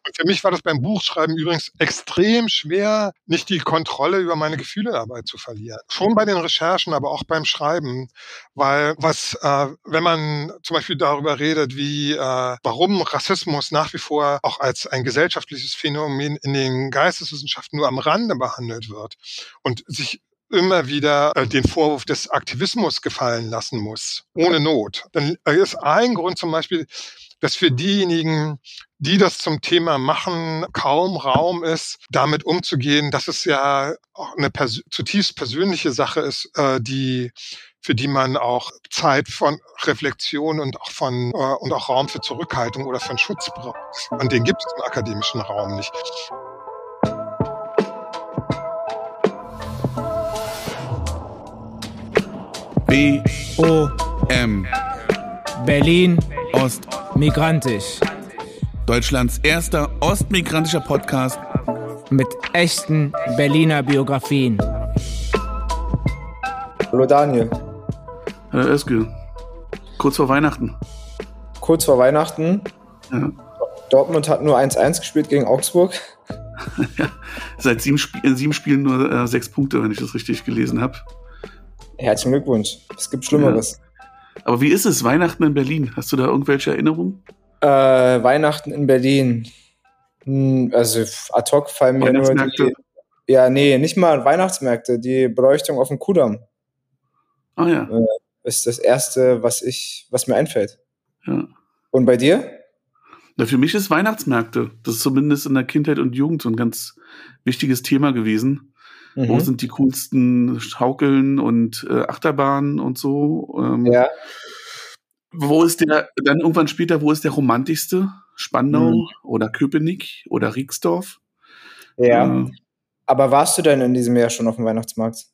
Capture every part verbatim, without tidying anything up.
Und für mich war das beim Buchschreiben übrigens extrem schwer, nicht die Kontrolle über meine Gefühle dabei zu verlieren. Schon bei den Recherchen, aber auch beim Schreiben. Weil was, äh, wenn man zum Beispiel darüber redet, wie äh, warum Rassismus nach wie vor auch als ein gesellschaftliches Phänomen in den Geisteswissenschaften nur am Rande behandelt wird und sich immer wieder äh, den Vorwurf des Aktivismus gefallen lassen muss, ohne Not. Dann ist ein Grund zum Beispiel, dass für diejenigen, die das zum Thema machen, kaum Raum ist, damit umzugehen, dass es ja auch eine pers- zutiefst persönliche Sache ist, äh, die für die man auch Zeit von Reflexion und auch von äh, und auch Raum für Zurückhaltung oder von Schutz braucht. Und den gibt es im akademischen Raum nicht. B O M Berlin Ost Migrantisch. Deutschlands erster ostmigrantischer Podcast mit echten Berliner Biografien. Hallo Daniel. Hallo Özgür. Kurz vor Weihnachten. Kurz vor Weihnachten. Ja. Dortmund hat nur eins eins gespielt gegen Augsburg. Ja, seit sieben, Sp- in sieben Spielen nur äh, sechs Punkte, wenn ich das richtig gelesen habe. Herzlichen Glückwunsch. Es gibt Schlimmeres. Ja. Aber wie ist es, Weihnachten in Berlin? Hast du da irgendwelche Erinnerungen? Äh, Weihnachten in Berlin. Hm, also ad hoc fallen mir nur die... Ja, nee, nicht mal Weihnachtsmärkte. Die Beleuchtung auf dem Kudamm. Ah ja. Äh, ist das Erste, was ich, was mir einfällt. Ja. Und bei dir? Na, für mich ist Weihnachtsmärkte. Das ist zumindest in der Kindheit und Jugend so ein ganz wichtiges Thema gewesen. Mhm. Wo sind die coolsten Schaukeln und äh, Achterbahnen und so? Ähm, ja. Wo ist der, dann irgendwann später, wo ist der romantischste? Spandau mhm. oder Köpenick oder Rixdorf? Ja. Äh, Aber warst du denn in diesem Jahr schon auf dem Weihnachtsmarkt?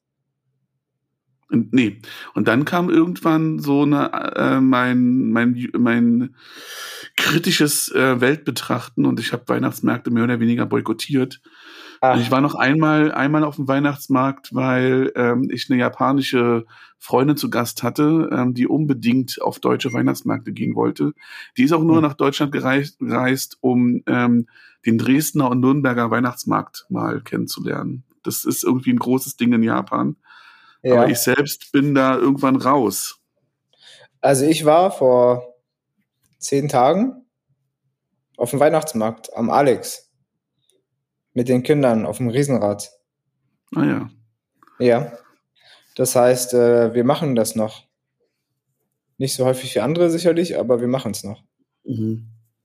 Und, nee. Und dann kam irgendwann so eine, äh, mein, mein, mein kritisches äh, Weltbetrachten und ich habe Weihnachtsmärkte mehr oder weniger boykottiert. Ach. Und ich war noch einmal, einmal auf dem Weihnachtsmarkt, weil ähm, ich eine japanische Freundin zu Gast hatte, ähm, die unbedingt auf deutsche Weihnachtsmärkte gehen wollte. Die ist auch nur mhm. nach Deutschland gereist, gereist um ähm, den Dresdner und Nürnberger Weihnachtsmarkt mal kennenzulernen. Das ist irgendwie ein großes Ding in Japan. Ja. Aber ich selbst bin da irgendwann raus. Also ich war vor zehn Tagen auf dem Weihnachtsmarkt am Alex mit den Kindern auf dem Riesenrad. Ah ja. Ja. Das heißt, wir machen das noch. Nicht so häufig wie andere sicherlich, aber wir machen es noch. Mhm.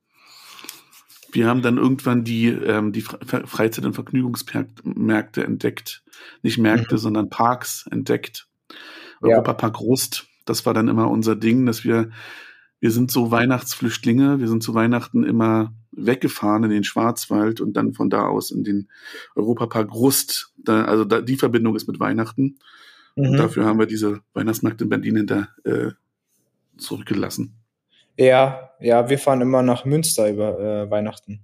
Wir haben dann irgendwann die, ähm, die Freizeit- und Vergnügungsmärkte entdeckt. Nicht Märkte, mhm. sondern Parks entdeckt. Ja. Europapark Rust, das war dann immer unser Ding, dass wir, wir sind so Weihnachtsflüchtlinge, wir sind zu Weihnachten immer weggefahren in den Schwarzwald und dann von da aus in den Europapark Rust. Da, also da, die Verbindung ist mit Weihnachten. Mhm. Und dafür haben wir diese Weihnachtsmärkte in Berlin hinter äh, zurückgelassen. Ja, ja, wir fahren immer nach Münster über äh, Weihnachten.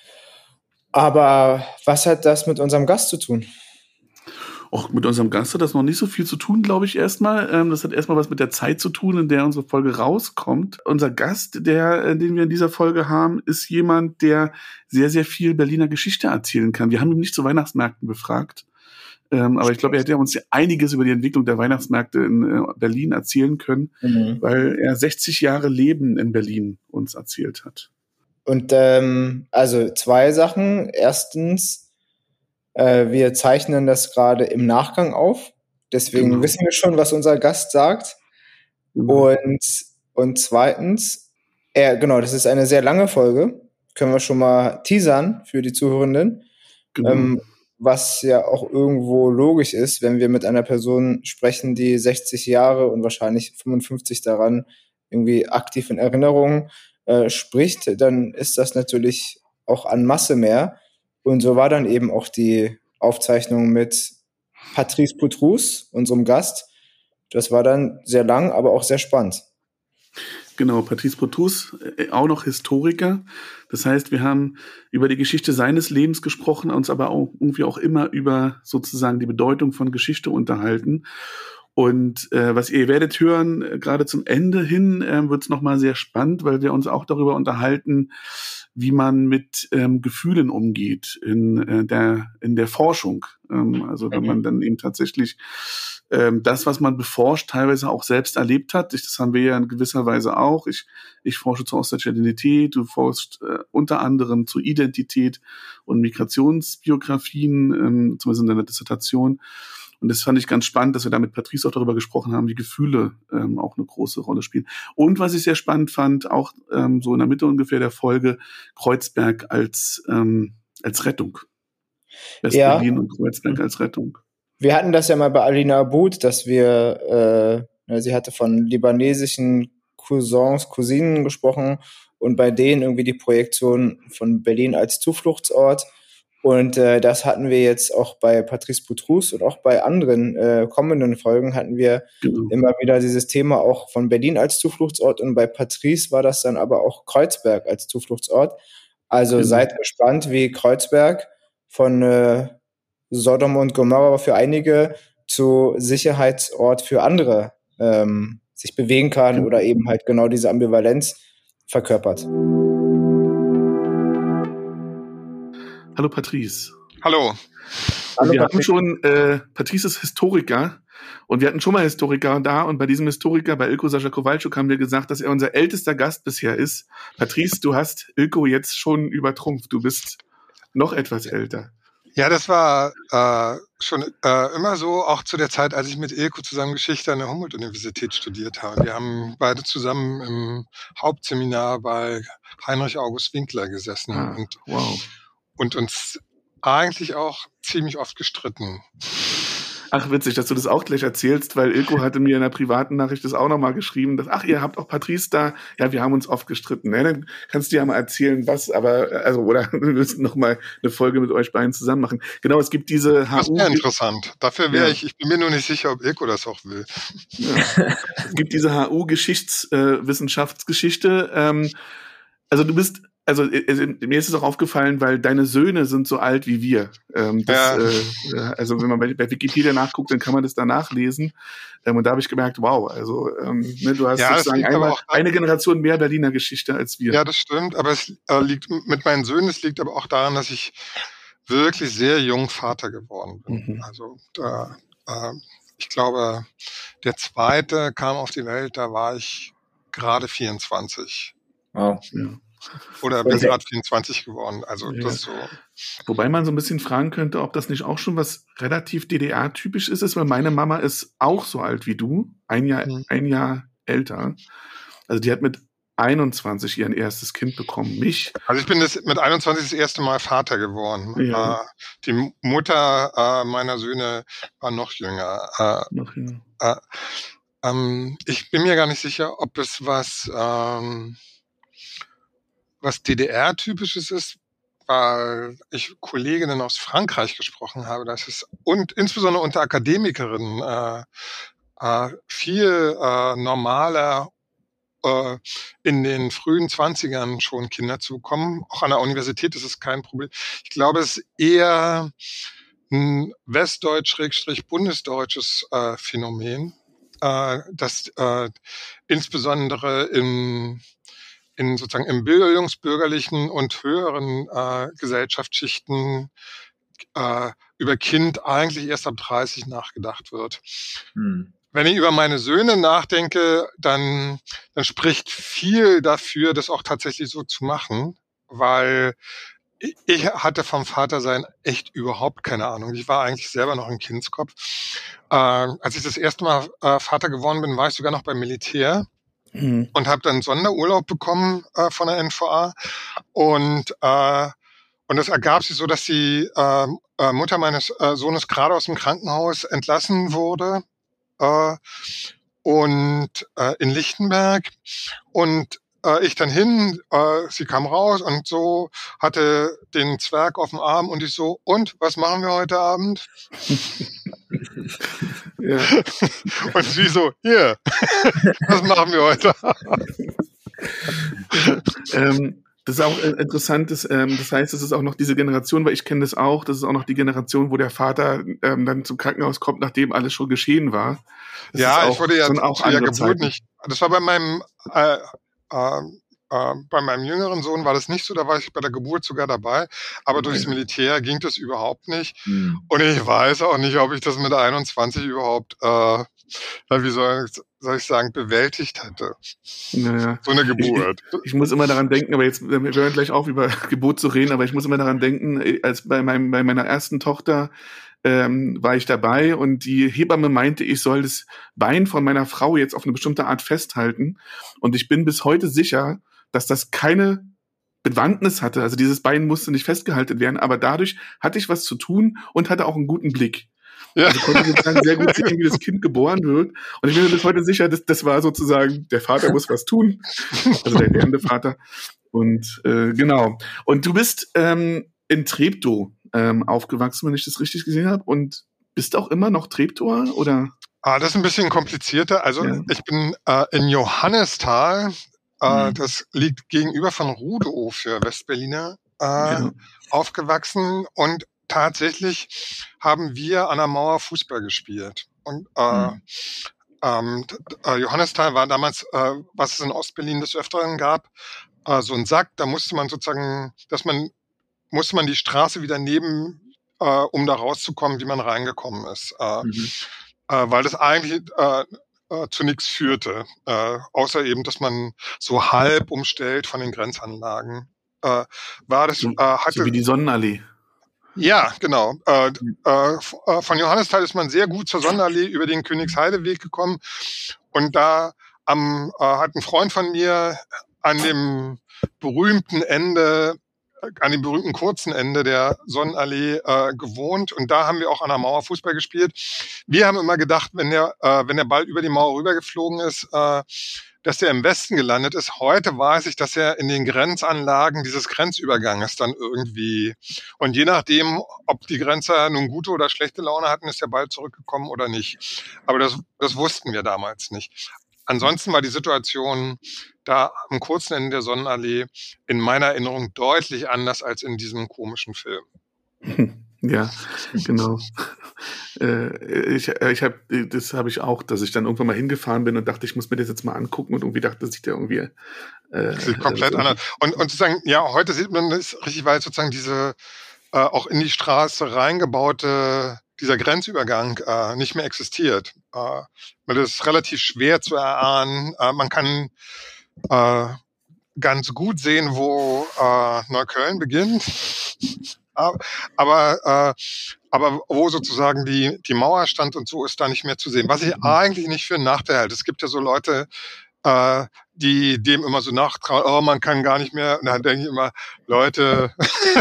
Aber was hat das mit unserem Gast zu tun? Auch mit unserem Gast hat das noch nicht so viel zu tun, glaube ich, erstmal. Ähm, das hat erstmal was mit der Zeit zu tun, in der unsere Folge rauskommt. Unser Gast, der, äh, den wir in dieser Folge haben, ist jemand, der sehr, sehr viel Berliner Geschichte erzählen kann. Wir haben ihn nicht zu Weihnachtsmärkten befragt. Ähm, aber ich glaube, er hätte uns einiges über die Entwicklung der Weihnachtsmärkte in äh, Berlin erzählen können, mhm. weil er sechzig Jahre Leben in Berlin uns erzählt hat. Und ähm, also zwei Sachen. Erstens, äh, wir zeichnen das gerade im Nachgang auf. Deswegen genau. wissen wir schon, was unser Gast sagt. Mhm. Und, und zweitens, er, genau, das ist eine sehr lange Folge. Können wir schon mal teasern für die Zuhörenden. Genau. Ähm, Was ja auch irgendwo logisch ist, wenn wir mit einer Person sprechen, die sechzig Jahre und wahrscheinlich fünfundfünfzig daran irgendwie aktiv in Erinnerung äh, spricht, dann ist das natürlich auch an Masse mehr. Und so war dann eben auch die Aufzeichnung mit Patrice Poutroux, unserem Gast. Das war dann sehr lang, aber auch sehr spannend. Genau, Patrice Poutroux, auch noch Historiker. Das heißt, wir haben über die Geschichte seines Lebens gesprochen, uns aber auch irgendwie auch immer über sozusagen die Bedeutung von Geschichte unterhalten. Und äh, was ihr werdet hören, äh, gerade zum Ende hin äh, wird es nochmal sehr spannend, weil wir uns auch darüber unterhalten, wie man mit ähm, Gefühlen umgeht in äh, der in der Forschung. Ähm, also wenn man dann eben tatsächlich ähm, das, was man beforscht, teilweise auch selbst erlebt hat. Ich, das haben wir ja in gewisser Weise auch. Ich ich forsche zur ostdeutscher Identität, du forschst äh, unter anderem zur Identität und Migrationsbiografien, ähm, zumindest in deiner Dissertation. Und das fand ich ganz spannend, dass wir da mit Patrice auch darüber gesprochen haben, wie Gefühle ähm, auch eine große Rolle spielen. Und was ich sehr spannend fand, auch ähm, so in der Mitte ungefähr der Folge, Kreuzberg als ähm, als Rettung. West-Berlin ja. Und Kreuzberg als Rettung. Wir hatten das ja mal bei Alina Abud, dass wir, äh, sie hatte von libanesischen Cousins, Cousinen gesprochen und bei denen irgendwie die Projektion von Berlin als Zufluchtsort. Und äh, das hatten wir jetzt auch bei Patrice Boutroux und auch bei anderen äh, kommenden Folgen hatten wir genau. immer wieder dieses Thema auch von Berlin als Zufluchtsort und bei Patrice war das dann aber auch Kreuzberg als Zufluchtsort. Also genau. Seid gespannt, wie Kreuzberg von äh, Sodom und Gomorra für einige zu Sicherheitsort für andere ähm, sich bewegen kann genau. oder eben halt genau diese Ambivalenz verkörpert. Hallo Patrice. Hallo. Hallo wir Patrice. hatten schon, äh, Patrice ist Historiker und wir hatten schon mal Historiker da und bei diesem Historiker, bei Ilko Sascha Kowalczuk, haben wir gesagt, dass er unser ältester Gast bisher ist. Patrice, du hast Ilko jetzt schon übertrumpft, du bist noch etwas älter. Ja, das war äh, schon äh, immer so, auch zu der Zeit, als ich mit Ilko zusammen Geschichte an der Humboldt-Universität studiert habe. Wir haben beide zusammen im Hauptseminar bei Heinrich August Winkler gesessen ah, und, wow. und uns eigentlich auch ziemlich oft gestritten. Ach, witzig, dass du das auch gleich erzählst, weil Ilko hatte mir in einer privaten Nachricht das auch nochmal geschrieben, dass, ach, ihr habt auch Patrice da. Ja, wir haben uns oft gestritten. Ne? Dann kannst du ja mal erzählen, was, aber, also, oder wir müssen nochmal eine Folge mit euch beiden zusammen machen. Genau, es gibt diese H U. Das wäre interessant. Dafür wäre ja. ich, ich bin mir nur nicht sicher, ob Ilko das auch will. Ja. Es gibt diese H U-Geschichtswissenschaftsgeschichte. Äh, ähm, also du bist, Also äh, mir ist es auch aufgefallen, weil deine Söhne sind so alt wie wir. Ähm, das, ja. äh, also wenn man bei, bei Wikipedia nachguckt, dann kann man das da nachlesen. Ähm, und da habe ich gemerkt, wow, also ähm, ne, du hast ja, sozusagen einmal, eine Generation mehr Berliner Geschichte als wir. Ja, das stimmt, aber es äh, liegt mit meinen Söhnen, es liegt aber auch daran, dass ich wirklich sehr jung Vater geworden bin. Mhm. Also da, äh, ich glaube, der zweite kam auf die Welt, da war ich gerade vierundzwanzig. Wow. Ja. Oder bin gerade vierundzwanzig geworden. Also ja. das so. Wobei man so ein bisschen fragen könnte, ob das nicht auch schon was relativ D D R-typisch ist, weil meine Mama ist auch so alt wie du, ein Jahr, mhm. ein Jahr älter. Also die hat mit einundzwanzig ihr erstes Kind bekommen. Mich. Also ich bin das mit einundzwanzig das erste Mal Vater geworden. Ja. Äh, die Mutter äh, meiner Söhne war noch jünger. Äh, noch jünger. Äh, ähm, ich bin mir gar nicht sicher, ob es was ähm, was D D R-typisches ist, weil ich Kolleginnen aus Frankreich gesprochen habe, dass es und insbesondere unter Akademikerinnen äh, äh, viel äh, normaler äh, in den frühen Zwanzigern schon Kinder zu bekommen. Auch an der Universität ist es kein Problem. Ich glaube, es ist eher ein westdeutsch-bundesdeutsches äh, Phänomen, äh, das äh, insbesondere im in sozusagen im bildungsbürgerlichen und höheren äh, Gesellschaftsschichten äh, über Kind eigentlich erst ab dreißig nachgedacht wird. Hm. Wenn ich über meine Söhne nachdenke, dann, dann spricht viel dafür, das auch tatsächlich so zu machen, weil ich hatte vom Vatersein echt überhaupt keine Ahnung. Ich war eigentlich selber noch ein Kindskopf. Äh, als ich das erste Mal äh, Vater geworden bin, war ich sogar noch beim Militär. Mhm. Und habe dann Sonderurlaub bekommen äh, von der N V A und äh, und das ergab sich so, dass die äh, äh, Mutter meines äh, Sohnes gerade aus dem Krankenhaus entlassen wurde äh, und äh, in Lichtenberg und äh, ich dann hin, äh, sie kam raus und so hatte den Zwerg auf dem Arm und ich so, und was machen wir heute Abend? Ja. Und sie so, hier, was machen wir heute? ähm, Das ist auch äh, interessant, das, ähm, das heißt, es ist auch noch diese Generation, weil ich kenne das auch, das ist auch noch die Generation, wo der Vater ähm, dann zum Krankenhaus kommt, nachdem alles schon geschehen war. Das ja, auch, ich wurde ja sind auch zu der andere Geburt Zeiten. nicht. Das war bei meinem äh, äh, äh, bei meinem jüngeren Sohn war das nicht so, da war ich bei der Geburt sogar dabei, aber durchs Militär ging das überhaupt nicht. Hm. Und ich weiß auch nicht, ob ich das mit einundzwanzig überhaupt, äh, wie soll ich, soll ich sagen, bewältigt hätte. Naja. So eine Geburt. Ich, ich muss immer daran denken, aber jetzt, wir hören gleich auf, über Geburt zu reden, aber ich muss immer daran denken, als bei meinem, bei meiner ersten Tochter, ähm, war ich dabei und die Hebamme meinte, ich soll das Bein von meiner Frau jetzt auf eine bestimmte Art festhalten. Und ich bin bis heute sicher, dass das keine Bewandtnis hatte. Also dieses Bein musste nicht festgehalten werden, aber dadurch hatte ich was zu tun und hatte auch einen guten Blick. Ja. Also konnte sozusagen sehr gut sehen, wie das Kind geboren wird. Und ich bin mir bis heute sicher, dass das war sozusagen, der Vater muss was tun. Also der werdende Vater. Und äh, genau. Und du bist ähm, in Treptow ähm, aufgewachsen, wenn ich das richtig gesehen habe. Und bist auch immer noch Treptower, oder? Ah, das ist ein bisschen komplizierter. Also Ja. ich bin äh, in Johannisthal, äh, Mhm. das liegt gegenüber von Rudow für Westberliner, äh, Ja. aufgewachsen und tatsächlich haben wir an der Mauer Fußball gespielt. Und äh, Mhm. ähm, t- äh, Johannisthal war damals, äh, was es in Ostberlin des Öfteren gab, äh, so ein Sack, da musste man sozusagen, dass man, musste man die Straße wieder nehmen, äh, um da rauszukommen, wie man reingekommen ist. Äh, Mhm. äh, weil das eigentlich äh, äh, zu nichts führte, äh, außer eben, dass man so halb umstellt von den Grenzanlagen. Äh, war das, So, äh, hatte, so wie die Sonnenallee. ja, genau. Äh, äh, f- äh, von Johannisthal ist man sehr gut zur Sonnenallee über den Königsheideweg gekommen. Und da am, äh, hat ein Freund von mir an dem berühmten Ende, äh, an dem berühmten kurzen Ende der Sonnenallee äh, gewohnt. Und da haben wir auch an der Mauer Fußball gespielt. Wir haben immer gedacht, wenn der, äh, wenn der Ball über die Mauer rübergeflogen ist, äh, dass der im Westen gelandet ist. Heute weiß ich, dass er in den Grenzanlagen dieses Grenzüberganges dann irgendwie, und je nachdem, ob die Grenzer nun gute oder schlechte Laune hatten, ist der Ball zurückgekommen oder nicht. Aber das, das wussten wir damals nicht. Ansonsten war die Situation da am kurzen Ende der Sonnenallee in meiner Erinnerung deutlich anders als in diesem komischen Film. Ja, genau. äh, ich ich habe, das habe ich auch, dass ich dann irgendwann mal hingefahren bin und dachte, ich muss mir das jetzt mal angucken und irgendwie dachte, das sieht ja irgendwie äh, Sieht komplett so. anders. Und, und sozusagen, ja, heute sieht man das richtig, weil sozusagen diese äh, auch in die Straße reingebaute, dieser Grenzübergang äh, nicht mehr existiert. Äh, weil das ist relativ schwer zu erahnen. Äh, man kann äh, ganz gut sehen, wo äh, Neukölln beginnt. Aber, aber, äh, aber wo sozusagen die, die Mauer stand und so ist da nicht mehr zu sehen. Was ich eigentlich nicht für einen Nachteil halte. Es gibt ja so Leute, äh, die dem immer so nachtrauen, oh, man kann gar nicht mehr. Und dann denke ich immer, Leute,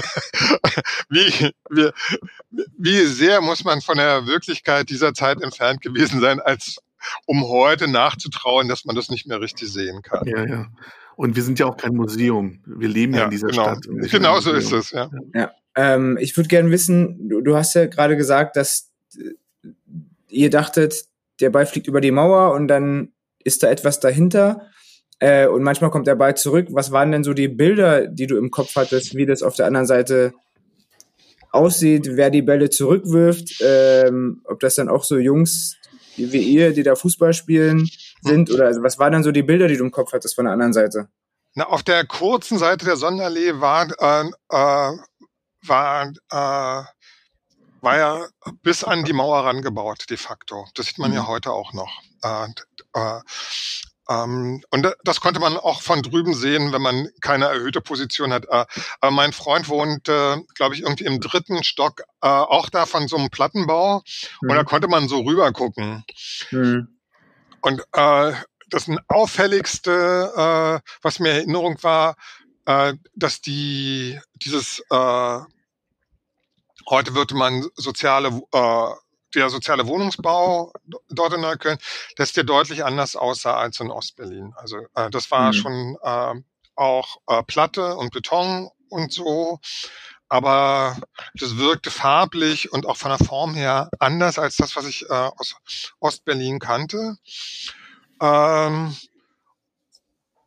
wie, wie, wie sehr muss man von der Wirklichkeit dieser Zeit entfernt gewesen sein, als um heute nachzutrauen, dass man das nicht mehr richtig sehen kann. Ja, ja. Und wir sind ja auch kein Museum. Wir leben ja, Ja, in dieser genau. Stadt. Und nicht Genau in so einem ist Museum. es, ja. Ja. Ähm, ich würde gerne wissen, du, du hast ja gerade gesagt, dass äh, ihr dachtet, der Ball fliegt über die Mauer und dann ist da etwas dahinter äh, und manchmal kommt der Ball zurück. Was waren denn so die Bilder, die du im Kopf hattest, wie das auf der anderen Seite aussieht, wer die Bälle zurückwirft, ähm, ob das dann auch so Jungs wie ihr, die da Fußball spielen, sind? Oder also was waren dann so die Bilder, die du im Kopf hattest von der anderen Seite? Na, auf der kurzen Seite der Sonnenallee war, äh, äh, war, äh, war ja bis an die Mauer rangebaut, de facto. Das sieht man ja heute auch noch. Äh, äh, ähm, und das konnte man auch von drüben sehen, wenn man keine erhöhte Position hat. Äh, aber mein Freund wohnt, äh, glaube ich, irgendwie im dritten Stock, äh, auch da von so einem Plattenbau. Mhm. Und da konnte man so rüber gucken. Mhm. Und äh, das auffälligste, äh, was mir in Erinnerung war, äh, dass die dieses äh, heute würde man soziale äh, der soziale Wohnungsbau dort in Neukölln, dass der deutlich anders aussah als in Ostberlin. Also äh, das war Mhm. schon äh, auch äh, Platte und Beton und so, aber das wirkte farblich und auch von der Form her anders als das, was ich äh, aus Ostberlin kannte. Ähm,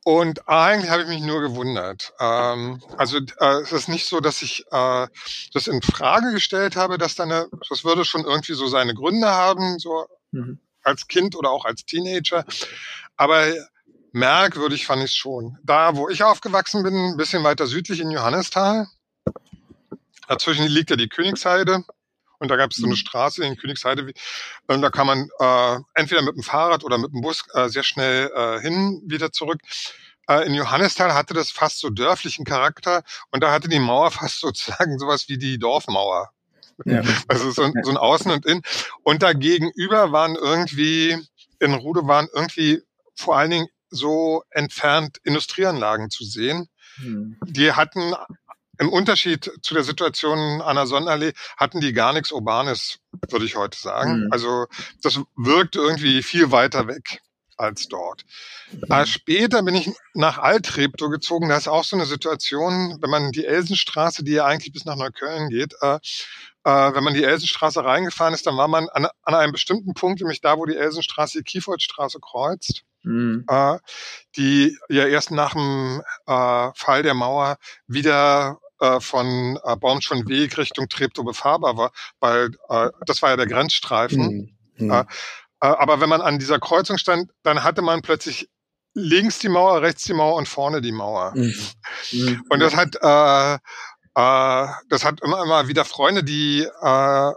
Und eigentlich habe ich mich nur gewundert. Ähm, also äh, es ist nicht so, dass ich äh, das in Frage gestellt habe, dass dann eine, das würde schon irgendwie so seine Gründe haben, so mhm. als Kind oder auch als Teenager. Aber merkwürdig fand ich es schon. Da, wo ich aufgewachsen bin, ein bisschen weiter südlich in Johannisthal, dazwischen liegt ja die Königsheide. Und da gab es so eine Straße in Königsheide, und da kann man äh, entweder mit dem Fahrrad oder mit dem Bus äh, sehr schnell äh, hin, wieder zurück. Äh, in Johannisthal hatte das fast so dörflichen Charakter, und da hatte die Mauer fast sozusagen sowas wie die Dorfmauer. Ja. Also so, so ein Außen und Innen. Und da gegenüber waren irgendwie, in Rude waren irgendwie vor allen Dingen so entfernt Industrieanlagen zu sehen. Hm. Die hatten im Unterschied zu der Situation an der Sonnenallee hatten die gar nichts Urbanes, würde ich heute sagen. Mhm. Also das wirkte irgendwie viel weiter weg als dort. Mhm. Äh, später bin ich nach Alt-Treptow gezogen. Da ist auch so eine Situation, wenn man die Elsenstraße, die ja eigentlich bis nach Neukölln geht, äh, äh, wenn man die Elsenstraße reingefahren ist, dann war man an, an einem bestimmten Punkt, nämlich da, wo die Elsenstraße die Kiefoldstraße kreuzt, mhm. äh, die ja erst nach dem äh, Fall der Mauer wieder von äh, Baumschonweg Richtung Treptow befahrbar war, weil äh, das war ja der Grenzstreifen. Mhm. Äh, äh, aber wenn man an dieser Kreuzung stand, dann hatte man plötzlich links die Mauer, rechts die Mauer und vorne die Mauer. Mhm. Und das hat äh, äh, das hat immer immer wieder Freunde, die äh,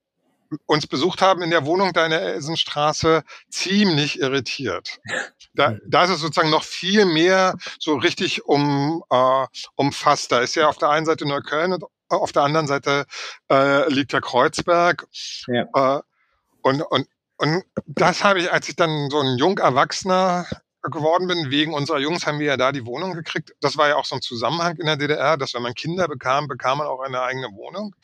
uns besucht haben in der Wohnung da in der Elsenstraße, ziemlich irritiert. Da, da ist es sozusagen noch viel mehr so richtig um, äh, umfasst. Da ist ja auf der einen Seite Neukölln und auf der anderen Seite äh, liegt der Kreuzberg. Ja. Äh, und, und, und das habe ich, als ich dann so ein jung Erwachsener geworden bin, wegen unserer Jungs haben wir ja da die Wohnung gekriegt. Das war ja auch so ein Zusammenhang in der D D R, dass wenn man Kinder bekam, bekam man auch eine eigene Wohnung.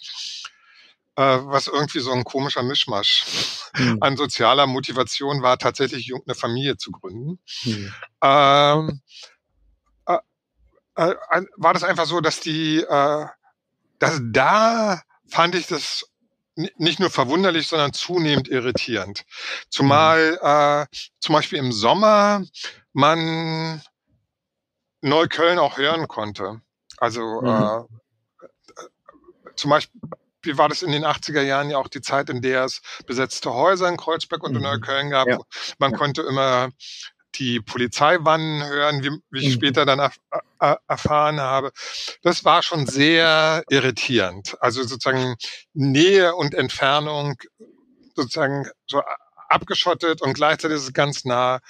Was irgendwie so ein komischer Mischmasch hm. an sozialer Motivation war, tatsächlich eine Familie zu gründen. Hm. Ähm, äh, äh, war das einfach so, dass die, äh, dass da fand ich das n- nicht nur verwunderlich, sondern zunehmend irritierend. Zumal hm. äh, zum Beispiel im Sommer man Neukölln auch hören konnte. Also hm. äh, zum Beispiel Wie war das in den achtziger Jahren ja auch die Zeit, in der es besetzte Häuser in Kreuzberg und in Neukölln gab. Ja. Man ja. konnte immer die Polizeiwannen hören, wie, wie ich mhm. später dann erf äh, erfahren habe. Das war schon sehr irritierend. Also sozusagen Nähe und Entfernung sozusagen so abgeschottet und gleichzeitig ist es ganz nah.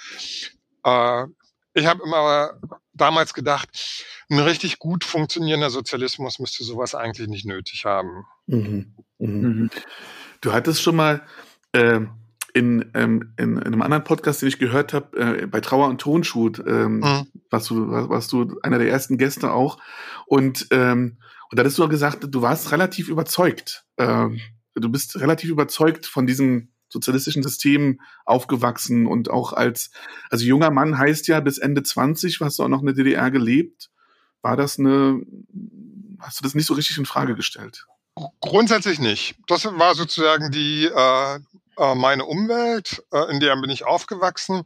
Äh, ich habe immer damals gedacht, ein richtig gut funktionierender Sozialismus müsste sowas eigentlich nicht nötig haben. Mhm. Mhm. Du hattest schon mal äh, in, ähm, in, in einem anderen Podcast, den ich gehört habe, äh, bei Trauer und Tonschuh, ähm, mhm. warst, du, warst du einer der ersten Gäste auch. Und, ähm, und da hattest du gesagt, du warst relativ überzeugt. Ähm, du bist relativ überzeugt von diesem sozialistischen System aufgewachsen und auch als, also junger Mann heißt ja bis Ende zwanzig, hast du auch noch in der D D R gelebt. War das eine, hast du das nicht so richtig in Frage gestellt? Grundsätzlich nicht. Das war sozusagen die, äh, äh, meine Umwelt, äh, in der bin ich aufgewachsen.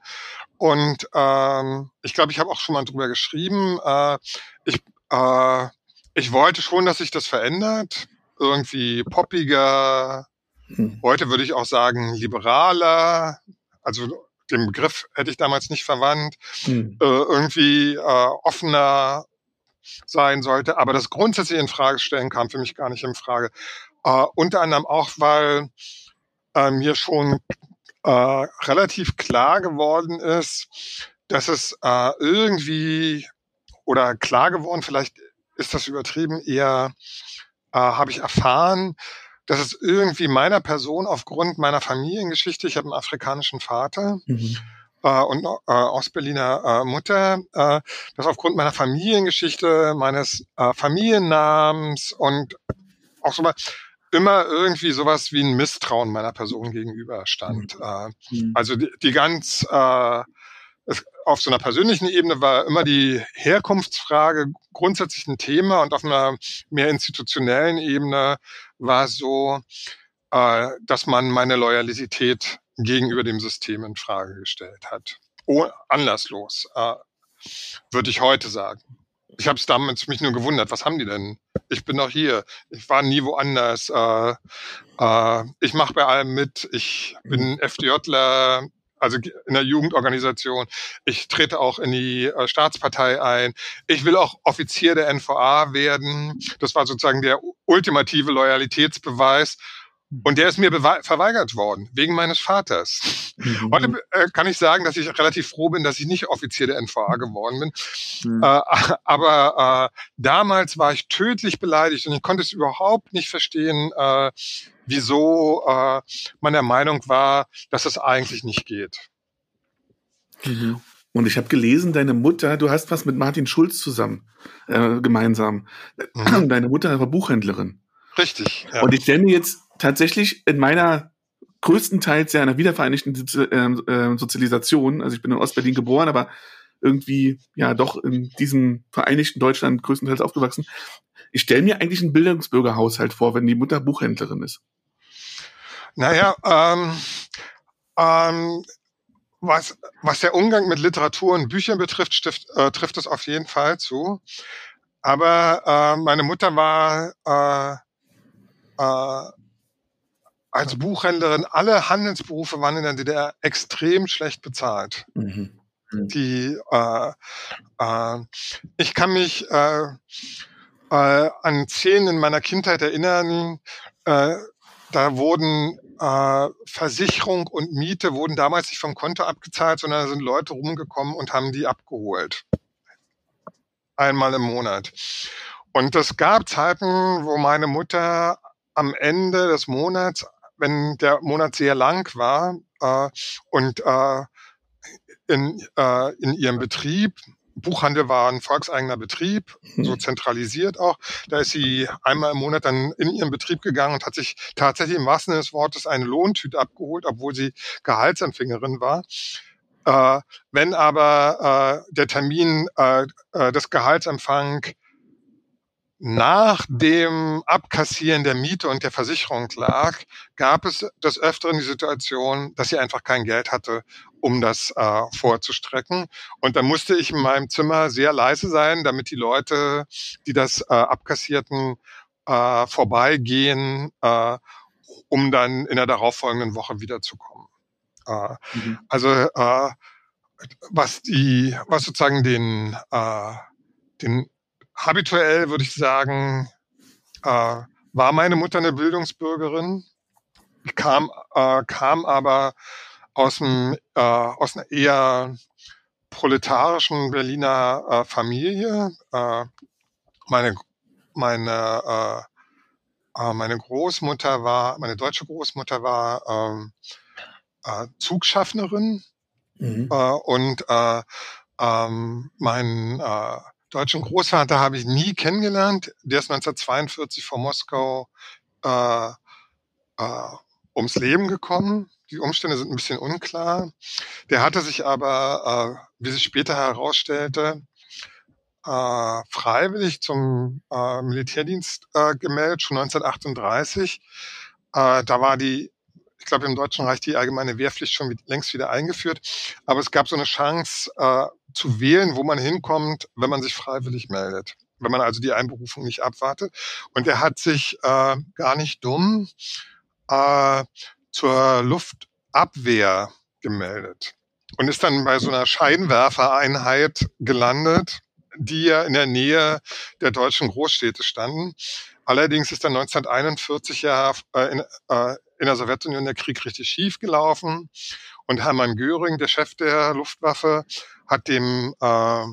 Und ähm, ich glaube, ich habe auch schon mal drüber geschrieben. Äh, ich, äh, ich wollte schon, dass sich das verändert. Irgendwie poppiger. Hm. Heute würde ich auch sagen liberaler. Also den Begriff hätte ich damals nicht verwandt. Hm. Äh, irgendwie äh, offener sein sollte, aber das grundsätzlich in Frage stellen kam für mich gar nicht in Frage. Äh, unter anderem auch, weil äh, mir schon äh, relativ klar geworden ist, dass es äh, irgendwie, oder klar geworden, vielleicht ist das übertrieben, eher äh, habe ich erfahren, dass es irgendwie meiner Person aufgrund meiner Familiengeschichte, ich habe einen afrikanischen Vater, mhm. und äh, Ostberliner äh, Mutter, äh, dass aufgrund meiner Familiengeschichte, meines äh, Familiennamens und auch so mal immer irgendwie sowas wie ein Misstrauen meiner Person gegenüber stand. Mhm. Äh, also die, die ganz äh, es, auf so einer persönlichen Ebene war immer die Herkunftsfrage grundsätzlich ein Thema und auf einer mehr institutionellen Ebene war so, äh, dass man meine Loyalität gegenüber dem System in Frage gestellt hat. Oh, anlasslos. Äh, würde ich heute sagen. Ich habe es damals mich nur gewundert, was haben die denn? Ich bin doch hier, ich war nie woanders, äh, äh, ich mache bei allem mit, ich bin FDJler, also in der Jugendorganisation, ich trete auch in die äh, Staatspartei ein, ich will auch Offizier der N V A werden, das war sozusagen der ultimative Loyalitätsbeweis. Und der ist mir verweigert worden, wegen meines Vaters. Mhm. Heute äh, kann ich sagen, dass ich relativ froh bin, dass ich nicht Offizier der N V A geworden bin. Mhm. Äh, aber äh, damals war ich tödlich beleidigt und ich konnte es überhaupt nicht verstehen, äh, wieso äh, man der Meinung war, dass es eigentlich nicht geht. Mhm. Und ich habe gelesen, deine Mutter, du hast was mit Martin Schulz zusammen, äh, gemeinsam. Mhm. Deine Mutter war Buchhändlerin. Richtig. Ja. Und ich stelle mir jetzt tatsächlich in meiner größtenteils ja einer wiedervereinigten äh, Sozialisation, also ich bin in Ostberlin geboren, aber irgendwie ja doch in diesem vereinigten Deutschland größtenteils aufgewachsen. Ich stelle mir eigentlich einen Bildungsbürgerhaushalt vor, wenn die Mutter Buchhändlerin ist. Naja, ähm, ähm, was, was der Umgang mit Literatur und Büchern betrifft, stift, äh, trifft es auf jeden Fall zu. Aber äh, meine Mutter war äh, äh, als Buchhändlerin, alle Handelsberufe waren in der D D R extrem schlecht bezahlt. Mhm. Die, äh, äh, ich kann mich äh, äh, an Szenen in meiner Kindheit erinnern, äh, da wurden äh, Versicherung und Miete wurden damals nicht vom Konto abgezahlt, sondern da sind Leute rumgekommen und haben die abgeholt. Einmal im Monat. Und es gab Zeiten, wo meine Mutter am Ende des Monats, wenn der Monat sehr lang war äh, und äh, in, äh, in ihrem Betrieb, Buchhandel war ein volkseigener Betrieb, mhm. so zentralisiert auch, da ist sie einmal im Monat dann in ihren Betrieb gegangen und hat sich tatsächlich im wahrsten Sinne des Wortes eine Lohntüte abgeholt, obwohl sie Gehaltsempfängerin war. Äh, wenn aber äh, der Termin äh, äh, des Gehaltsempfangs nach dem Abkassieren der Miete und der Versicherung lag, gab es des Öfteren die Situation, dass sie einfach kein Geld hatte, um das äh, vorzustrecken. Und dann musste ich in meinem Zimmer sehr leise sein, damit die Leute, die das äh, abkassierten, äh, vorbeigehen, äh, um dann in der darauffolgenden Woche wiederzukommen. Äh, mhm. Also äh, was die, was sozusagen den, äh, den habituell würde ich sagen, äh, war meine Mutter eine Bildungsbürgerin, kam, äh, kam aber aus, dem, äh, aus einer eher proletarischen Berliner äh, Familie. Äh, meine, meine, äh, meine Großmutter war, meine deutsche Großmutter war ähm, äh, Zugschaffnerin mhm. äh, und äh, ähm, mein äh, deutschen Großvater habe ich nie kennengelernt. Der ist neunzehnhundertzweiundvierzig vor Moskau äh, äh, ums Leben gekommen. Die Umstände sind ein bisschen unklar. Der hatte sich aber, äh, wie sich später herausstellte, äh, freiwillig zum äh, Militärdienst äh, gemeldet, schon neunzehnhundertachtunddreißig. Äh, da war die, ich glaube, im Deutschen Reich die allgemeine Wehrpflicht schon wie, längst wieder eingeführt. Aber es gab so eine Chance, äh, zu wählen, wo man hinkommt, wenn man sich freiwillig meldet. Wenn man also die Einberufung nicht abwartet. Und er hat sich äh, gar nicht dumm äh, zur Luftabwehr gemeldet. Und ist dann bei so einer Scheinwerfereinheit gelandet, die ja in der Nähe der deutschen Großstädte standen. Allerdings ist dann neunzehnhunderteinundvierzig ja äh, in, äh, in der Sowjetunion der Krieg richtig schief gelaufen. Und Hermann Göring, der Chef der Luftwaffe, hat dem, äh,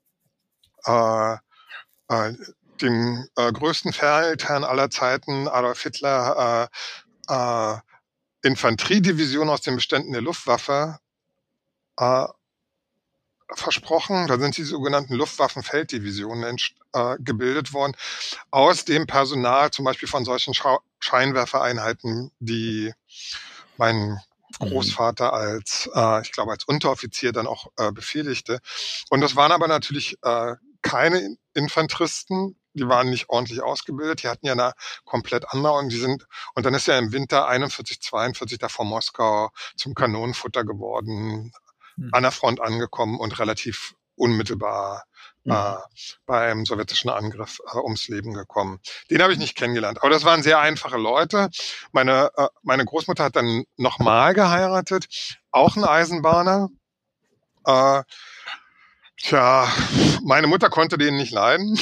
äh, äh, dem äh, größten Feldherrn aller Zeiten, Adolf Hitler, äh, äh, Infanteriedivision aus den Beständen der Luftwaffe äh, versprochen. Da sind die sogenannten Luftwaffenfelddivisionen äh, gebildet worden, aus dem Personal zum Beispiel von solchen Schau- Scheinwerfereinheiten, die mein Großvater als, äh, ich glaube, als Unteroffizier dann auch äh, befehligte. Und das waren aber natürlich äh, keine Infanteristen, die waren nicht ordentlich ausgebildet, die hatten ja eine komplett andere und die sind, und dann ist er im Winter einundvierzig, zweiundvierzig da vor Moskau zum Kanonenfutter geworden, mhm. an der Front angekommen und relativ unmittelbar Mhm. äh, bei einem sowjetischen Angriff äh, ums Leben gekommen. Den habe ich nicht kennengelernt. Aber das waren sehr einfache Leute. Meine, äh, meine Großmutter hat dann nochmal geheiratet, auch ein Eisenbahner. Äh, tja, meine Mutter konnte den nicht leiden.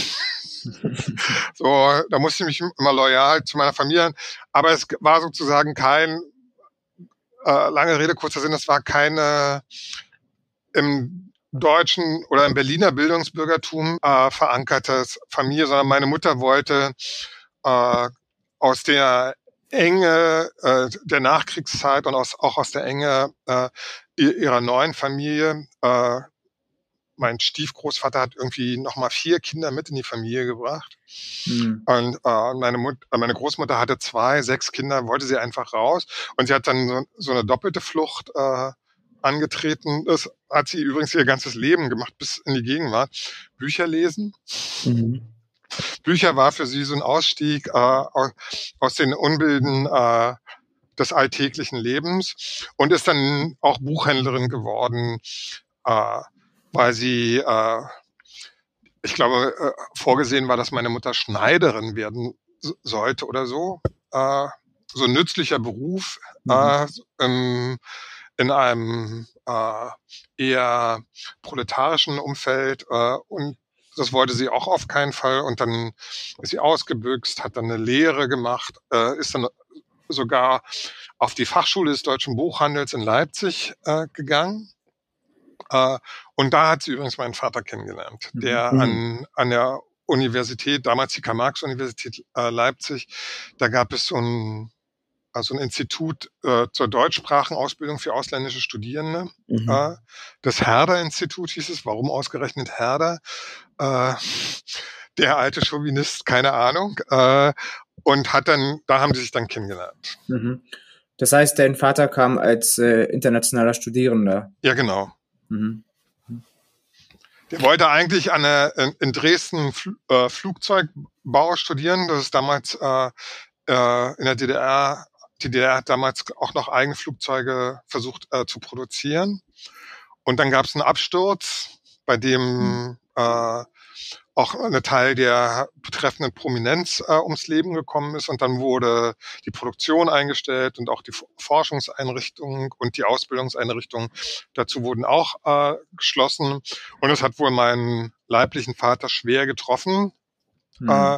So, da musste ich mich immer loyal zu meiner Familie. Aber es war sozusagen kein, äh, lange Rede, kurzer Sinn, es war keine im deutschen oder im Berliner Bildungsbürgertum äh, verankerte Familie, sondern meine Mutter wollte äh, aus der Enge äh, der Nachkriegszeit und aus, auch aus der Enge äh, ihrer neuen Familie, äh, mein Stiefgroßvater hat irgendwie nochmal vier Kinder mit in die Familie gebracht. Mhm. Und äh, meine, Mut, meine Großmutter hatte zwei, sechs Kinder, wollte sie einfach raus. Und sie hat dann so, so eine doppelte Flucht äh, angetreten. Das hat sie übrigens ihr ganzes Leben gemacht, bis in die Gegenwart. Bücher lesen. Mhm. Bücher war für sie so ein Ausstieg äh, aus, aus den Unbilden äh, des alltäglichen Lebens und ist dann auch Buchhändlerin geworden, äh, weil sie, äh, ich glaube, äh, vorgesehen war, dass meine Mutter Schneiderin werden so- sollte oder so. Äh, so ein nützlicher Beruf äh, im, in einem äh, eher proletarischen Umfeld äh, und das wollte sie auch auf keinen Fall. Und dann ist sie ausgebüxt, hat dann eine Lehre gemacht, äh, ist dann sogar auf die Fachschule des deutschen Buchhandels in Leipzig äh, gegangen. Äh, und da hat sie übrigens meinen Vater kennengelernt, der Mhm. an, an der Universität, damals die Karl-Marx-Universität äh, Leipzig, da gab es so ein, also ein Institut äh, zur Deutschsprachenausbildung für ausländische Studierende. Mhm. Äh, das Herder-Institut hieß es. Warum ausgerechnet Herder? Äh, der alte Chauvinist, keine Ahnung. Äh, und hat dann, da haben sie sich dann kennengelernt. Mhm. Das heißt, dein Vater kam als äh, internationaler Studierender. Ja, genau. Mhm. Der wollte eigentlich an der, in, in Dresden Fl äh, Flugzeugbau studieren. Das ist damals äh, äh, in der D D R, die D D R hat damals auch noch eigene Flugzeuge versucht äh, zu produzieren. Und dann gab es einen Absturz, bei dem äh, auch eine Teil der betreffenden Prominenz äh, ums Leben gekommen ist. Und dann wurde die Produktion eingestellt und auch die Forschungseinrichtungen und die Ausbildungseinrichtungen dazu wurden auch äh, geschlossen. Und es hat wohl meinen leiblichen Vater schwer getroffen. Mhm. Äh,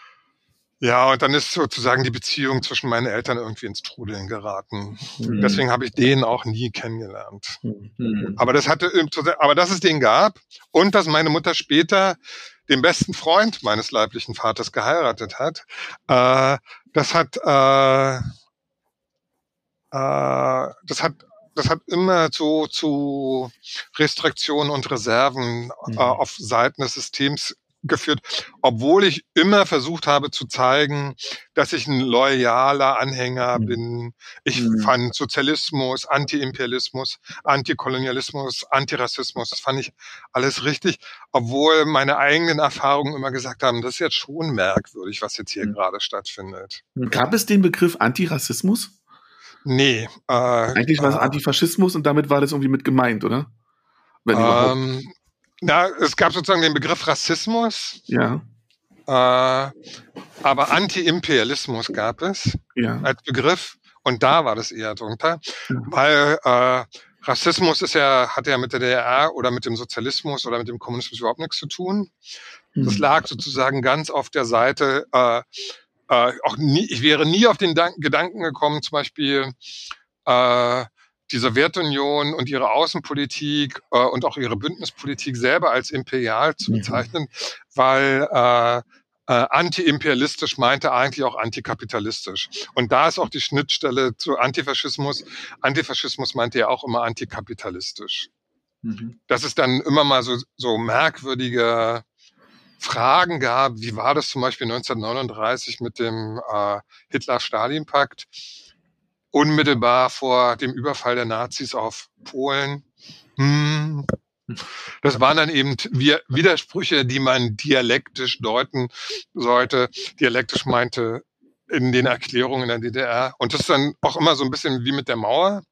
ja, und dann ist sozusagen die Beziehung zwischen meinen Eltern irgendwie ins Trudeln geraten. Mhm. Deswegen habe ich den auch nie kennengelernt. Mhm. Aber das hatte, aber dass es den gab und dass meine Mutter später den besten Freund meines leiblichen Vaters geheiratet hat, äh, das hat, äh, äh, das hat, das hat immer so zu Restriktionen und Reserven äh, Mhm. auf Seiten des Systems geführt, obwohl ich immer versucht habe zu zeigen, dass ich ein loyaler Anhänger Mhm. bin. Ich Mhm. fand Sozialismus, Anti-Imperialismus, Antikolonialismus, Antirassismus, das fand ich alles richtig, obwohl meine eigenen Erfahrungen immer gesagt haben, das ist jetzt schon merkwürdig, was jetzt hier Mhm. gerade stattfindet. Gab es den Begriff Antirassismus? Nee. Äh, Eigentlich war es äh, Antifaschismus und damit war das irgendwie mit gemeint, oder? Wenn überhaupt. ähm, na, es gab sozusagen den Begriff Rassismus, Ja, äh, aber Anti-Imperialismus gab es ja. als Begriff und da war das eher drunter, Ja. weil äh, Rassismus ist ja, hat ja mit der D D R oder mit dem Sozialismus oder mit dem Kommunismus überhaupt nichts zu tun. Das Hm. lag sozusagen ganz auf der Seite, äh, äh, auch nie, ich wäre nie auf den Dan- Gedanken gekommen, zum Beispiel äh, die Sowjetunion und ihre Außenpolitik äh, und auch ihre Bündnispolitik selber als imperial zu Mhm. bezeichnen, weil äh, äh, anti-imperialistisch meinte eigentlich auch antikapitalistisch. Und da ist auch die Schnittstelle zu Antifaschismus. Antifaschismus meinte ja auch immer antikapitalistisch. Mhm. Dass es dann immer mal so, so merkwürdige Fragen gab, wie war das zum Beispiel neunzehnhundertneununddreißig mit dem äh, Hitler-Stalin-Pakt, unmittelbar vor dem Überfall der Nazis auf Polen. Hm. Das waren dann eben wir- Widersprüche, die man dialektisch deuten sollte. Dialektisch meinte in den Erklärungen in der D D R. Und das ist dann auch immer so ein bisschen wie mit der Mauer.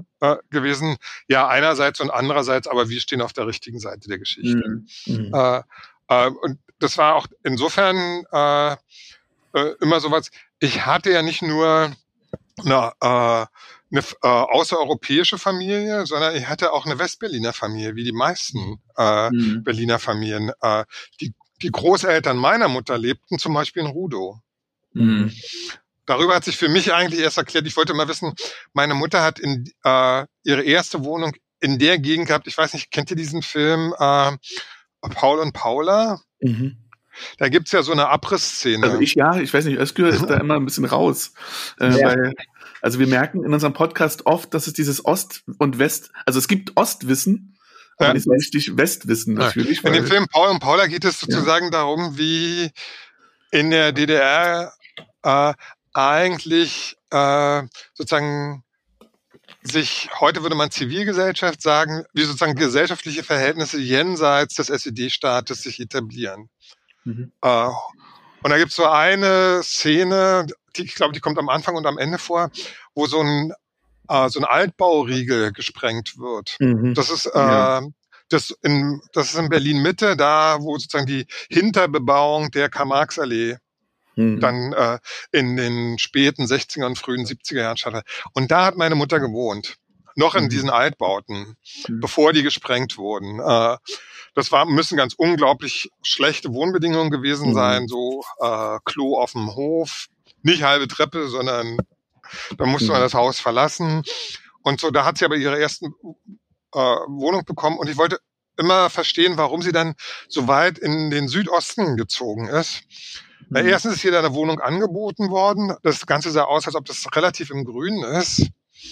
äh, gewesen. Ja, einerseits und andererseits, aber wir stehen auf der richtigen Seite der Geschichte. Mhm. Äh, äh, und das war auch insofern äh, äh, immer sowas. Ich hatte ja nicht nur eine, äh, eine äh, außereuropäische Familie, sondern ich hatte auch eine Westberliner Familie, wie die meisten äh, Mhm. Berliner Familien. Äh, die, die Großeltern meiner Mutter lebten zum Beispiel in Rudow. Mhm. Darüber hat sich für mich eigentlich erst erklärt, ich wollte mal wissen, meine Mutter hat in äh, ihre erste Wohnung in der Gegend gehabt, ich weiß nicht, kennt ihr diesen Film äh, Paul und Paula? Mhm. Da gibt's ja so eine Abrissszene. Also ich ja, ich weiß nicht, Özgür ist da immer ein bisschen raus. Äh, Ja. weil, also wir merken in unserem Podcast oft, dass es dieses Ost und West, also es gibt Ostwissen, aber Ja. nicht so richtig Westwissen natürlich. In dem weil- Film Paul und Paula geht es sozusagen darum, wie in der D D R äh, eigentlich äh, sozusagen sich, heute würde man Zivilgesellschaft sagen, wie sozusagen gesellschaftliche Verhältnisse jenseits des S E D-Staates sich etablieren. Mhm. Äh, und da gibt's so eine Szene, die, ich glaube, die kommt am Anfang und am Ende vor, wo so ein äh, so ein Altbauriegel gesprengt wird. Mhm. Das ist äh, Ja. das in das ist in Berlin Mitte, da wo sozusagen die Hinterbebauung der Karl-Marx-Allee Mhm. dann äh, in den späten sechziger und frühen siebziger Jahren statt. Und da hat meine Mutter gewohnt, noch in Mhm. diesen Altbauten, Mhm. bevor die gesprengt wurden. Äh, das war, müssen ganz unglaublich schlechte Wohnbedingungen gewesen Mhm. sein, so äh, Klo auf dem Hof, nicht halbe Treppe, sondern da musste man Mhm. das Haus verlassen. Und so, da hat sie aber ihre ersten äh, Wohnung bekommen und ich wollte immer verstehen, warum sie dann so weit in den Südosten gezogen ist. Na, erstens ist hier eine Wohnung angeboten worden. Das Ganze sah aus, als ob das relativ im Grünen ist.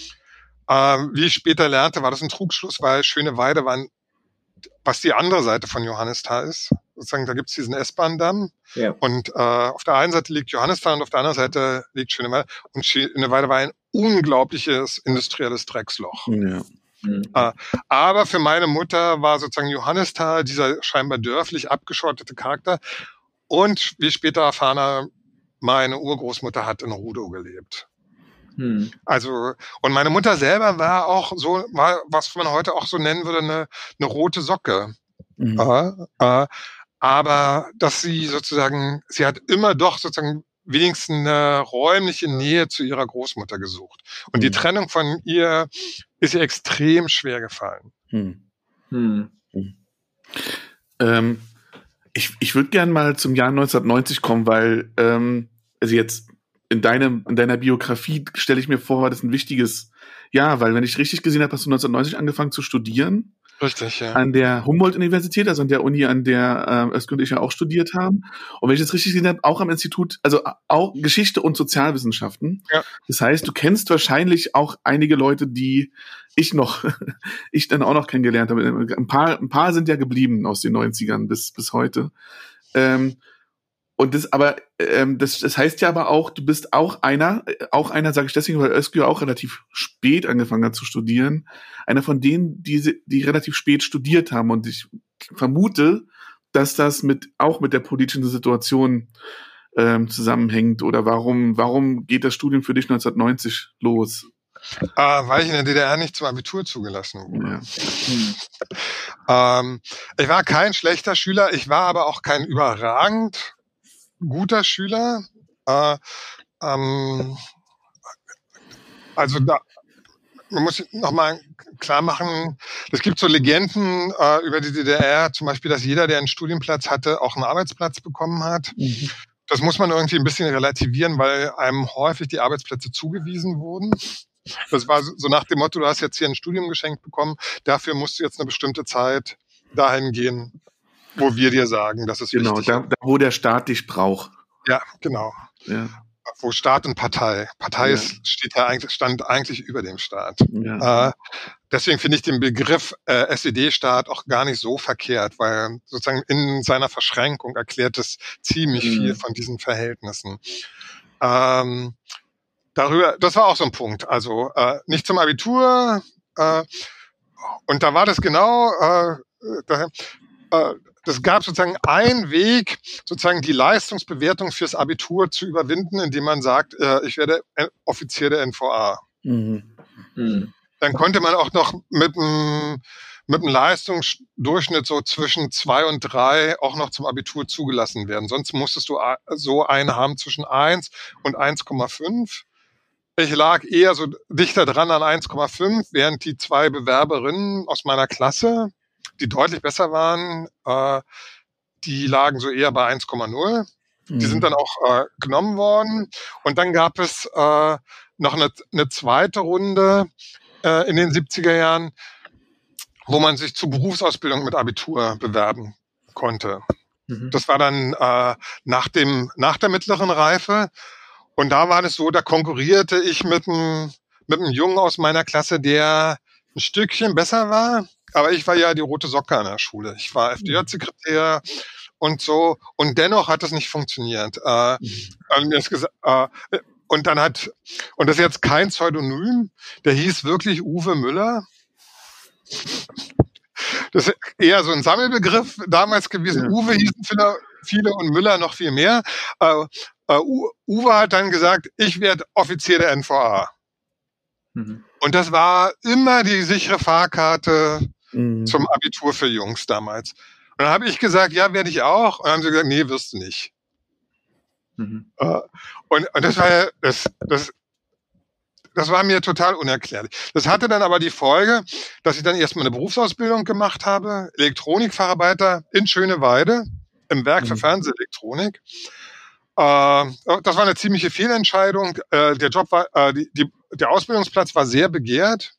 Ähm, wie ich später lernte, war das ein Trugschluss, weil Schöneweide war, was die andere Seite von Johannisthal ist. Sozusagen, da gibt's diesen S-Bahn-Damm. Ja. Und äh, auf der einen Seite liegt Johannisthal und auf der anderen Seite liegt Schöneweide. Und Schöneweide war ein unglaubliches industrielles Drecksloch. Ja. Mhm. Äh, aber für meine Mutter war sozusagen Johannisthal dieser scheinbar dörflich abgeschottete Charakter. Und wie ich später erfahren habe, meine Urgroßmutter hat in Rudow gelebt. Mhm. Also, und meine Mutter selber war auch so, war, was man heute auch so nennen würde, eine, eine rote Socke. Mhm. Äh, äh, aber dass sie sozusagen, sie hat immer doch sozusagen wenigstens eine räumliche Nähe zu ihrer Großmutter gesucht. Und die Mhm. Trennung von ihr ist ihr extrem schwer gefallen. Mhm. Mhm. Ähm, ich ich würde gern mal zum Jahr neunzehnhundertneunzig kommen, weil ähm, also jetzt in deinem in deiner Biografie stelle ich mir vor, war das ein wichtiges Jahr, weil wenn ich richtig gesehen habe, hast du neunzehnhundertneunzig angefangen zu studieren Richtig, ja. an der Humboldt-Universität, also an der Uni, an der äh, Özgür und ich ja auch studiert haben. Und wenn ich das richtig gesehen habe, auch am Institut, also auch Geschichte und Sozialwissenschaften. Ja. Das heißt, du kennst wahrscheinlich auch einige Leute, die ich noch, ich dann auch noch kennengelernt habe. Ein paar, ein paar sind ja geblieben aus den neunzigern bis bis heute. Ähm, und das, aber ähm, das, das heißt ja aber auch, du bist auch einer, auch einer, sage ich deswegen, weil Özgür auch relativ spät angefangen hat zu studieren, einer von denen, die, die relativ spät studiert haben. Und ich vermute, dass das mit auch mit der politischen Situation ähm, zusammenhängt. Oder warum, warum geht das Studium für dich neunzehnhundertneunzig los? Äh, weil ich in der D D R nicht zum Abitur zugelassen wurde. Ja. Ähm, ich war kein schlechter Schüler, ich war aber auch kein überragend guter Schüler. Äh, ähm, also da, man muss nochmal klar machen, es gibt so Legenden äh, über die D D R, zum Beispiel, dass jeder, der einen Studienplatz hatte, auch einen Arbeitsplatz bekommen hat. Mhm. Das muss man irgendwie ein bisschen relativieren, weil einem häufig die Arbeitsplätze zugewiesen wurden. Das war so nach dem Motto, du hast jetzt hier ein Studium geschenkt bekommen, dafür musst du jetzt eine bestimmte Zeit dahin gehen, wo wir dir sagen, das ist Genau, wichtig. da, da, wo der Staat dich braucht. Ja, genau. Ja. Wo Staat und Partei. Partei Ja. ist, steht ja eigentlich, stand eigentlich über dem Staat. Ja. Äh, deswegen finde ich den Begriff äh, S E D-Staat auch gar nicht so verkehrt, weil sozusagen in seiner Verschränkung erklärt es ziemlich Mhm. viel von diesen Verhältnissen. Ähm, darüber, das war auch so ein Punkt. Also äh, nicht zum Abitur. Äh, und da war das genau, äh, da, äh, das gab sozusagen einen Weg, sozusagen die Leistungsbewertung fürs Abitur zu überwinden, indem man sagt, äh, ich werde Offizier der N V A. Mhm. Mhm. dann konnte man auch noch mit einem mit einem Leistungsdurchschnitt so zwischen zwei und drei auch noch zum Abitur zugelassen werden. Sonst musstest du so einen haben zwischen eins und eins Komma fünf. Ich lag eher so dichter dran an eins Komma fünf, während die zwei Bewerberinnen aus meiner Klasse, die deutlich besser waren, äh, die lagen so eher bei eins Komma null. Mhm. Die sind dann auch äh, genommen worden. Und dann gab es äh, noch eine, eine zweite Runde äh, in den siebziger Jahren, wo man sich zur Berufsausbildung mit Abitur bewerben konnte. Mhm. Das war dann äh, nach dem nach der mittleren Reife. Und da war es so, da konkurrierte ich mit einem mit einem Jungen aus meiner Klasse, der ein Stückchen besser war. Aber ich war ja die rote Socke an der Schule. Ich war F D J-Sekretär und so. Und dennoch hat es nicht funktioniert. Äh, mhm. mir ist gesagt, äh, und dann hat, und das ist jetzt kein Pseudonym, der hieß wirklich Uwe Müller. Das ist eher so ein Sammelbegriff damals gewesen. Ja. Uwe hießen viele, viele und Müller noch viel mehr. Uh, uh, Uwe hat dann gesagt, ich werde Offizier der N V A. Mhm. Und das war immer die sichere Fahrkarte mhm. zum Abitur für Jungs damals. Und dann habe ich gesagt, ja, werde ich auch. Und dann haben sie gesagt, nee, wirst du nicht. Mhm. Uh, und, und das war das, das Das war mir total unerklärlich. Das hatte dann aber die Folge, dass ich dann erstmal eine Berufsausbildung gemacht habe, Elektronikfacharbeiter in Schöneweide, im Werk für Fernsehelektronik. Äh, das war eine ziemliche Fehlentscheidung. Äh, der Job war, äh, die, die, der Ausbildungsplatz war sehr begehrt,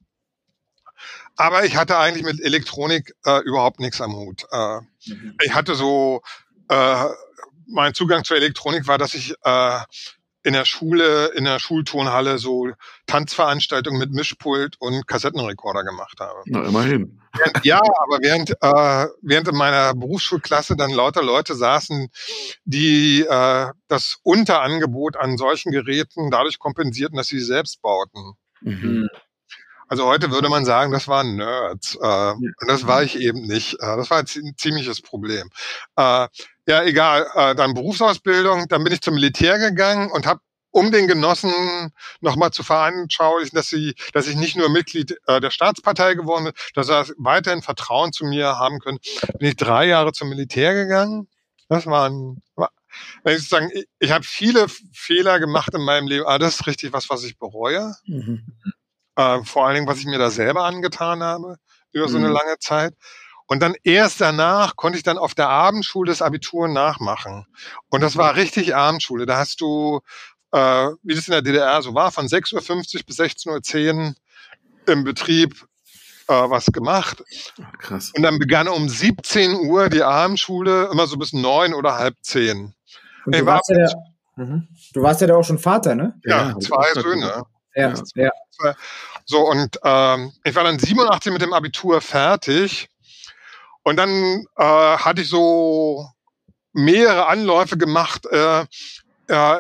aber ich hatte eigentlich mit Elektronik äh, überhaupt nichts am Hut. Äh, mhm. Ich hatte so, äh, mein Zugang zur Elektronik war, dass ich äh, in der Schule, in der Schulturnhalle so Tanzveranstaltungen mit Mischpult und Kassettenrekorder gemacht habe. Na, immerhin. Ja, aber während, äh, während in meiner Berufsschulklasse dann lauter Leute saßen, die äh, das Unterangebot an solchen Geräten dadurch kompensierten, dass sie sie selbst bauten. Mhm. Also heute würde man sagen, das waren Nerds. Äh, ja. Und das war ich eben nicht. Äh, das war ein ziemliches Problem. Äh, ja, egal. Äh, dann Berufsausbildung. Dann bin ich zum Militär gegangen und habe, um den Genossen nochmal zu veranschaulichen, dass sie, dass ich nicht nur Mitglied äh, der Staatspartei geworden bin, dass sie weiterhin Vertrauen zu mir haben können, bin ich drei Jahre zum Militär gegangen. Das war ein, war, wenn ich sagen, ich, ich habe viele Fehler gemacht in meinem Leben, aber das ist richtig was, was ich bereue. Mhm. Äh, vor allen Dingen, was ich mir da selber angetan habe, über so eine mhm. lange Zeit. Und dann erst danach konnte ich dann auf der Abendschule das Abitur nachmachen. Und das war richtig Abendschule. Da hast du, äh, wie das in der D D R so war, von sechs Uhr fünfzig bis sechzehn Uhr zehn im Betrieb äh, was gemacht. Ach, krass. Und dann begann um siebzehn Uhr die Abendschule, immer so bis neun oder halb zehn. Und du, warst ja der, mhm. du warst ja da auch schon Vater, ne? Ja, ja zwei Söhne. Ja, ja. So, und ähm, ich war dann siebenundachtzig mit dem Abitur fertig. Und dann äh, hatte ich so mehrere Anläufe gemacht, äh, äh,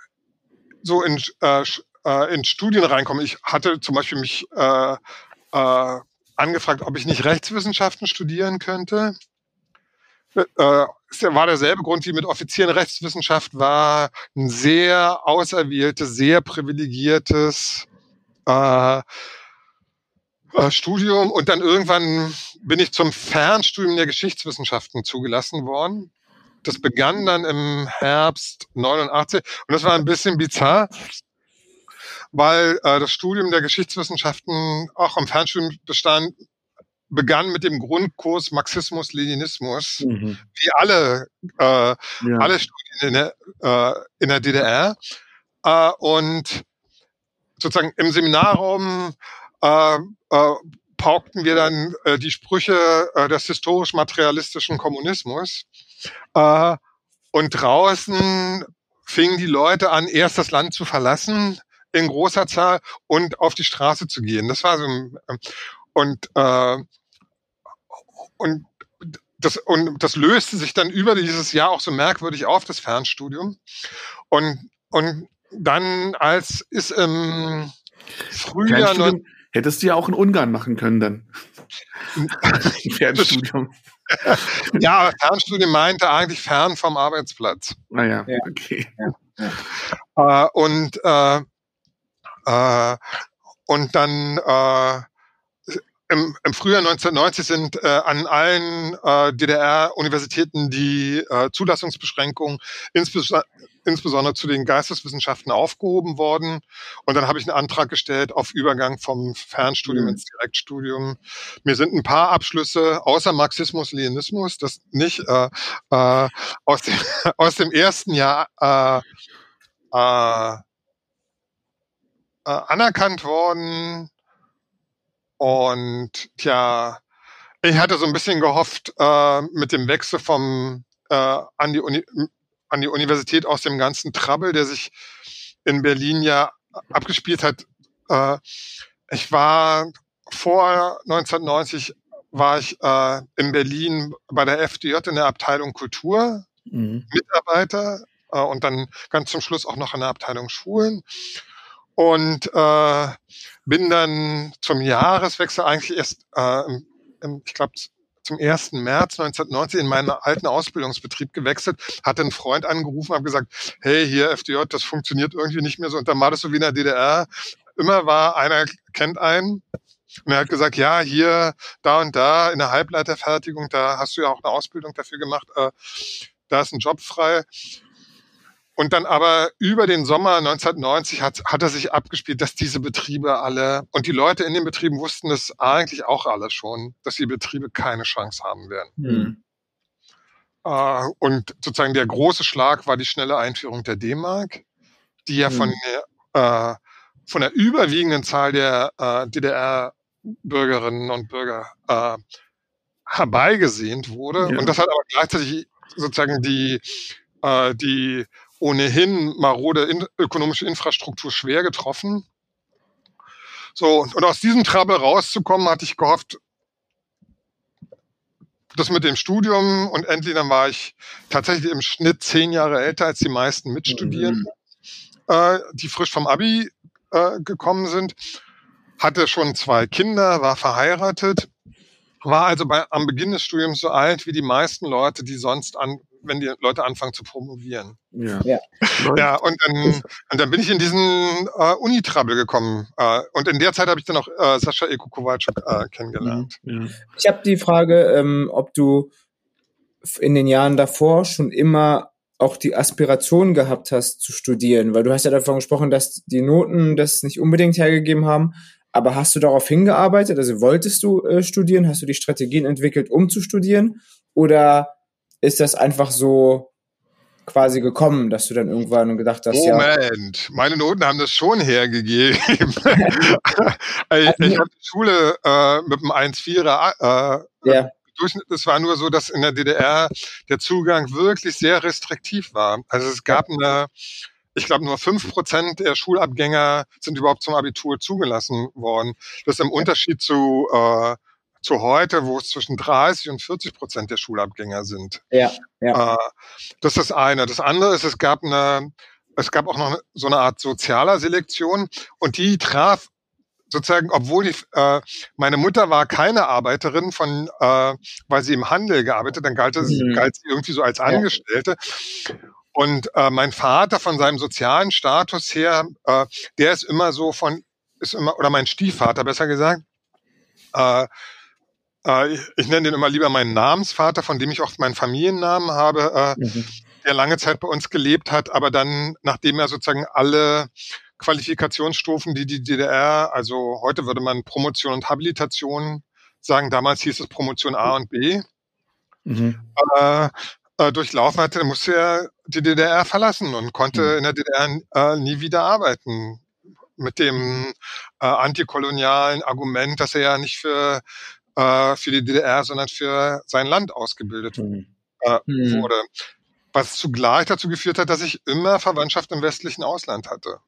so in, äh, in Studien reinkommen. Ich hatte zum Beispiel mich äh, äh, angefragt, ob ich nicht Rechtswissenschaften studieren könnte. Äh, war derselbe Grund wie mit Offizieren. Rechtswissenschaft war ein sehr auserwähltes, sehr privilegiertes äh, äh, Studium. Und dann irgendwann bin ich zum Fernstudium der Geschichtswissenschaften zugelassen worden. Das begann dann im Herbst neunundachtzig und das war ein bisschen bizarr, weil äh, das Studium der Geschichtswissenschaften auch am Fernstudium bestand, begann mit dem Grundkurs Marxismus-Leninismus, mhm. wie alle äh, ja. alle Studien in der, äh, in der D D R. Äh, und sozusagen im Seminarraum äh, äh, paukten wir dann äh, die Sprüche äh, des historisch-materialistischen Kommunismus. Äh, und draußen fingen die Leute an, erst das Land zu verlassen in großer Zahl und auf die Straße zu gehen. Das war so ein, und äh, und das und das löste sich dann über dieses Jahr auch so merkwürdig auf, das Fernstudium. Und und dann als ist im Frühjahr neun hättest du ja auch in Ungarn machen können dann. Fernstudium. Ja, Fernstudium meinte eigentlich fern vom Arbeitsplatz. Ah ja, ja. Okay. Ja. Ja. Äh, und äh, äh, und dann äh, im, im Frühjahr neunzehnhundertneunzig sind äh, an allen äh, D D R-Universitäten die äh, Zulassungsbeschränkungen, insbesondere, insbesondere zu den Geisteswissenschaften, aufgehoben worden. Und dann habe ich einen Antrag gestellt auf Übergang vom Fernstudium mhm. ins Direktstudium. Mir sind ein paar Abschlüsse, außer Marxismus, Leninismus, das nicht, äh, äh, aus, dem, aus dem ersten Jahr äh, äh, äh, anerkannt worden. Und tja, ich hatte so ein bisschen gehofft, äh, mit dem Wechsel vom äh, an die Uni, an die Universität aus dem ganzen Trouble, der sich in Berlin ja abgespielt hat. Äh, ich war vor neunzehnhundertneunzig war ich äh, in Berlin bei der F D J in der Abteilung Kultur, mhm. Mitarbeiter äh, und dann ganz zum Schluss auch noch in der Abteilung Schulen. Und äh, bin dann zum Jahreswechsel eigentlich erst, äh, im, im, ich glaube, zum ersten März neunzehnhundertneunzig in meinen alten Ausbildungsbetrieb gewechselt, hatte einen Freund angerufen, habe gesagt, hey, hier F D J, das funktioniert irgendwie nicht mehr so. Und dann war das so wie in der D D R. Immer war einer, kennt einen. Und er hat gesagt, ja, hier, da und da in der Halbleiterfertigung, da hast du ja auch eine Ausbildung dafür gemacht, äh, da ist ein Job frei. Und dann aber über den Sommer neunzehnhundertneunzig hat, hat er sich abgespielt, dass diese Betriebe alle, und die Leute in den Betrieben wussten das eigentlich auch alle schon, dass die Betriebe keine Chance haben werden. Mhm. Äh, und sozusagen der große Schlag war die schnelle Einführung der D-Mark, die ja mhm. von, der, äh, von der überwiegenden Zahl der äh, D D R-Bürgerinnen und Bürger äh, herbeigesehnt wurde. Ja. Und das hat aber gleichzeitig sozusagen die, äh, die ohnehin marode in, ökonomische Infrastruktur schwer getroffen. So, und aus diesem Trouble rauszukommen, hatte ich gehofft, das mit dem Studium, und endlich dann war ich tatsächlich im Schnitt zehn Jahre älter als die meisten Mitstudierenden, mhm. äh, die frisch vom Abi äh, gekommen sind, hatte schon zwei Kinder, war verheiratet, war also bei, am Beginn des Studiums so alt wie die meisten Leute, die sonst an wenn die Leute anfangen zu promovieren. Ja, ja. ja und, dann, und dann bin ich in diesen äh, Uni-Trouble gekommen. Äh, und in der Zeit habe ich dann auch äh, Sascha Eko Kowalczuk äh, kennengelernt. Ja. Ich habe die Frage, ähm, ob du in den Jahren davor schon immer auch die Aspiration gehabt hast, zu studieren. Weil du hast ja davon gesprochen, dass die Noten das nicht unbedingt hergegeben haben. Aber hast du darauf hingearbeitet? Also wolltest du äh, studieren? Hast du die Strategien entwickelt, um zu studieren? Oder ist das einfach so quasi gekommen, dass du dann irgendwann gedacht hast, Moment, ja, meine Noten haben das schon hergegeben. Ich habe die Schule äh, mit einem eins Komma vierer äh, ja. Durchschnitt. Es war nur so, dass in der D D R der Zugang wirklich sehr restriktiv war. Also es gab eine, ich glaube nur fünf Prozent der Schulabgänger sind überhaupt zum Abitur zugelassen worden. Das ist im Unterschied zu äh, zu heute, wo es zwischen dreißig und vierzig Prozent der Schulabgänger sind. Ja, ja. Äh, das ist das eine. Das andere ist, es gab eine, es gab auch noch so eine Art sozialer Selektion, und die traf sozusagen, obwohl die, äh, meine Mutter war keine Arbeiterin von, äh, weil sie im Handel gearbeitet, dann galt, es, mhm. galt sie irgendwie so als Angestellte. Ja. Und äh, mein Vater von seinem sozialen Status her, äh, der ist immer so von, ist immer, oder mein Stiefvater besser gesagt, äh, Ich, ich nenne den immer lieber meinen Namensvater, von dem ich auch meinen Familiennamen habe, äh, mhm. der lange Zeit bei uns gelebt hat, aber dann, nachdem er sozusagen alle Qualifikationsstufen, die die D D R, also heute würde man Promotion und Habilitation sagen, damals hieß es Promotion A und B, mhm. äh, äh, durchlaufen hatte, musste er die D D R verlassen und konnte mhm. in der D D R äh, nie wieder arbeiten. Mit dem äh, antikolonialen Argument, dass er ja nicht für für die D D R, sondern für sein Land ausgebildet mhm. äh, wurde. Was zugleich dazu geführt hat, dass ich immer Verwandtschaft im westlichen Ausland hatte.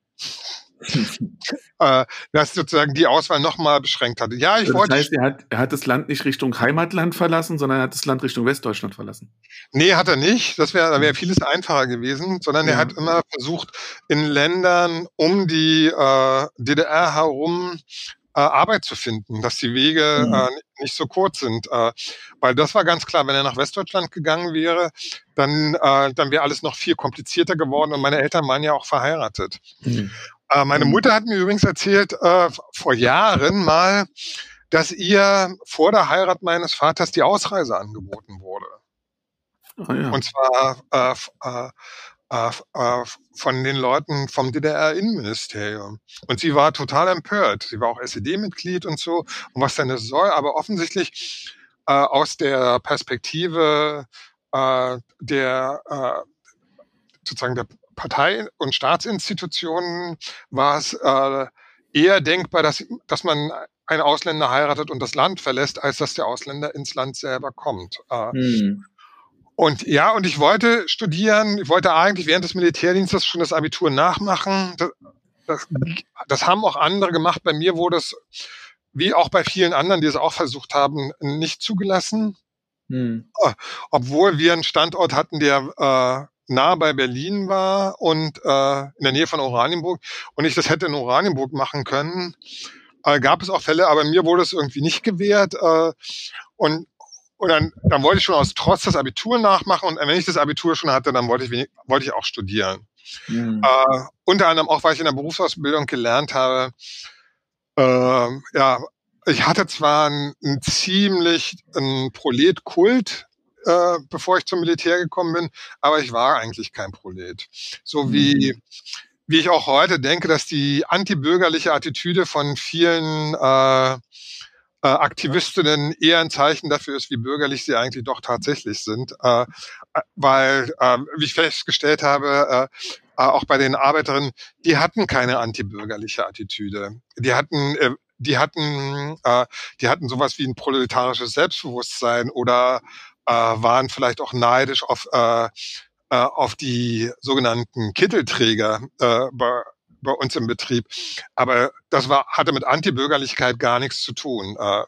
äh, dass sozusagen die Auswahl nochmal beschränkt hatte. Ja, ich das wollte. heißt, er hat, er hat das Land nicht Richtung Heimatland verlassen, sondern er hat das Land Richtung Westdeutschland verlassen. Nee, hat er nicht. Das wäre, da wäre vieles einfacher gewesen, sondern ja. er hat immer versucht, in Ländern um die äh, D D R herum Äh, Arbeit zu finden, dass die Wege mhm. äh, nicht so kurz sind. Äh, weil das war ganz klar, wenn er nach Westdeutschland gegangen wäre, dann, äh, dann wäre alles noch viel komplizierter geworden, und meine Eltern waren ja auch verheiratet. Mhm. Äh, meine Mutter hat mir übrigens erzählt, äh, vor Jahren mal, dass ihr vor der Heirat meines Vaters die Ausreise angeboten wurde. Ah, ja. Und zwar äh, äh, äh, äh, von den Leuten vom D D R-Innenministerium. Und sie war total empört. Sie war auch S E D-Mitglied und so. Und was denn das soll, aber offensichtlich äh, aus der Perspektive äh, der äh, sozusagen der Partei- und Staatsinstitutionen war es äh, eher denkbar, dass, dass man einen Ausländer heiratet und das Land verlässt, als dass der Ausländer ins Land selber kommt. Äh, Hm. Und ja, und ich wollte studieren, ich wollte eigentlich während des Militärdienstes schon das Abitur nachmachen. Das, das, das haben auch andere gemacht. Bei mir wurde es, wie auch bei vielen anderen, die es auch versucht haben, nicht zugelassen. Hm. Obwohl wir einen Standort hatten, der äh, nah bei Berlin war und äh, in der Nähe von Oranienburg und ich das hätte in Oranienburg machen können, äh, gab es auch Fälle, aber mir wurde es irgendwie nicht gewährt. Äh, und und dann, dann wollte ich schon aus Trotz das Abitur nachmachen und wenn ich das Abitur schon hatte, dann wollte ich, wenig, wollte ich auch studieren. Hm. Äh, unter anderem auch, weil ich in der Berufsausbildung gelernt habe, äh, ja, ich hatte zwar einen, einen ziemlich einen Proletkult, äh, bevor ich zum Militär gekommen bin, aber ich war eigentlich kein Prolet. So wie, wie ich auch heute denke, dass die antibürgerliche Attitüde von vielen äh, äh, Aktivistinnen eher ein Zeichen dafür ist, wie bürgerlich sie eigentlich doch tatsächlich sind. Äh, weil, äh, wie ich festgestellt habe, äh, auch bei den Arbeiterinnen, die hatten keine antibürgerliche Attitüde. Die hatten äh, die hatten, äh, die hatten sowas wie ein proletarisches Selbstbewusstsein oder äh, waren vielleicht auch neidisch auf äh, äh, auf die sogenannten Kittelträger äh, bei, bei uns im Betrieb. Aber das war hatte mit Antibürgerlichkeit gar nichts zu tun. Äh,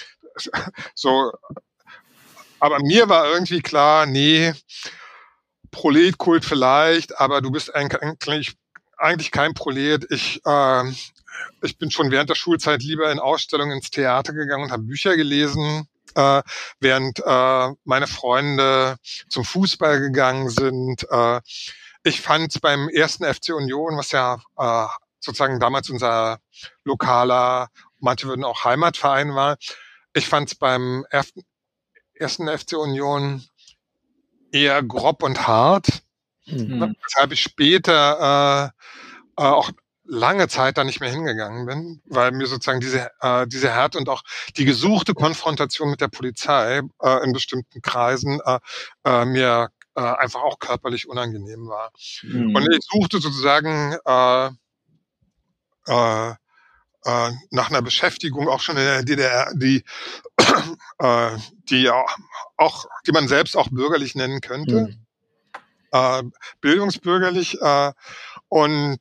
so, aber mir war irgendwie klar, nee, Proletkult vielleicht, aber du bist eigentlich eigentlich kein Prolet. Ich äh, Ich bin schon während der Schulzeit lieber in Ausstellungen ins Theater gegangen und habe Bücher gelesen, äh, während äh, meine Freunde zum Fußball gegangen sind. Äh, ich fand beim ersten F C Union, was ja äh, sozusagen damals unser lokaler, manche würden auch Heimatverein war, ich fand es beim ersten F C Union eher grob und hart, Mhm. weshalb ich später äh, äh, auch lange Zeit da nicht mehr hingegangen bin, weil mir sozusagen diese äh, diese Härte und auch die gesuchte Konfrontation mit der Polizei äh, in bestimmten Kreisen äh, äh, mir äh, einfach auch körperlich unangenehm war. Mhm. Und ich suchte sozusagen äh, äh, äh, nach einer Beschäftigung auch schon in der D D R, die äh, die auch die man selbst auch bürgerlich nennen könnte, Mhm. äh, bildungsbürgerlich äh, und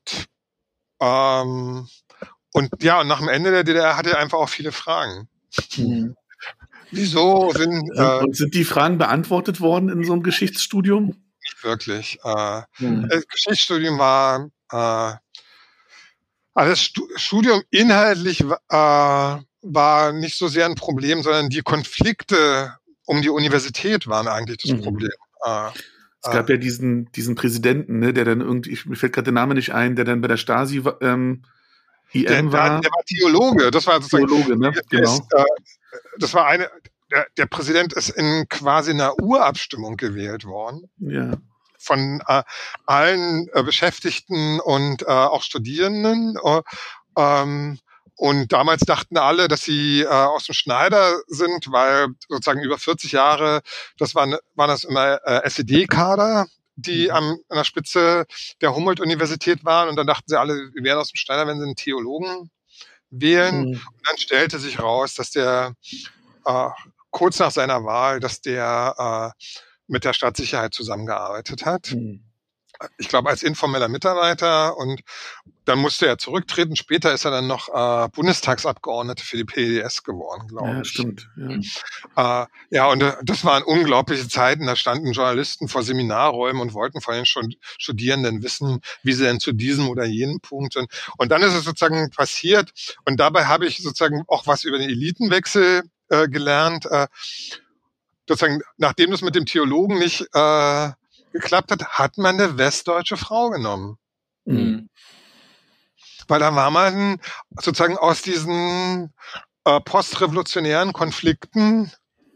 Ähm, und ja, und nach dem Ende der D D R hatte er einfach auch viele Fragen. Mhm. Wieso sind äh, Und sind die Fragen beantwortet worden in so einem Geschichtsstudium? nicht wirklich? Äh, Mhm. Das Geschichtsstudium war äh, also das Stu- Studium inhaltlich äh, war nicht so sehr ein Problem, sondern die Konflikte um die Universität waren eigentlich das Mhm. Problem. Äh, Es gab ja diesen, diesen Präsidenten, ne, der dann irgendwie, ich, mir fällt gerade der Name nicht ein, der dann bei der Stasi ähm, I der, M der, war. der war Theologe. Das war sozusagen Theologe, ne? der Genau. ist, äh, das war eine. Der, der Präsident ist in quasi einer Urabstimmung gewählt worden. Ja. Von äh, allen äh, Beschäftigten und äh, auch Studierenden. Äh, ähm, und damals dachten alle, dass sie äh, aus dem Schneider sind, weil sozusagen über vierzig Jahre, das waren, waren das immer äh, S E D-Kader, die Mhm. am, an der Spitze der Humboldt-Universität waren. Und dann dachten sie alle, wir wären aus dem Schneider, wenn sie einen Theologen wählen. Mhm. Und dann stellte sich raus, dass der äh, kurz nach seiner Wahl, dass der äh, mit der Staatssicherheit zusammengearbeitet hat. Mhm. Ich glaube, als informeller Mitarbeiter und dann musste er zurücktreten. Später ist er dann noch äh, Bundestagsabgeordneter für die P D S geworden, glaube Ja, ich. stimmt. Ja. Äh, ja, und äh, das waren unglaubliche Zeiten. Da standen Journalisten vor Seminarräumen und wollten von den Stud- Studierenden wissen, wie sie denn zu diesem oder jenem Punkt sind. Und dann ist es sozusagen passiert. Und dabei habe ich sozusagen auch was über den Elitenwechsel äh, gelernt. Äh, sozusagen, nachdem das mit dem Theologen nicht äh, geklappt hat, hat man eine westdeutsche Frau genommen. Mhm. Mhm. Weil da war man sozusagen aus diesen äh, postrevolutionären Konflikten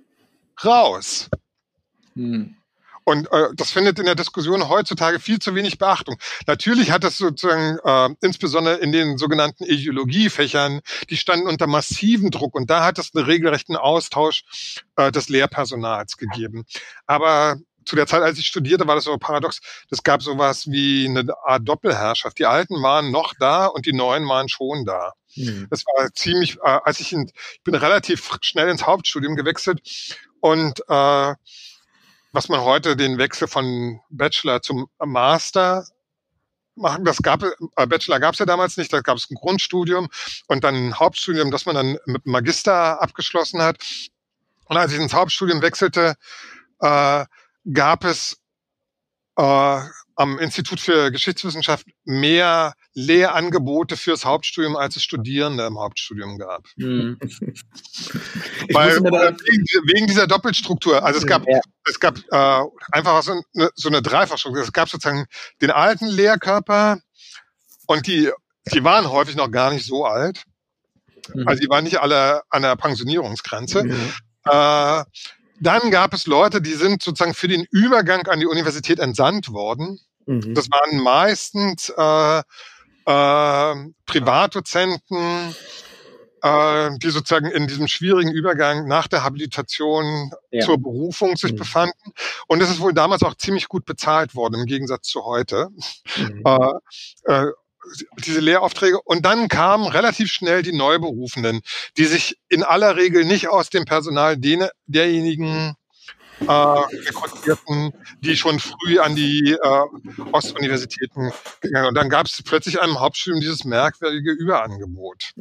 raus. Hm. Und äh, das findet in der Diskussion heutzutage viel zu wenig Beachtung. Natürlich hat das sozusagen, äh, insbesondere in den sogenannten Ideologiefächern, die standen unter massivem Druck und da hat es einen regelrechten Austausch äh, des Lehrpersonals gegeben. Aber zu der Zeit, als ich studierte, war das so paradox. Es gab sowas wie eine Art Doppelherrschaft. Die Alten waren noch da und die Neuen waren schon da. Mhm. Das war ziemlich, äh, als ich, in, ich bin relativ schnell ins Hauptstudium gewechselt und äh, was man heute den Wechsel von Bachelor zum Master machen, das gab, äh, Bachelor gab es ja damals nicht, da gab es ein Grundstudium und dann ein Hauptstudium, das man dann mit dem Magister abgeschlossen hat. Und als ich ins Hauptstudium wechselte, äh, gab es äh, am Institut für Geschichtswissenschaft mehr Lehrangebote fürs Hauptstudium, als es Studierende im Hauptstudium gab. Mhm. Weil, wegen, wegen dieser Doppelstruktur. Also es gab, ja. es gab äh, einfach so eine, so eine Dreifachstruktur. Es gab sozusagen den alten Lehrkörper und die, die waren häufig noch gar nicht so alt. Mhm. Also die waren nicht alle an der Pensionierungsgrenze. Mhm. Äh, Dann gab es Leute, die sind sozusagen für den Übergang an die Universität entsandt worden. Mhm. Das waren meistens äh, äh, Privatdozenten, äh, die sozusagen in diesem schwierigen Übergang nach der Habilitation ja. zur Berufung sich mhm. befanden. Und es ist wohl damals auch ziemlich gut bezahlt worden, im Gegensatz zu heute. Mhm. Äh, äh, diese Lehraufträge. Und dann kamen relativ schnell die Neuberufenen, die sich in aller Regel nicht aus dem Personal den, derjenigen äh, rekrutierten, die schon früh an die äh, Ostuniversitäten gegangen sind. Und dann gab es plötzlich einem Hauptstudium dieses merkwürdige Überangebot.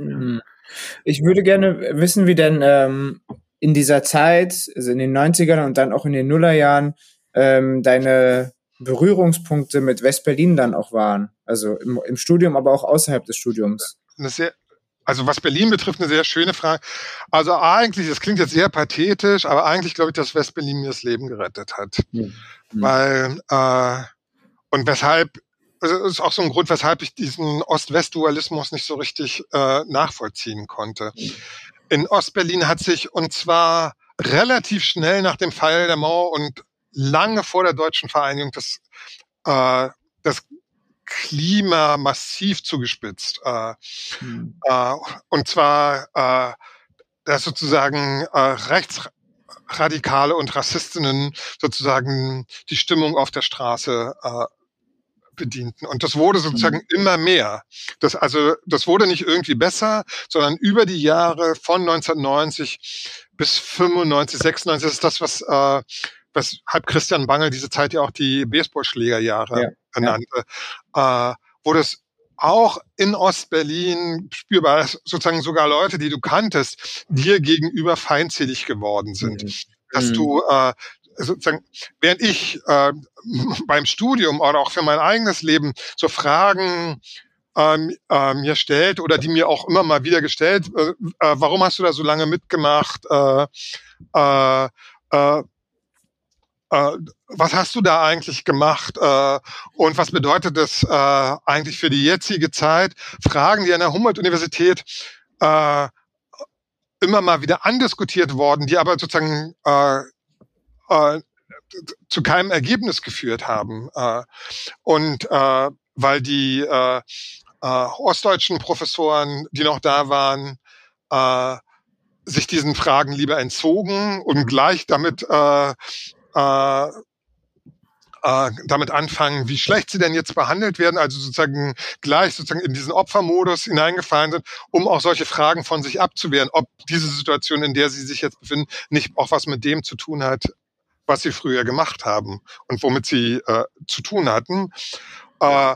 Ich würde gerne wissen, wie denn ähm, in dieser Zeit, also in den neunzigern und dann auch in den Nullerjahren, ähm, deine Berührungspunkte mit West-Berlin dann auch waren. Also im, im Studium, aber auch außerhalb des Studiums. Eine sehr, also was Berlin betrifft, eine sehr schöne Frage. Also eigentlich, das klingt jetzt sehr pathetisch, aber eigentlich glaube ich, dass West-Berlin mir das Leben gerettet hat. Mhm. Weil, äh, und weshalb, also das ist auch so ein Grund, weshalb ich diesen Ost-West-Dualismus nicht so richtig äh, nachvollziehen konnte. Mhm. In Ost-Berlin hat sich, und zwar relativ schnell nach dem Fall der Mauer und lange vor der deutschen Vereinigung das, äh, das Klima massiv zugespitzt. Äh, mhm. äh, und zwar, äh, dass sozusagen äh, Rechtsradikale und Rassistinnen sozusagen die Stimmung auf der Straße äh, bedienten. Und das wurde sozusagen mhm. immer mehr. Das, also, das wurde nicht irgendwie besser, sondern über die Jahre von neunzehnhundertneunzig bis fünfundneunzig, sechsundneunzig, das ist das, was äh, weshalb Christian Bangel diese Zeit ja auch die Baseballschlägerjahre ja, nannte, ja. Äh, wo das auch in Ostberlin spürbar ist, sozusagen sogar Leute, die du kanntest, dir gegenüber feindselig geworden sind. Mhm. Dass mhm. du äh, sozusagen, während ich äh, beim Studium oder auch für mein eigenes Leben so Fragen ähm, äh, mir stellt oder die mir auch immer mal wieder gestellt, äh, äh, warum hast du da so lange mitgemacht, äh, äh, äh, Uh, was hast du da eigentlich gemacht uh, und was bedeutet das uh, eigentlich für die jetzige Zeit? Fragen, die an der Humboldt-Universität uh, immer mal wieder andiskutiert worden, die aber sozusagen uh, uh, zu keinem Ergebnis geführt haben. Uh, und uh, weil die uh, uh, ostdeutschen Professoren, die noch da waren, uh, sich diesen Fragen lieber entzogen und gleich damit uh, Äh, äh, damit anfangen, wie schlecht sie denn jetzt behandelt werden, also sozusagen gleich sozusagen in diesen Opfermodus hineingefallen sind, um auch solche Fragen von sich abzuwehren, ob diese Situation, in der sie sich jetzt befinden, nicht auch was mit dem zu tun hat, was sie früher gemacht haben und womit sie äh, zu tun hatten. Äh,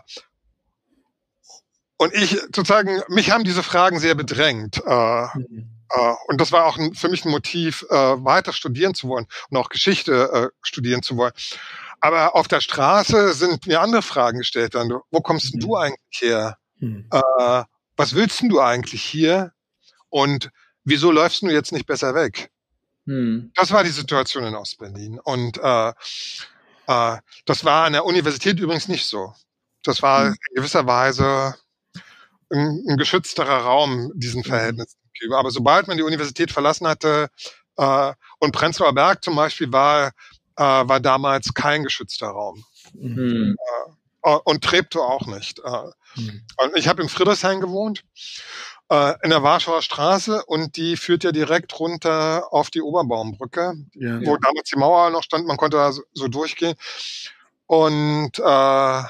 und ich sozusagen, mich haben diese Fragen sehr bedrängt. Äh, mhm. Und das war auch ein, für mich ein Motiv, äh, weiter studieren zu wollen und auch Geschichte äh, studieren zu wollen. Aber auf der Straße sind mir andere Fragen gestellt worden. Wo kommst mhm. denn du eigentlich her? Mhm. Äh, was willst denn du eigentlich hier? Und wieso läufst du jetzt nicht besser weg? Mhm. Das war die Situation in Ostberlin. Und äh, äh, das war an der Universität übrigens nicht so. Das war mhm. in gewisser Weise ein, ein geschützterer Raum, diesen Verhältnissen. Cube. Aber sobald man die Universität verlassen hatte, äh, und Prenzlauer Berg zum Beispiel war, äh, war damals kein geschützter Raum. Mhm. Äh, und Treptow auch nicht. Äh, mhm. Und ich habe in Friedrichshain gewohnt, äh, in der Warschauer Straße, und die führt ja direkt runter auf die Oberbaumbrücke, ja, wo ja. damals die Mauer noch stand. Man konnte da so, so durchgehen. Und, äh,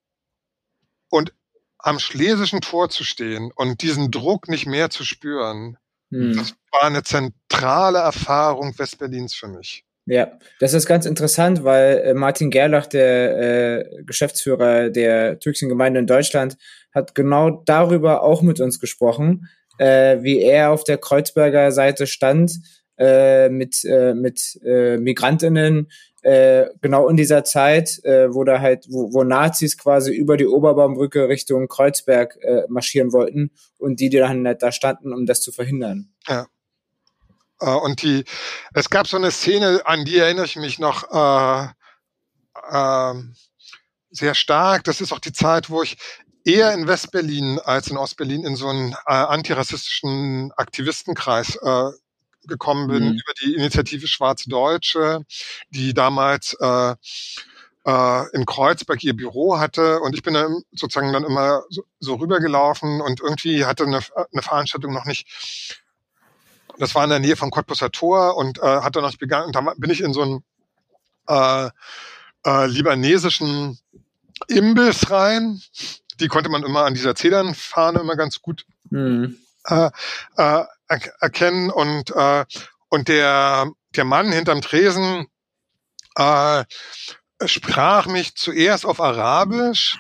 und am Schlesischen Tor zu stehen und diesen Druck nicht mehr zu spüren, hm. das war eine zentrale Erfahrung Westberlins für mich. Ja, das ist ganz interessant, weil äh, Martin Gerlach, der äh, Geschäftsführer der türkischen Gemeinde in Deutschland, hat genau darüber auch mit uns gesprochen, äh, wie er auf der Kreuzberger Seite stand, äh, mit, äh, mit äh, Migrantinnen, Äh, genau in dieser Zeit, äh, wo da halt, wo, wo Nazis quasi über die Oberbaumbrücke Richtung Kreuzberg äh, marschieren wollten und die, die dann halt da standen, um das zu verhindern. Ja. Äh, und die, es gab so eine Szene, an die erinnere ich mich noch äh, äh, sehr stark. Das ist auch die Zeit, wo ich eher in Westberlin als in Ostberlin in so einen äh, antirassistischen Aktivistenkreis äh, gekommen bin, mhm. über die Initiative Schwarze Deutsche, die damals äh, äh, in Kreuzberg ihr Büro hatte, und ich bin dann sozusagen dann immer so, so rübergelaufen, und irgendwie hatte eine, eine Veranstaltung noch nicht, das war in der Nähe vom Cottbusser Tor, und äh, hatte noch nicht begangen, und da bin ich in so einen äh, äh, libanesischen Imbiss rein, die konnte man immer an dieser Zedernfahne immer ganz gut mhm. äh, äh, erkennen, und äh, und der der Mann hinterm Tresen äh, sprach mich zuerst auf Arabisch,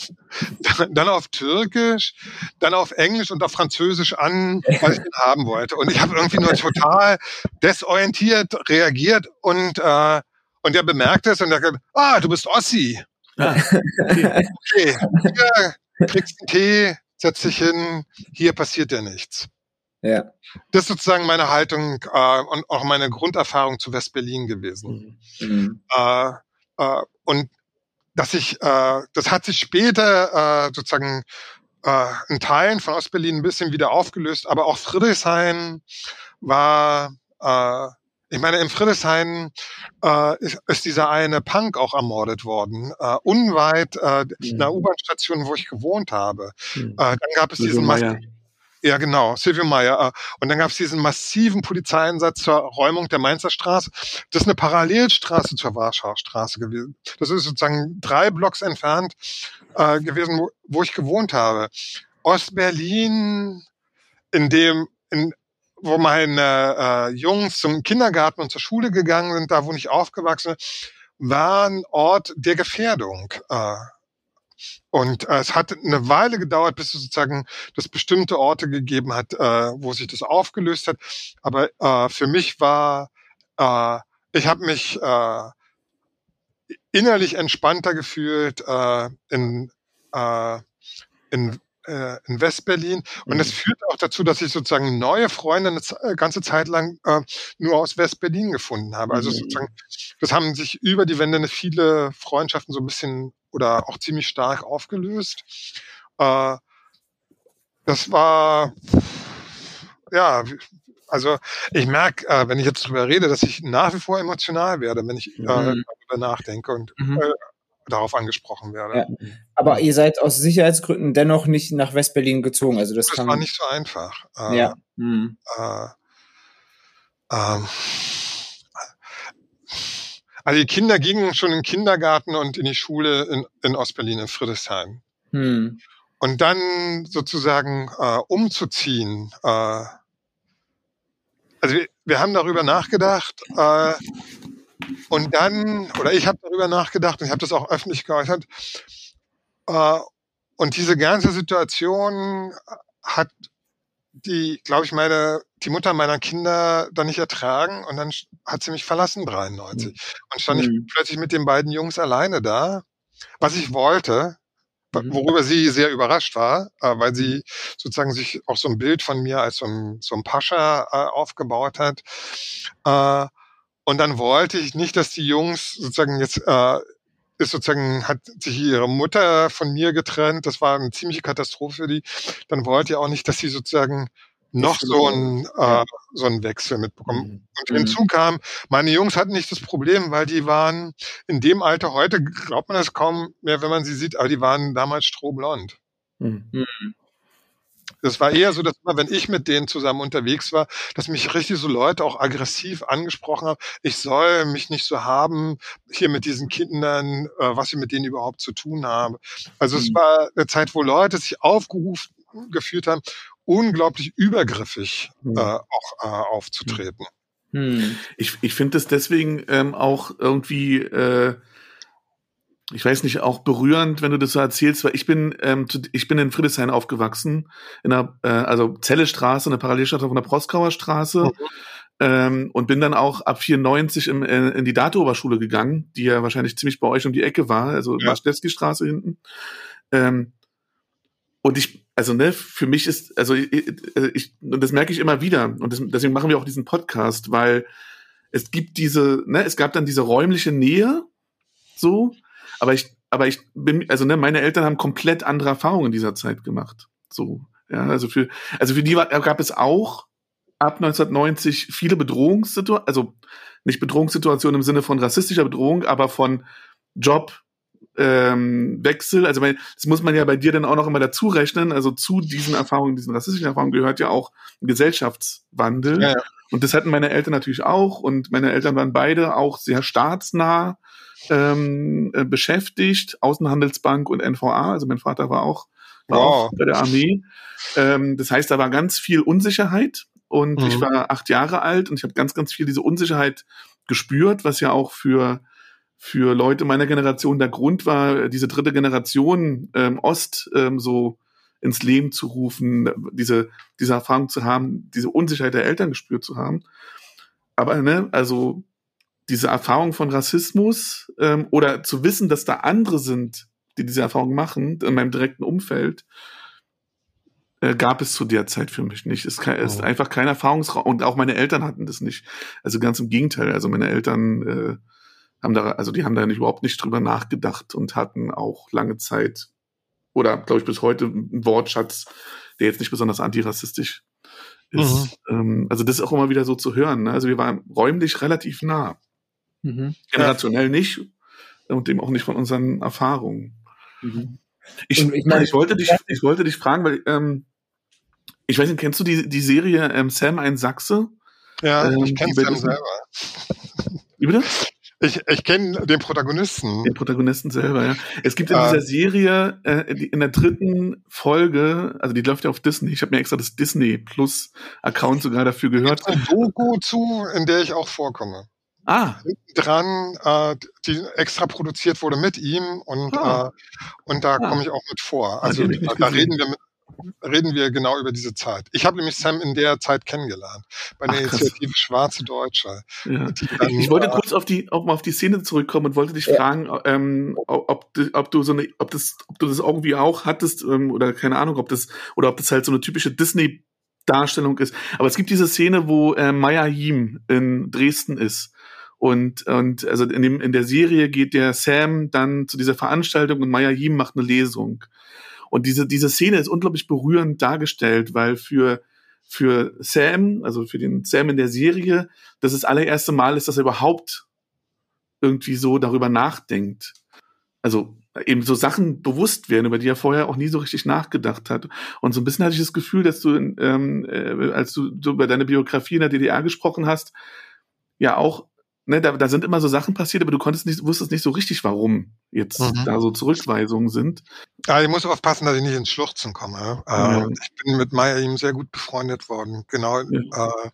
dann auf Türkisch, dann auf Englisch und auf Französisch an, was ich denn haben wollte, und ich habe irgendwie nur total desorientiert reagiert, und äh, und er bemerkte es, und er gesagt, ah, du bist Ossi. Ah, okay, okay. Hier kriegst einen Tee, setz dich hin, hier passiert ja nichts. Ja. Das ist sozusagen meine Haltung äh, und auch meine Grunderfahrung zu Westberlin gewesen. Mhm. Äh, äh, und dass ich, äh, das hat sich später äh, sozusagen äh, in Teilen von Ostberlin ein bisschen wieder aufgelöst, aber auch Friedrichshain war, äh, ich meine, in Friedrichshain äh, ist, ist dieser eine Punk auch ermordet worden, äh, unweit äh, mhm. einer U-Bahn-Station, wo ich gewohnt habe. Mhm. Äh, dann gab es diesen massiven, ja genau, Silvio Meyer. Äh, und dann gab es diesen massiven Polizeieinsatz zur Räumung der Mainzer Straße. Das ist eine Parallelstraße zur Warschauer Straße gewesen. Das ist sozusagen drei Blocks entfernt äh, gewesen, wo, wo ich gewohnt habe. Ostberlin, in dem in wo meine äh, Jungs zum Kindergarten und zur Schule gegangen sind, da wo ich aufgewachsen bin, war ein Ort der Gefährdung. Äh, und äh, es hat eine Weile gedauert, bis es sozusagen das bestimmte Orte gegeben hat, äh, wo sich das aufgelöst hat. Aber äh, für mich war, äh, ich habe mich äh, innerlich entspannter gefühlt äh, in, äh, in in Westberlin. Und das mhm. führt auch dazu, dass ich sozusagen neue Freunde eine ganze Zeit lang äh, nur aus Westberlin gefunden habe. Also mhm. sozusagen, das haben sich über die Wende viele Freundschaften so ein bisschen oder auch ziemlich stark aufgelöst. Äh, das war, ja, also ich merke, äh, wenn ich jetzt drüber rede, dass ich nach wie vor emotional werde, wenn ich mhm. äh, darüber nachdenke und mhm. äh, darauf angesprochen werde. Ja. Aber ihr seid aus Sicherheitsgründen dennoch nicht nach Westberlin gezogen. Also das, das kann war nicht so einfach. Äh, ja. Hm. Äh, ähm, also die Kinder gingen schon in den Kindergarten und in die Schule in, in Ostberlin, in Friedrichshain. Hm. Und dann sozusagen äh, umzuziehen. Äh, also wir, wir haben darüber nachgedacht, äh, und dann, oder ich habe darüber nachgedacht und ich habe das auch öffentlich geäußert. Äh, und diese ganze Situation hat die, glaube ich, meine, die Mutter meiner Kinder dann nicht ertragen, und dann hat sie mich verlassen, dreiundneunzig. Mhm. Und stand ich plötzlich mit den beiden Jungs alleine da, was ich wollte, mhm. worüber sie sehr überrascht war, äh, weil sie sozusagen sich auch so ein Bild von mir als so ein, so ein Pascha äh, aufgebaut hat. Äh, Und dann wollte ich nicht, dass die Jungs sozusagen jetzt, äh, ist sozusagen, hat sich ihre Mutter von mir getrennt. Das war eine ziemliche Katastrophe für die. Dann wollte ich auch nicht, dass sie sozusagen noch so ein, äh, so ein Wechsel mitbekommen. Mhm. Und hinzu kam, meine Jungs hatten nicht das Problem, weil die waren in dem Alter, heute glaubt man das kaum mehr, wenn man sie sieht, aber die waren damals strohblond. Mhm. Das war eher so, dass immer, wenn ich mit denen zusammen unterwegs war, dass mich richtig so Leute auch aggressiv angesprochen haben, ich soll mich nicht so haben, hier mit diesen Kindern, äh, was ich mit denen überhaupt zu tun habe. Also es Mhm. war eine Zeit, wo Leute sich aufgerufen gefühlt haben, unglaublich übergriffig Mhm. äh, auch äh, aufzutreten. Mhm. Ich, ich finde es deswegen ähm, auch irgendwie, äh, ich weiß nicht, auch berührend, wenn du das so erzählst, weil ich bin, ähm, zu, ich bin in Friedrichshain aufgewachsen, in der, äh, also Zellestraße, eine Parallelstadt von der Proskauer Straße, Mhm. ähm, und bin dann auch ab vierundneunzig im, äh, in die Dato-Oberschule gegangen, die ja wahrscheinlich ziemlich bei euch um die Ecke war, also Ja. Marschlewski-Straße hinten. Ähm, und ich, also ne, für mich ist, also ich, ich und das merke ich immer wieder, und das, deswegen machen wir auch diesen Podcast, weil es gibt diese, ne, es gab dann diese räumliche Nähe, so, aber ich, aber ich bin, also ne, meine Eltern haben komplett andere Erfahrungen in dieser Zeit gemacht, so, ja, also für, also für die war, gab es auch ab neunzehnhundertneunzig viele Bedrohungssituationen, also nicht Bedrohungssituationen im Sinne von rassistischer Bedrohung, aber von Job, ähm, Wechsel, also weil, das muss man ja bei dir dann auch noch immer dazu rechnen, also zu diesen Erfahrungen, diesen rassistischen Erfahrungen gehört ja auch ein Gesellschaftswandel. Ja, ja. Und das hatten meine Eltern natürlich auch, und meine Eltern waren beide auch sehr staatsnah ähm, äh, beschäftigt, Außenhandelsbank und N V A, also mein Vater war auch, war Wow. auch bei der Armee. Ähm, das heißt, da war ganz viel Unsicherheit, und Mhm. ich war acht Jahre alt und ich habe ganz, ganz viel diese Unsicherheit gespürt, was ja auch für für Leute meiner Generation der Grund war, diese dritte Generation ähm, Ost ähm, so ins Leben zu rufen, diese, diese Erfahrung zu haben, diese Unsicherheit der Eltern gespürt zu haben. Aber, ne, also diese Erfahrung von Rassismus ähm, oder zu wissen, dass da andere sind, die diese Erfahrung machen, in meinem direkten Umfeld, äh, gab es zu der Zeit für mich nicht. Es ist, kein, ist einfach kein Erfahrungsraum, und auch meine Eltern hatten das nicht. Also ganz im Gegenteil. Also meine Eltern äh, haben da, also die haben da nicht, überhaupt nicht drüber nachgedacht und hatten auch lange Zeit oder glaube ich bis heute einen Wortschatz, der jetzt nicht besonders antirassistisch ist. Mhm. Ähm, also das ist auch immer wieder so zu hören. Ne? Also wir waren räumlich relativ nah. Mhm. Generationell nicht und dem auch nicht von unseren Erfahrungen. Mhm. Ich, Und ich meine- ich wollte dich, ich wollte dich fragen, weil ähm, ich weiß nicht, kennst du die, die Serie ähm, Sam ein Sachse? Ja, Ähm, ich kenne die bei Sam Disney- selber. Wie bitte? Ich, ich kenne den Protagonisten. Den Protagonisten selber, ja. Es gibt in Ah. dieser Serie, äh, die- in der dritten Folge, also die läuft ja auf Disney, ich habe mir extra das Disney Plus Account sogar dafür gehört. Eine Doku zu, in der ich auch vorkomme. Ah, Dran, äh, die extra produziert wurde mit ihm, und, Ah. äh, und da Ah. komme ich auch mit vor. Ah, die Also hab ich nicht da gesehen. reden wir mit, reden wir genau über diese Zeit. Ich habe nämlich Sam in der Zeit kennengelernt, bei der Ach, krass. Initiative Schwarze Deutsche. ja. Die dann, Ich, ich wollte äh, kurz auf die, auch mal auf die Szene zurückkommen und wollte dich Ja. fragen, ähm, ob, ob, du- ob du so eine, ob das, ob du das irgendwie auch hattest, ähm, oder keine Ahnung, ob das, oder ob das halt so eine typische Disney Darstellung ist. Aber es gibt diese Szene, wo äh, Maya Yim in Dresden ist. Und, und also in, dem, in der Serie geht der Sam dann zu dieser Veranstaltung und Maya Yim macht eine Lesung. Und diese, diese Szene ist unglaublich berührend dargestellt, weil für, für Sam, also für den Sam in der Serie, das das allererste Mal ist, dass er überhaupt irgendwie so darüber nachdenkt. Also eben so Sachen bewusst werden, über die er vorher auch nie so richtig nachgedacht hat. Und so ein bisschen hatte ich das Gefühl, dass du, ähm, äh, als du so über deine Biografie in der D D R gesprochen hast, ja auch, ne, da, da sind immer so Sachen passiert, aber du konntest nicht, wusstest nicht so richtig, warum jetzt Mhm. da so Zurückweisungen sind. Ja, ich muss aufpassen, dass ich nicht ins Schluchzen komme. Ja. Äh, ich bin mit Maya ihm sehr gut befreundet worden, genau Ja. äh,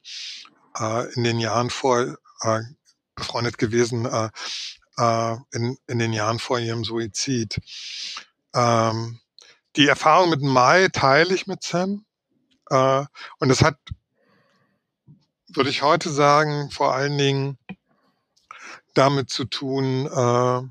äh, in den Jahren vor äh, befreundet gewesen, äh, äh, in, in den Jahren vor ihrem Suizid. Ähm, die Erfahrung mit Mai teile ich mit Sam, äh, und das hat, würde ich heute sagen, vor allen Dingen damit zu tun, äh,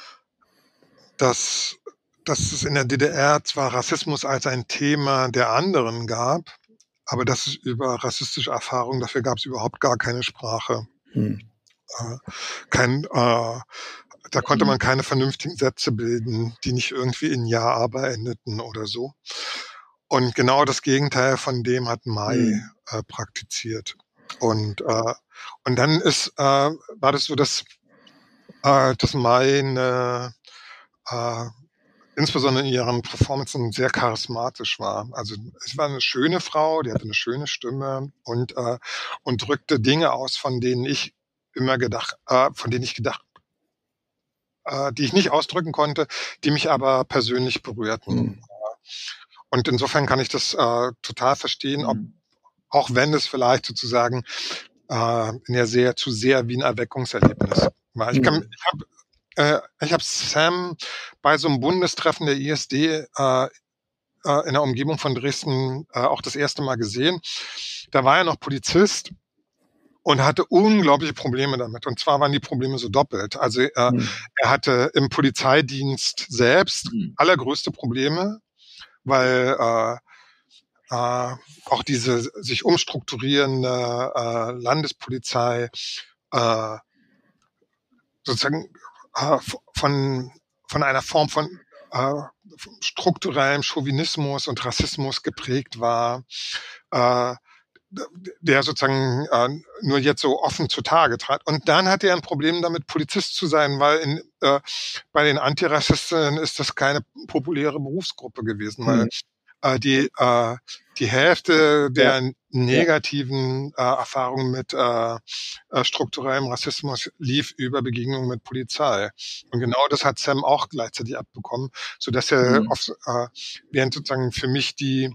dass, dass es in der D D R zwar Rassismus als ein Thema der anderen gab, aber dass es über rassistische Erfahrungen, dafür gab es überhaupt gar keine Sprache. Hm. Äh, kein, äh, da konnte man keine vernünftigen Sätze bilden, die nicht irgendwie in Ja, aber endeten oder so. und genau das Gegenteil von dem hat Mai Mhm. äh, praktiziert. Und äh, und dann ist äh, war das so, dass äh, dass Mai eine, äh, insbesondere in ihren Performances sehr charismatisch war. Also es war eine schöne Frau, die hatte eine schöne Stimme und äh, und drückte Dinge aus, von denen ich immer gedacht, äh, von denen ich gedacht, äh, die ich nicht ausdrücken konnte, die mich aber persönlich berührten. Mhm. Und insofern kann ich das äh, total verstehen, ob, Mhm. auch wenn es vielleicht sozusagen äh, ja sehr zu sehr wie ein Erweckungserlebnis war. Ich kann, Mhm. ich habe äh, ich habe Sam bei so einem Bundestreffen der I S D äh, äh, in der Umgebung von Dresden äh, auch das erste Mal gesehen. Da war er noch Polizist und hatte unglaubliche Probleme damit. Und zwar waren die Probleme so doppelt. Also äh, Mhm. er hatte im Polizeidienst selbst Mhm. allergrößte Probleme, weil äh, äh, auch diese sich umstrukturierende äh, Landespolizei äh, sozusagen äh, von von einer Form von äh, strukturellem Chauvinismus und Rassismus geprägt war, äh, der sozusagen äh, nur jetzt so offen zutage trat. Und dann hat er ein Problem damit, Polizist zu sein, weil in, äh, bei den Antirassisten ist das keine populäre Berufsgruppe gewesen, weil Mhm. äh, die äh, die Hälfte der Ja. negativen äh, Erfahrungen mit äh, äh, strukturellem Rassismus lief über Begegnungen mit Polizei. Und genau das hat Sam auch gleichzeitig abbekommen, sodass er Mhm. auf, äh, während sozusagen für mich die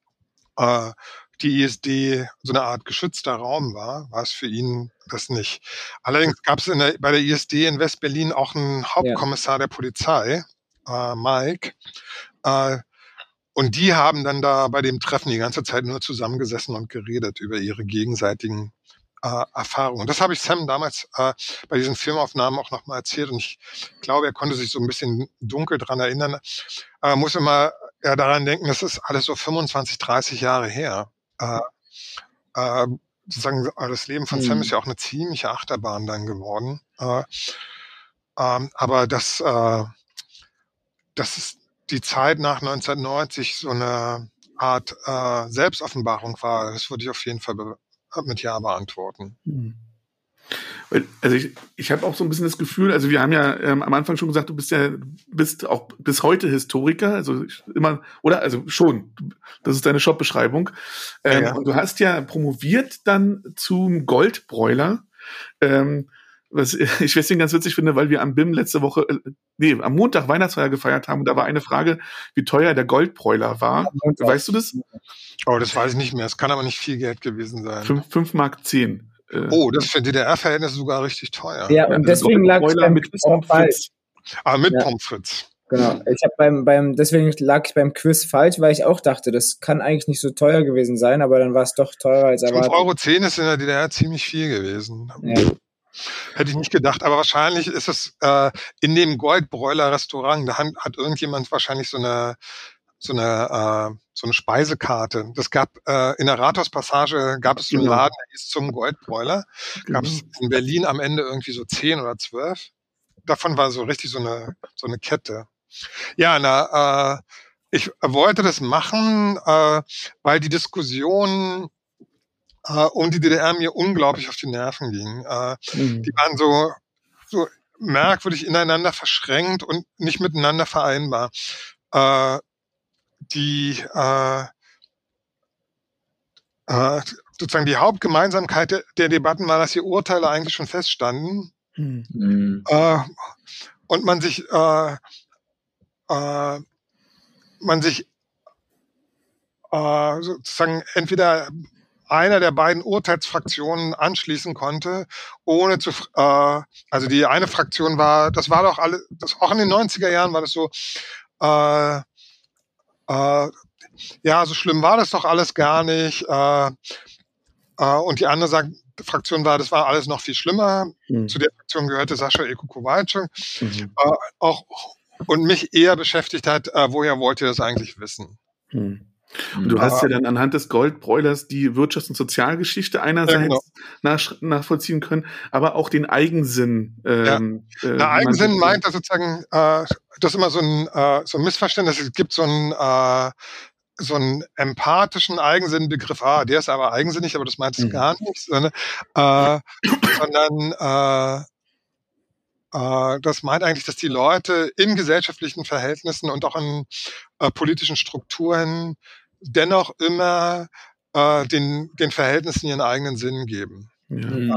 äh, die I S D so eine Art geschützter Raum war, war es für ihn das nicht. Allerdings gab es in der, bei der I S D in West-Berlin auch einen Ja. Hauptkommissar der Polizei, äh, Mike, äh, und die haben dann da bei dem Treffen die ganze Zeit nur zusammengesessen und geredet über ihre gegenseitigen äh, Erfahrungen. Das habe ich Sam damals äh, bei diesen Filmaufnahmen auch nochmal erzählt und ich glaube, er konnte sich so ein bisschen dunkel dran erinnern. Aber muss immer ja, daran denken, das ist alles so fünfundzwanzig, dreißig Jahre her. Äh, äh, sozusagen das Leben von Sam ist Mhm. ja auch eine ziemliche Achterbahn dann geworden. Äh, ähm, aber das, äh, das ist die Zeit nach neunzehnhundertneunzig so eine Art äh, Selbstoffenbarung war, das würde ich auf jeden Fall be- mit Ja beantworten. Hm. Also ich, ich habe auch so ein bisschen das Gefühl, also wir haben ja ähm, am Anfang schon gesagt, du bist ja bist auch bis heute Historiker, also ich, immer, oder? Also schon, das ist deine Shop-Beschreibung. Ähm, Ja, ja. Und du hast ja promoviert dann zum Goldbräuler. Ähm, was ich deswegen ganz witzig finde, weil wir am B I M letzte Woche, äh, nee, am Montag Weihnachtsfeier gefeiert haben und da war eine Frage, wie teuer der Goldbräuler war. Am Montag. Weißt du das? Oh, das weiß ich nicht mehr. Es kann aber nicht viel Geld gewesen sein. Fünf, fünf Mark zehn. Äh, Oh, das ist für D D R-Verhältnisse sogar richtig teuer. Ja, ja, und also deswegen lag es Goldbräuler beim mit Quiz auch Pommes falsch. frites. Aber mit Ja. Pommes frites. Genau. Ich habe beim, beim, deswegen lag ich beim Quiz falsch, weil ich auch dachte, das kann eigentlich nicht so teuer gewesen sein, aber dann war es doch teurer als fünf erwartet. Euro zehn ist in der D D R ziemlich viel gewesen. Ja. Hätte ich nicht gedacht, aber wahrscheinlich ist es äh, in dem Goldbräuler-Restaurant, da hat, hat irgendjemand wahrscheinlich so eine so eine äh, so eine Speisekarte. Das gab äh, in der Rathauspassage gab es so einen Genau. Laden, der hieß zum Goldbräuler. Genau. Gab es in Berlin am Ende irgendwie so zehn oder zwölf. Davon war so richtig so eine so eine Kette. Ja, na, äh, ich wollte das machen, äh, weil die Diskussion äh, um die D D R mir unglaublich auf die Nerven ging. Äh, Mhm. die waren so, so merkwürdig ineinander verschränkt und nicht miteinander vereinbar. Äh, die äh, äh, sozusagen die Hauptgemeinsamkeit der, der Debatten war, dass die Urteile eigentlich schon feststanden Hm. Mhm. äh, und man sich äh, äh, man sich äh, sozusagen entweder einer der beiden Urteilsfraktionen anschließen konnte, ohne zu, äh, also die eine Fraktion war, das war doch alle, das auch in den neunziger Jahren war das so, äh, äh, ja, so schlimm war das doch alles gar nicht, äh, äh, und die andere sagt, Fraktion war, das war alles noch viel schlimmer. Hm. Zu der Fraktion gehörte Sascha Eko-Kowalczyk, Mhm. äh, auch, und mich eher beschäftigt hat, äh, woher wollt ihr das eigentlich wissen? Hm. Und du hast ja dann anhand des Goldbräulers die Wirtschafts- und Sozialgeschichte einerseits Ja, genau. nach, nachvollziehen können, aber auch den Eigensinn. Ähm, äh, wie Der man Eigensinn sich- meint, dass sozusagen, äh, das ist immer so ein, äh, so ein Missverständnis. Es gibt so ein, äh, so einen empathischen Eigensinnbegriff, ah, der ist aber eigensinnig, aber das meinst du Mhm. gar nicht, sondern, äh, sondern äh, äh, das meint eigentlich, dass die Leute in gesellschaftlichen Verhältnissen und auch in äh, politischen Strukturen dennoch immer äh, den, den Verhältnissen ihren eigenen Sinn geben. Ja. Mhm.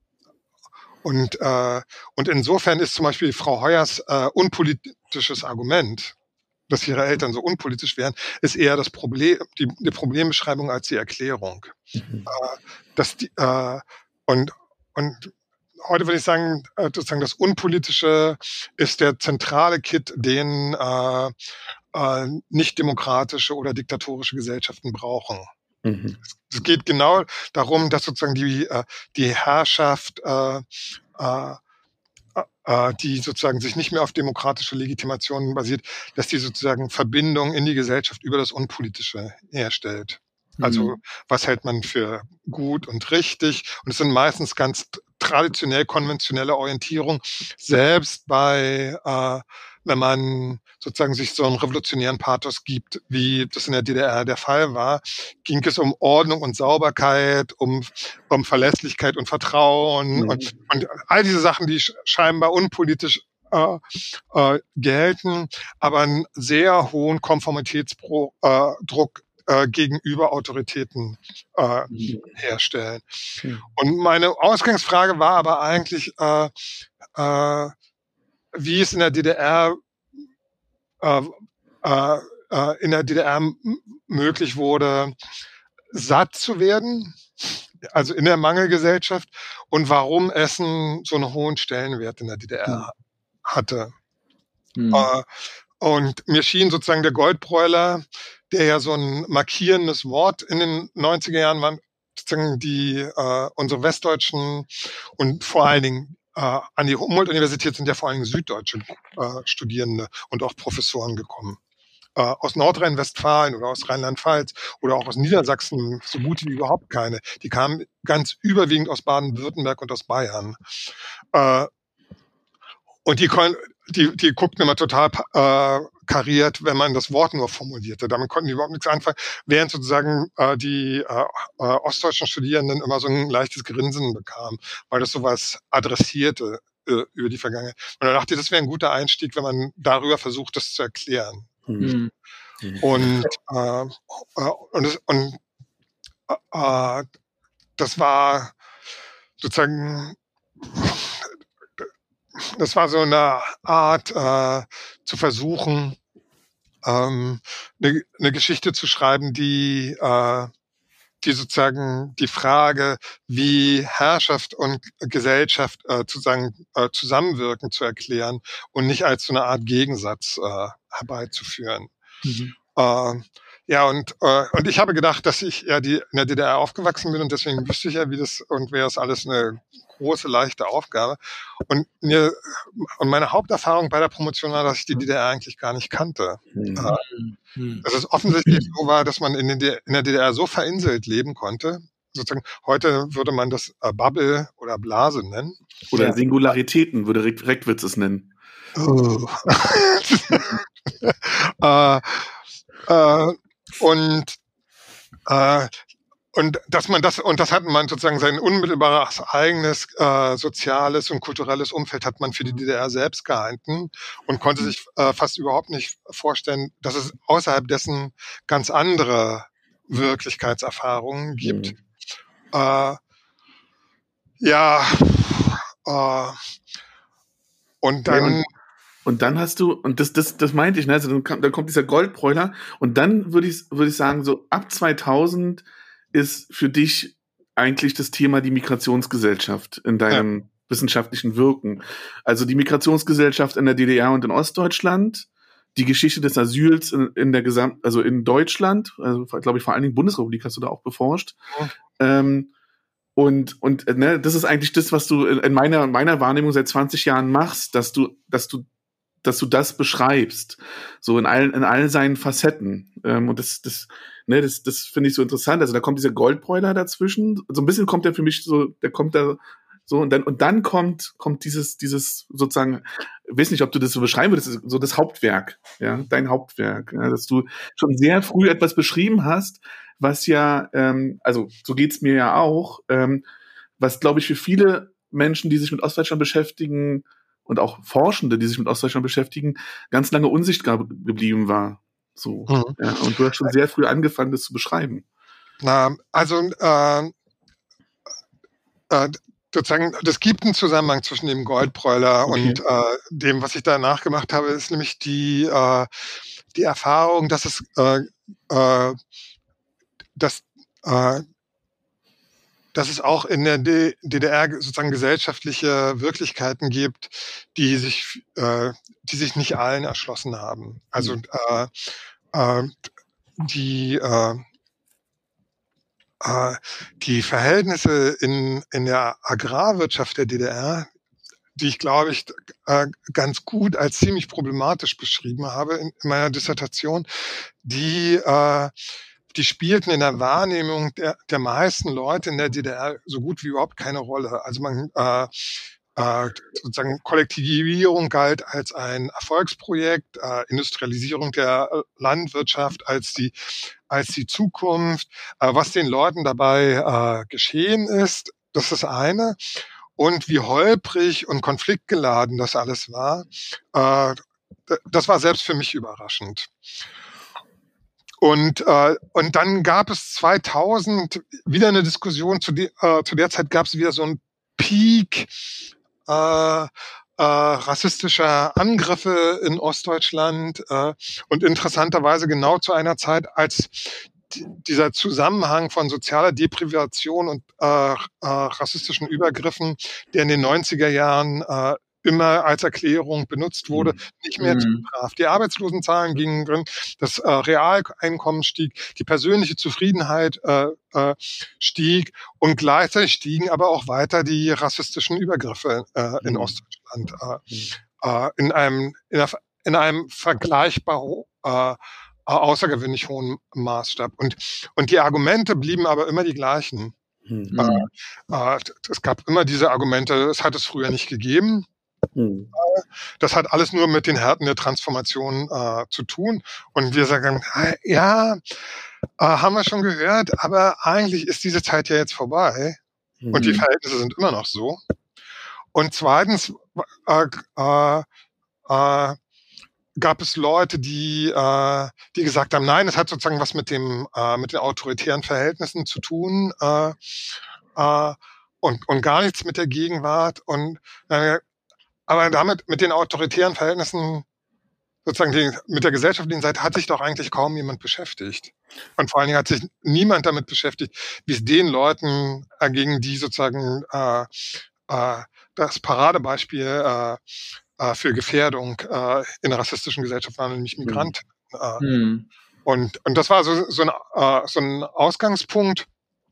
Und, äh, und insofern ist zum Beispiel Frau Heuers äh, unpolitisches Argument, dass ihre Eltern so unpolitisch wären, ist eher das Problem, die, die Problembeschreibung als die Erklärung. Mhm. Äh, dass die, äh, und, und heute würde ich sagen, äh, sozusagen das Unpolitische ist der zentrale Kit, den äh, äh, nicht demokratische oder diktatorische Gesellschaften brauchen. Mhm. Es geht genau darum, dass sozusagen die, äh, die Herrschaft, äh, äh, äh, die sozusagen sich nicht mehr auf demokratische Legitimationen basiert, dass die sozusagen Verbindung in die Gesellschaft über das Unpolitische herstellt. Also Mhm. was hält man für gut und richtig? Und es sind meistens ganz traditionell konventionelle Orientierungen, selbst bei, äh, wenn man sozusagen sich so einen revolutionären Pathos gibt, wie das in der D D R der Fall war, ging es um Ordnung und Sauberkeit, um, um Verlässlichkeit und Vertrauen Mhm. und, und all diese Sachen, die sch- scheinbar unpolitisch äh, äh, gelten, aber einen sehr hohen Konformitätsdruck äh, gegenüber Autoritäten äh, Mhm. herstellen. Mhm. Und meine Ausgangsfrage war aber eigentlich, äh, äh, wie es in der D D R äh, äh, äh, in der D D R m- möglich wurde, satt zu werden, also in der Mangelgesellschaft, und warum Essen so einen hohen Stellenwert in der D D R hatte. Mhm. Äh, und mir schien sozusagen der Goldbräuler, der ja so ein markierendes Wort in den neunziger Jahren war, sozusagen die äh, unsere westdeutschen und vor allen Dingen äh, an die Humboldt-Universität sind ja vor allen Dingen süddeutsche äh, Studierende und auch Professoren gekommen. Äh, aus Nordrhein-Westfalen oder aus Rheinland-Pfalz oder auch aus Niedersachsen so gut wie überhaupt keine. Die kamen ganz überwiegend aus Baden-Württemberg und aus Bayern. Äh, und die, kon- die, die guckten immer total äh, kariert, wenn man das Wort nur formulierte. Damit konnten die überhaupt nichts anfangen, während sozusagen äh, die äh, äh, ostdeutschen Studierenden immer so ein leichtes Grinsen bekamen, weil das sowas adressierte äh, über die Vergangenheit. Und da dachte ich, das wäre ein guter Einstieg, wenn man darüber versucht, das zu erklären. Mhm. Mhm. Und, äh, äh, und, das, und äh, das war sozusagen das war so eine Art, äh, zu versuchen, ähm, eine, eine Geschichte zu schreiben, die, äh, die sozusagen die Frage, wie Herrschaft und Gesellschaft äh, sozusagen äh, zusammenwirken, zu erklären und nicht als so eine Art Gegensatz äh, herbeizuführen. Mhm. Äh, ja, und, äh, und ich habe gedacht, dass ich ja die, in der D D R aufgewachsen bin und deswegen wüsste ich ja, wie das und wäre es alles eine große, leichte Aufgabe. Und mir, und meine Haupterfahrung bei der Promotion war, dass ich die D D R eigentlich gar nicht kannte. Mhm. Äh, Mhm. dass es offensichtlich so war, dass man in, den, in der D D R so verinselt leben konnte. Sozusagen, heute würde man das äh, Bubble oder Blase nennen. Oder Ja. Singularitäten, würde Rick Reckwitz es nennen. Oh. äh, äh, und äh, und dass man das und das hat man sozusagen sein unmittelbares eigenes äh, soziales und kulturelles Umfeld hat man für die D D R selbst gehalten und konnte sich äh, fast überhaupt nicht vorstellen, dass es außerhalb dessen ganz andere Wirklichkeitserfahrungen gibt. Mhm. Äh, ja, äh, und Ja, dann und, und dann hast du, und das, das, das meinte ich, ne? Also dann, kam, dann kommt dieser Goldbräuler und dann würde ich, würde ich sagen, so ab zweitausend ist für dich eigentlich das Thema die Migrationsgesellschaft in deinem ja. wissenschaftlichen Wirken. Also die Migrationsgesellschaft in der D D R und in Ostdeutschland, die Geschichte des Asyls in, in der Gesamt, also in Deutschland, also glaube ich vor allen Dingen Bundesrepublik hast du da auch beforscht. Ja. Ähm, Und, und ne, das ist eigentlich das, was du in meiner, in meiner Wahrnehmung seit zwanzig Jahren machst, dass du, dass du, dass du das beschreibst. So in allen, in all seinen Facetten. Ähm, und das, das, ne, das, das finde ich so interessant. Also da kommt dieser Goldbräuler dazwischen. So ein bisschen kommt der für mich so, der kommt da So, und dann, und dann kommt, kommt dieses, dieses sozusagen, ich weiß nicht, ob du das so beschreiben würdest, so das Hauptwerk, ja, dein Hauptwerk, ja, dass du schon sehr früh etwas beschrieben hast, was ja, ähm, also so geht's mir ja auch, ähm, was, glaube ich, für viele Menschen, die sich mit Ostdeutschland beschäftigen und auch Forschende, die sich mit Ostdeutschland beschäftigen, ganz lange unsichtbar geblieben war. So, mhm. ja, und du hast schon sehr früh angefangen, das zu beschreiben. Na, also, äh, äh, sozusagen, das gibt einen Zusammenhang zwischen dem Goldbräuler okay. und äh, dem, was ich danach gemacht habe, ist nämlich die, äh, die Erfahrung, dass es, äh, äh, dass, äh, dass es auch in der D D R sozusagen gesellschaftliche Wirklichkeiten gibt, die sich, äh, die sich nicht allen erschlossen haben. Also mhm. äh, äh, die äh, Die Verhältnisse in, in der Agrarwirtschaft der D D R, die ich, glaube ich, ganz gut als ziemlich problematisch beschrieben habe in meiner Dissertation, die, die spielten in der Wahrnehmung der, der meisten Leute in der D D R so gut wie überhaupt keine Rolle. Also man, äh, äh, sozusagen Kollektivierung galt als ein Erfolgsprojekt, äh, Industrialisierung der Landwirtschaft als die als die Zukunft, äh, was den Leuten dabei äh, geschehen ist, das ist das eine. Und wie holprig und konfliktgeladen das alles war, äh, das war selbst für mich überraschend. Und äh, und dann gab es zweitausend wieder eine Diskussion, zu, de, äh, zu der Zeit gab es wieder so einen Peak äh, Äh, rassistischer Angriffe in Ostdeutschland äh, und interessanterweise genau zu einer Zeit, als d- dieser Zusammenhang von sozialer Deprivation und äh, äh, rassistischen Übergriffen, der in den neunziger Jahren äh, immer als Erklärung benutzt wurde, mhm. nicht mehr zutraf. Die Arbeitslosenzahlen gingen drin, das äh, Realeinkommen stieg, die persönliche Zufriedenheit äh, äh, stieg und gleichzeitig stiegen aber auch weiter die rassistischen Übergriffe äh, mhm. in Ostdeutschland äh, mhm. äh, in einem in, einer, in einem vergleichbar äh, außergewöhnlich hohen Maßstab. Und und die Argumente blieben aber immer die gleichen. Mhm. Äh, äh, es gab immer diese Argumente, es hat es früher nicht gegeben. Mhm. Das hat alles nur mit den Härten der Transformation äh, zu tun. Und wir sagen, ja, äh, haben wir schon gehört, aber eigentlich ist diese Zeit ja jetzt vorbei. Mhm. Und die Verhältnisse sind immer noch so. Und zweitens äh, äh, äh, gab es Leute, die, äh, die gesagt haben, nein, es hat sozusagen was mit dem äh, mit den autoritären Verhältnissen zu tun äh, äh, und, und gar nichts mit der Gegenwart. Und äh, aber damit, mit den autoritären Verhältnissen, sozusagen die, mit der gesellschaftlichen Seite, hat sich doch eigentlich kaum jemand beschäftigt. Und vor allen Dingen hat sich niemand damit beschäftigt, wie es den Leuten erging, die sozusagen äh, äh, das Paradebeispiel äh, äh, für Gefährdung äh, in einer rassistischen Gesellschaft waren, nämlich Migranten. Mhm. Äh, mhm. Und, und das war so, so, ein, äh, so ein Ausgangspunkt.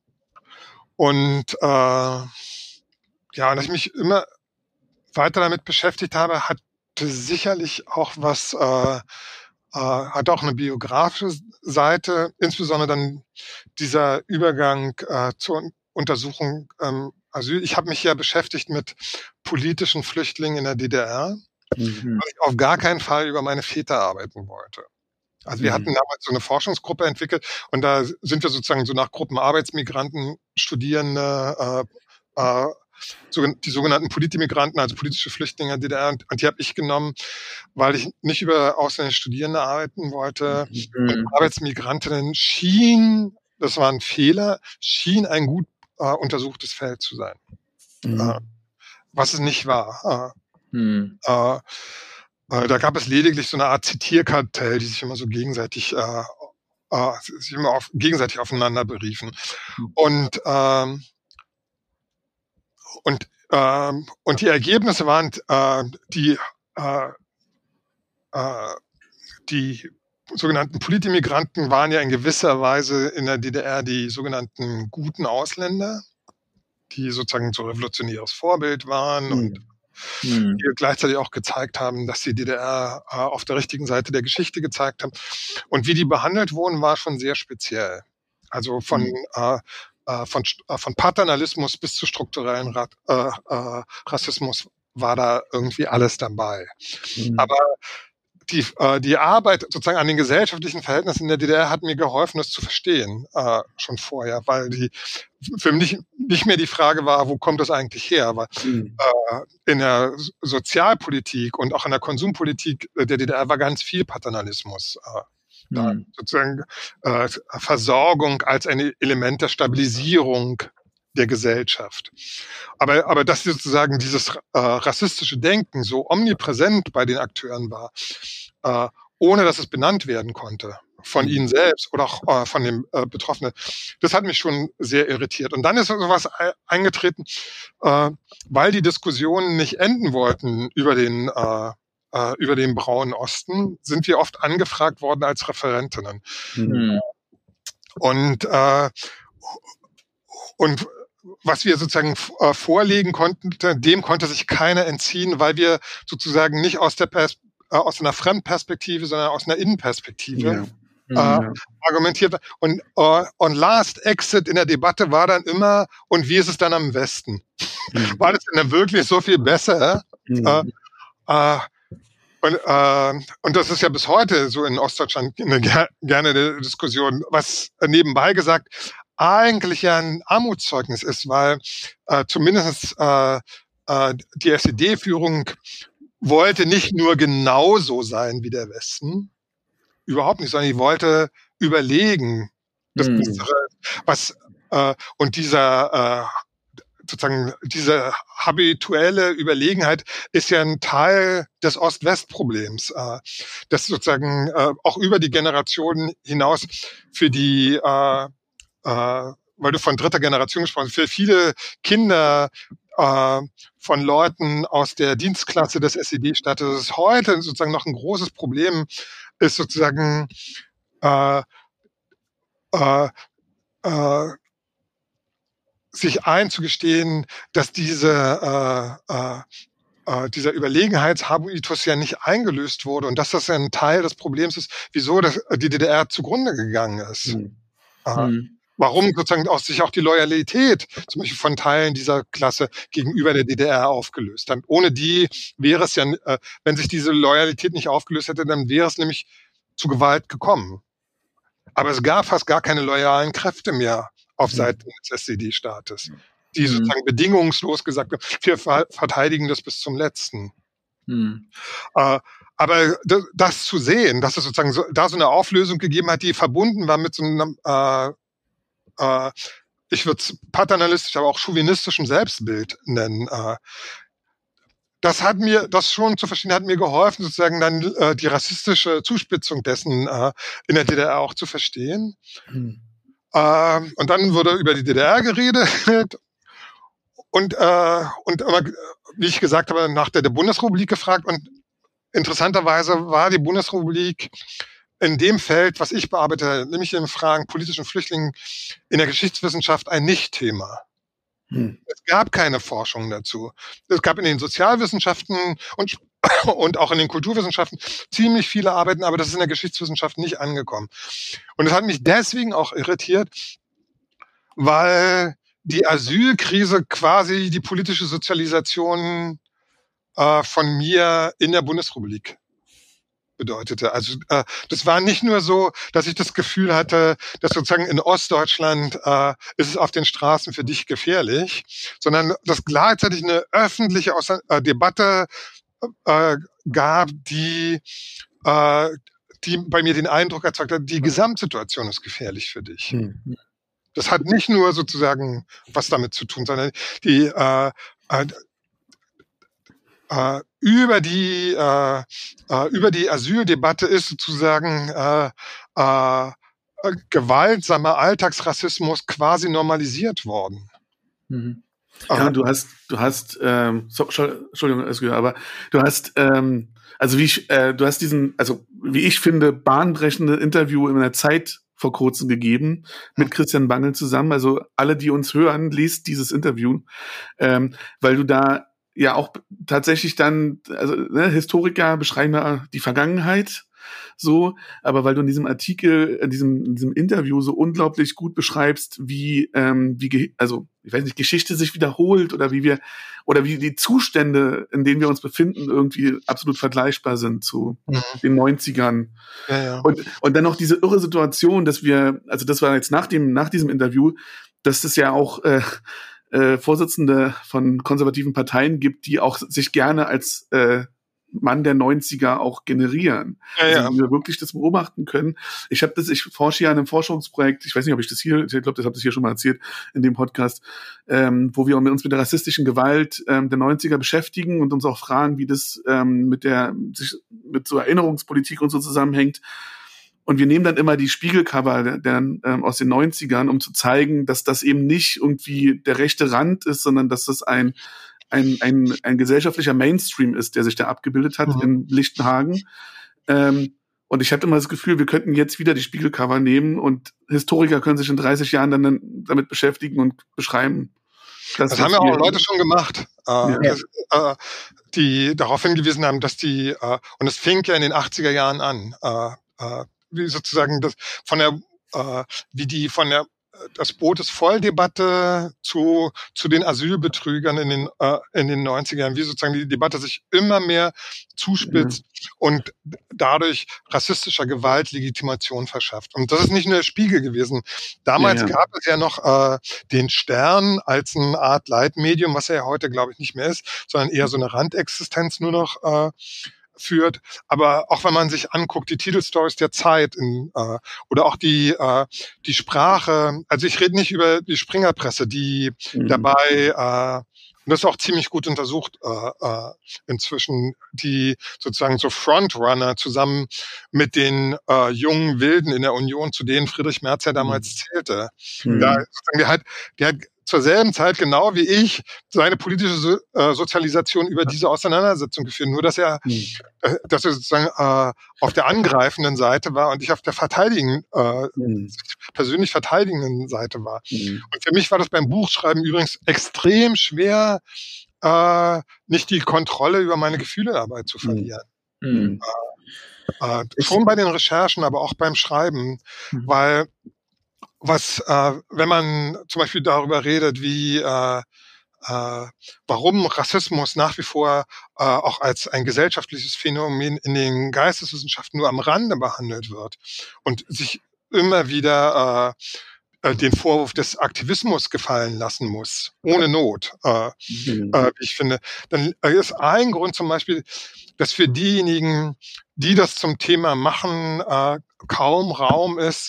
Und äh, ja, dass ich mich immer weiter damit beschäftigt habe, hat sicherlich auch was, äh, äh, hat auch eine biografische Seite, insbesondere dann dieser Übergang äh, zur Untersuchung ähm, Asyl. Ich habe mich ja beschäftigt mit politischen Flüchtlingen in der D D R, mhm. weil ich auf gar keinen Fall über meine Väter arbeiten wollte. Also wir mhm. hatten damals so eine Forschungsgruppe entwickelt und da sind wir sozusagen so nach Gruppen Arbeitsmigranten, Studierende, äh, äh, die sogenannten Politimmigranten, also politische Flüchtlinge in der D D R, und die habe ich genommen, weil ich nicht über ausländische Studierende arbeiten wollte. Mhm. Und Arbeitsmigrantinnen schien, das war ein Fehler, schien ein gut äh, untersuchtes Feld zu sein. Mhm. Äh, was es nicht war. Äh, mhm. äh, äh, da gab es lediglich so eine Art Zitierkartell, die sich immer so gegenseitig äh, äh, sich immer auf, gegenseitig aufeinander beriefen. Mhm. Und ähm, Und, ähm, und die Ergebnisse waren, äh, die, äh, äh, die sogenannten Politimmigranten waren ja in gewisser Weise in der D D R die sogenannten guten Ausländer, die sozusagen so revolutionäres Vorbild waren mhm. und mhm. die gleichzeitig auch gezeigt haben, dass die D D R äh, auf der richtigen Seite der Geschichte gezeigt haben. Und wie die behandelt wurden, war schon sehr speziell. Also von, mhm. äh, äh, von, äh, von Paternalismus bis zu strukturellen Ra äh, äh, Rassismus war da irgendwie alles dabei. Mhm. Aber die, äh, die Arbeit sozusagen an den gesellschaftlichen Verhältnissen in der D D R hat mir geholfen, das zu verstehen, äh, schon vorher, weil die für mich nicht mehr die Frage war, wo kommt das eigentlich her? Weil mhm. äh, in der Sozialpolitik und auch in der Konsumpolitik der D D R war ganz viel Paternalismus. Äh, mhm. da sozusagen äh, Versorgung als ein Element der Stabilisierung der Gesellschaft. Aber, aber dass sozusagen dieses äh, rassistische Denken so omnipräsent bei den Akteuren war, äh, ohne dass es benannt werden konnte von ihnen selbst oder auch äh, von den äh, Betroffenen, das hat mich schon sehr irritiert. Und dann ist sowas eingetreten, äh, weil die Diskussionen nicht enden wollten über den äh, äh, über den Braunen Osten, sind wir oft angefragt worden als Referentinnen. Mhm. Und äh, und was wir sozusagen äh, vorlegen konnten, dem konnte sich keiner entziehen, weil wir sozusagen nicht aus der Pers äh, aus einer Fremdperspektive, sondern aus einer Innenperspektive ja. äh, ja. argumentiert. Und äh, und Last Exit in der Debatte war dann immer, und wie ist es dann am Westen? Mhm. War das denn dann wirklich so viel besser? Mhm. Äh, äh, und, äh, und das ist ja bis heute so in Ostdeutschland eine, gerne eine Diskussion, was äh, nebenbei gesagt eigentlich ja ein Armutszeugnis ist, weil äh, zumindest äh, äh, die S E D-Führung wollte nicht nur genauso sein wie der Westen, überhaupt nicht, sondern die wollte überlegen, das hm. Bessere, was äh, und dieser äh, sozusagen diese habituelle Überlegenheit ist ja ein Teil des Ost-West-Problems, äh, das sozusagen äh, auch über die Generationen hinaus für die äh, Uh, weil du von dritter Generation gesprochen hast, für viele Kinder uh, von Leuten aus der Dienstklasse des S E D-Staates, das ist heute sozusagen noch ein großes Problem, ist sozusagen uh, uh, uh, sich einzugestehen, dass diese uh, uh, Uh, dieser Überlegenheitshabitus ja nicht eingelöst wurde und dass das ja ein Teil des Problems ist, wieso das, die D D R zugrunde gegangen ist. Mhm. Uh, mhm. Warum sozusagen auch sich auch die Loyalität zum Beispiel von Teilen dieser Klasse gegenüber der D D R aufgelöst hat. Ohne die wäre es ja, äh, wenn sich diese Loyalität nicht aufgelöst hätte, dann wäre es nämlich zu Gewalt gekommen. Aber es gab fast gar keine loyalen Kräfte mehr auf Seiten des S E D-Staates, die sozusagen mhm. bedingungslos gesagt haben, wir verteidigen das bis zum Letzten. Mhm. Äh, aber das zu sehen, dass es sozusagen so, da so eine Auflösung gegeben hat, die verbunden war mit so einem äh, Uh, ich würde es paternalistisch, aber auch chauvinistischem Selbstbild nennen. Uh, das hat mir, das schon zu verstehen, hat mir geholfen, sozusagen dann uh, die rassistische Zuspitzung dessen uh, in der D D R auch zu verstehen. Mhm. Uh, und dann wurde über die D D R geredet und, uh, und immer, wie ich gesagt habe, nach der, der Bundesrepublik gefragt. Und interessanterweise war die Bundesrepublik in dem Feld, was ich bearbeite, nämlich in Fragen politischen Flüchtlingen in der Geschichtswissenschaft ein Nicht-Thema. Hm. Es gab keine Forschung dazu. Es gab in den Sozialwissenschaften und, und auch in den Kulturwissenschaften ziemlich viele Arbeiten, aber das ist in der Geschichtswissenschaft nicht angekommen. Und es hat mich deswegen auch irritiert, weil die Asylkrise quasi die politische Sozialisation äh, von mir in der Bundesrepublik bedeutete. Also äh, das war nicht nur so, dass ich das Gefühl hatte, dass sozusagen in Ostdeutschland äh, ist es auf den Straßen für dich gefährlich, sondern dass gleichzeitig eine öffentliche Aus- äh, Debatte äh, gab, die äh, die bei mir den Eindruck erzeugt hat, die Gesamtsituation ist gefährlich für dich. Hm. Das hat nicht nur sozusagen was damit zu tun, sondern die äh, äh, äh, über die äh, äh, über die Asyldebatte ist sozusagen äh, äh, gewaltsamer Alltagsrassismus quasi normalisiert worden. Mhm. Ja, du hast, du hast, ähm, so, Entschuldigung, aber du hast, ähm, also wie ich, äh, du hast diesen, also wie ich finde, bahnbrechende Interview in der Zeit vor kurzem gegeben mit Christian Bangel zusammen. Also alle, die uns hören, liest dieses Interview, ähm, weil du da ja auch tatsächlich dann, also ne, Historiker beschreiben ja die Vergangenheit so, aber weil du in diesem Artikel, in diesem, in diesem Interview so unglaublich gut beschreibst, wie, ähm, wie, also, ich weiß nicht, Geschichte sich wiederholt oder wie wir, oder wie die Zustände, in denen wir uns befinden, irgendwie absolut vergleichbar sind zu mhm. den neunzigern. Ja, ja. Und, und dann noch diese irre Situation, dass wir, also das war jetzt nach dem, nach diesem Interview, dass es ja auch, äh, äh, Vorsitzende von konservativen Parteien gibt, die auch sich gerne als, äh, Mann der neunziger auch generieren. Ja, ja. Also, wie wir wirklich das beobachten können. Ich habe das, ich forsche ja an einem Forschungsprojekt, ich weiß nicht, ob ich das hier, ich glaube, das habe ich hier schon mal erzählt in dem Podcast, ähm, wo wir uns mit der rassistischen Gewalt ähm, der neunziger beschäftigen und uns auch fragen, wie das ähm, mit der, sich mit so Erinnerungspolitik und so zusammenhängt. Und wir nehmen dann immer die Spiegelcover der, der, ähm, aus den neunzigern, um zu zeigen, dass das eben nicht irgendwie der rechte Rand ist, sondern dass das ein Ein, ein, ein gesellschaftlicher Mainstream ist, der sich da abgebildet hat mhm. in Lichtenhagen. Ähm, und ich hatte immer das Gefühl, wir könnten jetzt wieder die Spiegelcover nehmen und Historiker können sich in dreißig Jahren dann damit beschäftigen und beschreiben. Das haben ja auch Leute schon gemacht, äh, ja. das, äh, die darauf hingewiesen haben, dass die, äh, und es fing ja in den achtziger Jahren an, äh, äh, wie sozusagen das von der, äh, wie die von der das Boot ist Volldebatte zu zu den Asylbetrügern in den äh, in den neunziger Jahren, wie sozusagen die Debatte sich immer mehr zuspitzt mhm. und dadurch rassistischer Gewalt Legitimation verschafft. Und das ist nicht nur der Spiegel gewesen. Damals ja, ja. gab es ja noch äh, den Stern als eine Art Leitmedium, was er ja heute, glaube ich, nicht mehr ist, sondern eher so eine Randexistenz nur noch äh, führt, aber auch wenn man sich anguckt, die Titelstories der Zeit in, äh, oder auch die äh, die Sprache, also ich rede nicht über die Springerpresse, die mhm. dabei, äh, und das ist auch ziemlich gut untersucht äh, äh, inzwischen, die sozusagen so Frontrunner zusammen mit den äh, jungen Wilden in der Union, zu denen Friedrich Merz ja damals mhm. zählte. Mhm. Da sozusagen, der hat, der hat zur selben Zeit, genau wie ich, seine politische so äh, Sozialisation über diese Auseinandersetzung geführt. Nur, dass er, mhm. äh, dass er sozusagen äh, auf der angreifenden Seite war und ich auf der verteidigenden, äh, mhm. persönlich verteidigenden Seite war. Mhm. Und für mich war das beim Buchschreiben übrigens extrem schwer, äh, nicht die Kontrolle über meine Gefühle dabei zu verlieren. Mhm. Äh, äh, schon bei den Recherchen, aber auch beim Schreiben, mhm. weil was, äh, wenn man zum Beispiel darüber redet, wie, äh, äh, warum Rassismus nach wie vor äh, auch als ein gesellschaftliches Phänomen in den Geisteswissenschaften nur am Rande behandelt wird und sich immer wieder äh, äh, den Vorwurf des Aktivismus gefallen lassen muss, ohne Not, äh, mhm. äh, wie ich finde, dann ist ein Grund zum Beispiel, dass für diejenigen, die das zum Thema machen, äh, kaum Raum ist,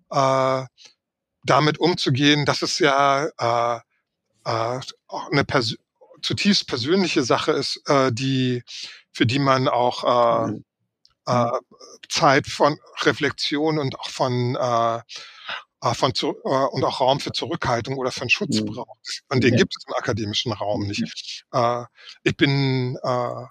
äh, damit umzugehen, dass es ja äh, äh, auch eine pers- zutiefst persönliche Sache ist, äh, die für die man auch äh, mhm. äh, Zeit von Reflexion und auch von äh, von zu, äh, und auch Raum für Zurückhaltung oder von Schutz mhm. braucht. Und den ja. gibt es im akademischen Raum nicht. Äh, ich bin äh,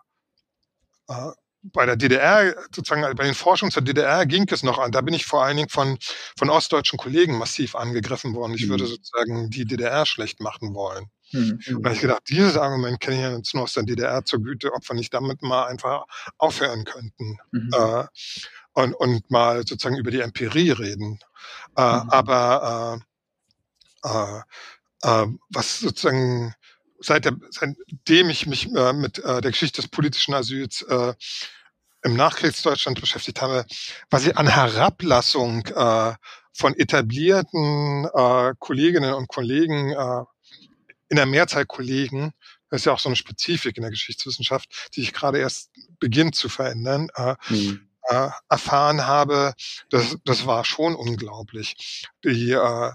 äh, bei der D D R, sozusagen bei den Forschungen zur D D R ging es noch an. Da bin ich vor allen Dingen von, von ostdeutschen Kollegen massiv angegriffen worden. Ich mhm. würde sozusagen die D D R schlecht machen wollen. Mhm. Und da habe ich gedacht, dieses Argument kenne ich ja jetzt nur aus der D D R zur Güte, ob wir nicht damit mal einfach aufhören könnten. Mhm. Äh, und, und mal sozusagen über die Empirie reden. Äh, mhm. Aber äh, äh, äh, was sozusagen Seit der, seitdem ich mich äh, mit äh, der Geschichte des politischen Asyls äh, im Nachkriegsdeutschland beschäftigt habe, was ich an Herablassung äh, von etablierten äh, Kolleginnen und Kollegen, äh, in der Mehrzahl Kollegen, das ist ja auch so eine Spezifik in der Geschichtswissenschaft, die ich gerade erst beginnt zu verändern, äh, mhm. äh, erfahren habe, das, das war schon unglaublich. Die, äh,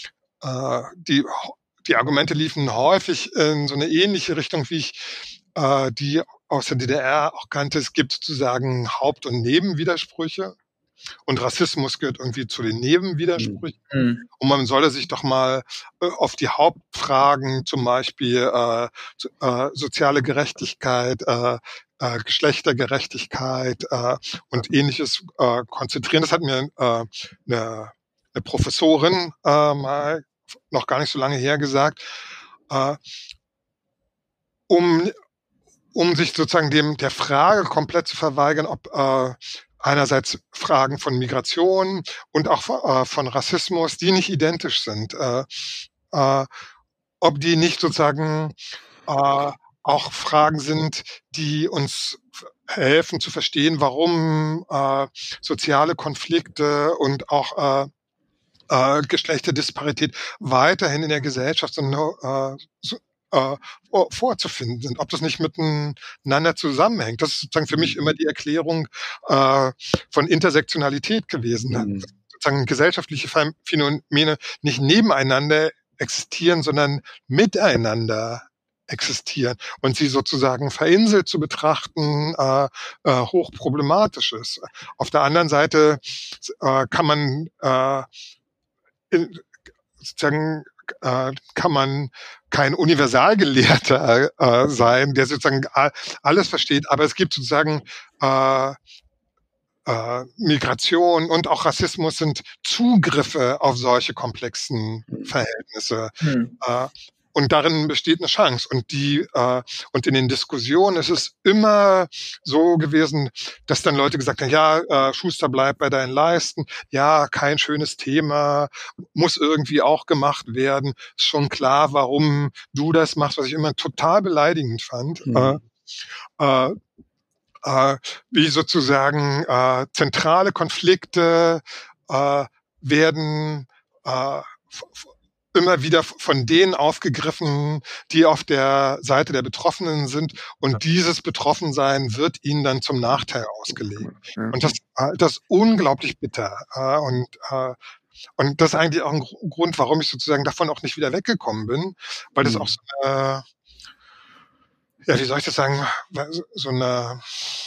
äh, die Die Argumente liefen häufig in so eine ähnliche Richtung, wie ich äh, die aus der D D R auch kannte. Es gibt sozusagen Haupt- und Nebenwidersprüche und Rassismus gehört irgendwie zu den Nebenwidersprüchen. Mhm. Und man solle sich doch mal äh, auf die Hauptfragen, zum Beispiel äh, äh, soziale Gerechtigkeit, äh, äh, Geschlechtergerechtigkeit äh, und Ähnliches äh, konzentrieren. Das hat mir äh, eine, eine Professorin äh, mal noch gar nicht so lange her gesagt, äh, um um sich sozusagen dem der Frage komplett zu verweigern, ob äh, einerseits Fragen von Migration und auch äh, von Rassismus, die nicht identisch sind. Äh, äh, ob die nicht sozusagen äh, auch Fragen sind, die uns helfen zu verstehen, warum äh, soziale Konflikte und auch äh, äh, Geschlechterdisparität weiterhin in der Gesellschaft so, äh, so, äh, vorzufinden sind, ob das nicht miteinander zusammenhängt. Das ist sozusagen für mich immer die Erklärung äh, von Intersektionalität gewesen. Mhm. Sozusagen gesellschaftliche Phänomene nicht nebeneinander existieren, sondern miteinander existieren und sie sozusagen vereinzelt zu betrachten äh, äh, hochproblematisch ist. Auf der anderen Seite äh, kann man äh, in, sozusagen äh, kann man kein Universalgelehrter äh, sein, der sozusagen alles versteht, aber es gibt sozusagen äh, äh, Migration und auch Rassismus sind Zugriffe auf solche komplexen Verhältnisse. Hm. Äh, Und darin besteht eine Chance. Und die äh, und in den Diskussionen ist es immer so gewesen, dass dann Leute gesagt haben: Ja, äh, Schuster, bleib bei deinen Leisten. Ja, kein schönes Thema, muss irgendwie auch gemacht werden. Ist schon klar, warum du das machst, was ich immer total beleidigend fand. Mhm. Äh, äh, äh, wie sozusagen äh, zentrale Konflikte äh, werden äh, immer wieder von denen aufgegriffen, die auf der Seite der Betroffenen sind. Und dieses Betroffensein wird ihnen dann zum Nachteil ausgelegt. Und das, das ist unglaublich bitter. Und, und das ist eigentlich auch ein Grund, warum ich sozusagen davon auch nicht wieder weggekommen bin, weil das auch so eine, ja, wie soll ich das sagen, so eine,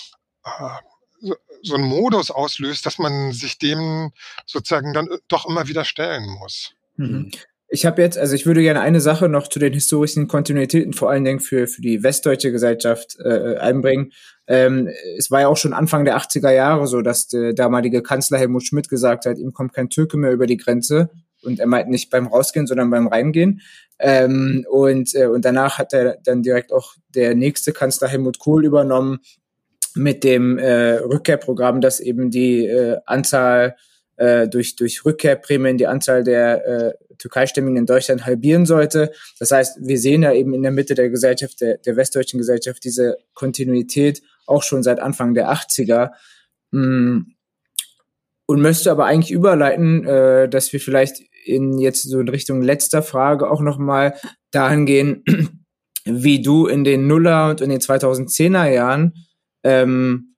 so einen Modus auslöst, dass man sich dem sozusagen dann doch immer wieder stellen muss. Mhm. Ich habe jetzt, also ich würde gerne eine Sache noch zu den historischen Kontinuitäten, vor allen Dingen für für die westdeutsche Gesellschaft äh, einbringen. Ähm, es war ja auch schon Anfang der achtziger Jahre so, dass der damalige Kanzler Helmut Schmidt gesagt hat, ihm kommt kein Türke mehr über die Grenze. Und er meint nicht beim Rausgehen, sondern beim Reingehen. Ähm, und, äh, und danach hat er dann direkt auch der nächste Kanzler Helmut Kohl übernommen mit dem äh, Rückkehrprogramm, das eben die äh, Anzahl äh, durch durch Rückkehrprämien die Anzahl der äh, Türkeistämmigen in Deutschland halbieren sollte. Das heißt, wir sehen ja eben in der Mitte der Gesellschaft, der, der westdeutschen Gesellschaft, diese Kontinuität auch schon seit Anfang der achtziger. Und möchte aber eigentlich überleiten, äh, dass wir vielleicht in jetzt so in Richtung letzter Frage auch nochmal dahin gehen, wie du in den Nuller und in den zweitausendzehner Jahren ähm,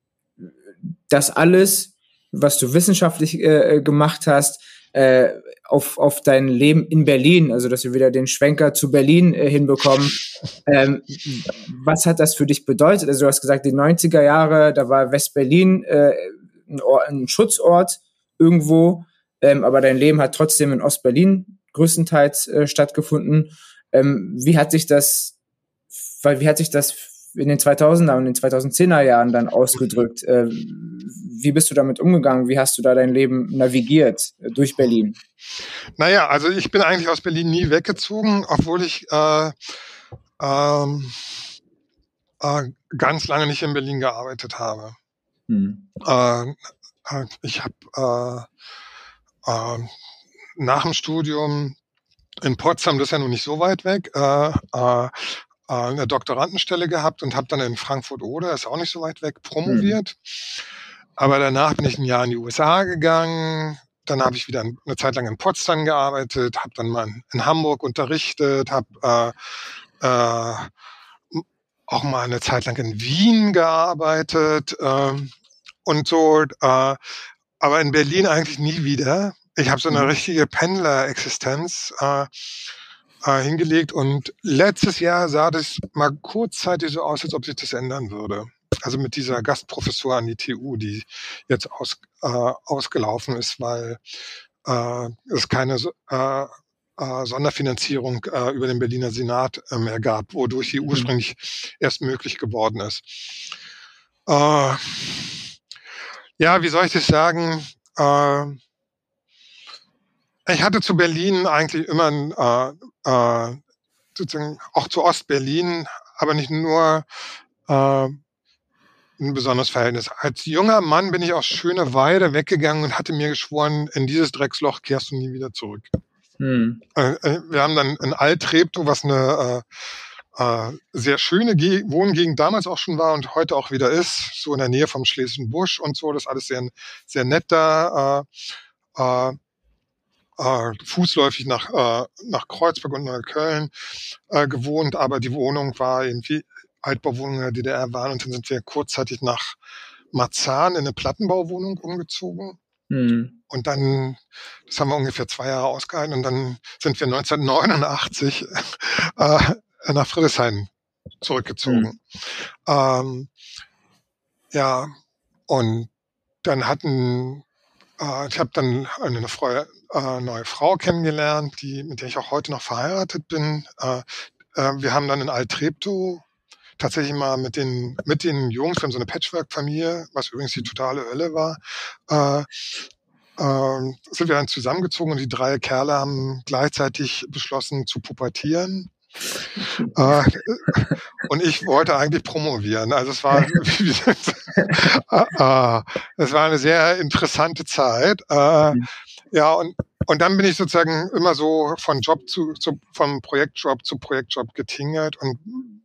das alles, was du wissenschaftlich äh, gemacht hast, äh, auf auf dein Leben in Berlin, also dass wir wieder den Schwenker zu Berlin äh, hinbekommen. Ähm, was hat das für dich bedeutet? Also du hast gesagt, die neunziger Jahre, da war West-Berlin äh, ein, Ort, ein Schutzort irgendwo, ähm, aber dein Leben hat trotzdem in Ostberlin größtenteils äh, stattgefunden. Ähm, wie hat sich das, weil wie hat sich das in den zweitausender und den zweitausendzehner Jahren dann ausgedrückt? Äh, wie bist du damit umgegangen? Wie hast du da dein Leben navigiert äh, durch Berlin? Naja, also ich bin eigentlich aus Berlin nie weggezogen, obwohl ich äh, ähm, äh, ganz lange nicht in Berlin gearbeitet habe. Hm. Äh, äh, ich habe äh, äh, nach dem Studium in Potsdam, das ist ja nun nicht so weit weg, äh, äh, eine Doktorandenstelle gehabt und habe dann in Frankfurt-Oder, ist auch nicht so weit weg, promoviert. Hm. Aber danach bin ich ein Jahr in die U S A gegangen. Dann habe ich wieder eine Zeit lang in Potsdam gearbeitet, habe dann mal in Hamburg unterrichtet, habe äh, äh, auch mal eine Zeit lang in Wien gearbeitet äh, und so. Äh, aber in Berlin eigentlich nie wieder. Ich habe so eine richtige Pendler-Existenz äh, äh, hingelegt und letztes Jahr sah das mal kurzzeitig so aus, als ob sich das ändern würde. Also mit dieser Gastprofessur an die T U, die jetzt aus, äh, ausgelaufen ist, weil äh, es keine äh, äh, Sonderfinanzierung äh, über den Berliner Senat äh, mehr gab, wodurch die ursprünglich mhm. erst möglich geworden ist. Äh, ja, wie soll ich das sagen? Äh, ich hatte zu Berlin eigentlich immer äh, äh, sozusagen auch zu Ostberlin, aber nicht nur äh, ein besonderes Verhältnis. Als junger Mann bin ich aus Schöneweide weggegangen und hatte mir geschworen, in dieses Drecksloch kehrst du nie wieder zurück. Hm. Äh, äh, wir haben dann in Alt-Treptow, was eine äh, äh, sehr schöne Ge- Wohngegend damals auch schon war und heute auch wieder ist, so in der Nähe vom Schlesischen Busch und so, das ist alles sehr, sehr nett da, äh, äh, äh, fußläufig nach, äh, nach Kreuzberg und Neukölln äh, gewohnt, aber die Wohnung war irgendwie Altbauwohnung in der D D R waren und dann sind wir kurzzeitig nach Marzahn in eine Plattenbauwohnung umgezogen. Hm. Und dann, das haben wir ungefähr zwei Jahre ausgehalten und dann sind wir neunzehnhundertneunundachtzig äh, nach Friedrichshain zurückgezogen. Hm. Ähm, ja, und dann hatten, äh, ich habe dann eine Frau, äh, neue Frau kennengelernt, die, mit der ich auch heute noch verheiratet bin. Äh, äh, wir haben dann in Alt-Treptow tatsächlich mal mit den, mit den Jungs, wir haben so eine Patchwork-Familie, was übrigens die totale Hölle war, äh, äh, sind wir dann zusammengezogen und die drei Kerle haben gleichzeitig beschlossen zu pubertieren. äh, und ich wollte eigentlich promovieren. Also es war, äh, es war eine sehr interessante Zeit. Äh, ja, und Und dann bin ich sozusagen immer so von Job zu, zu vom Projektjob zu Projektjob getingelt und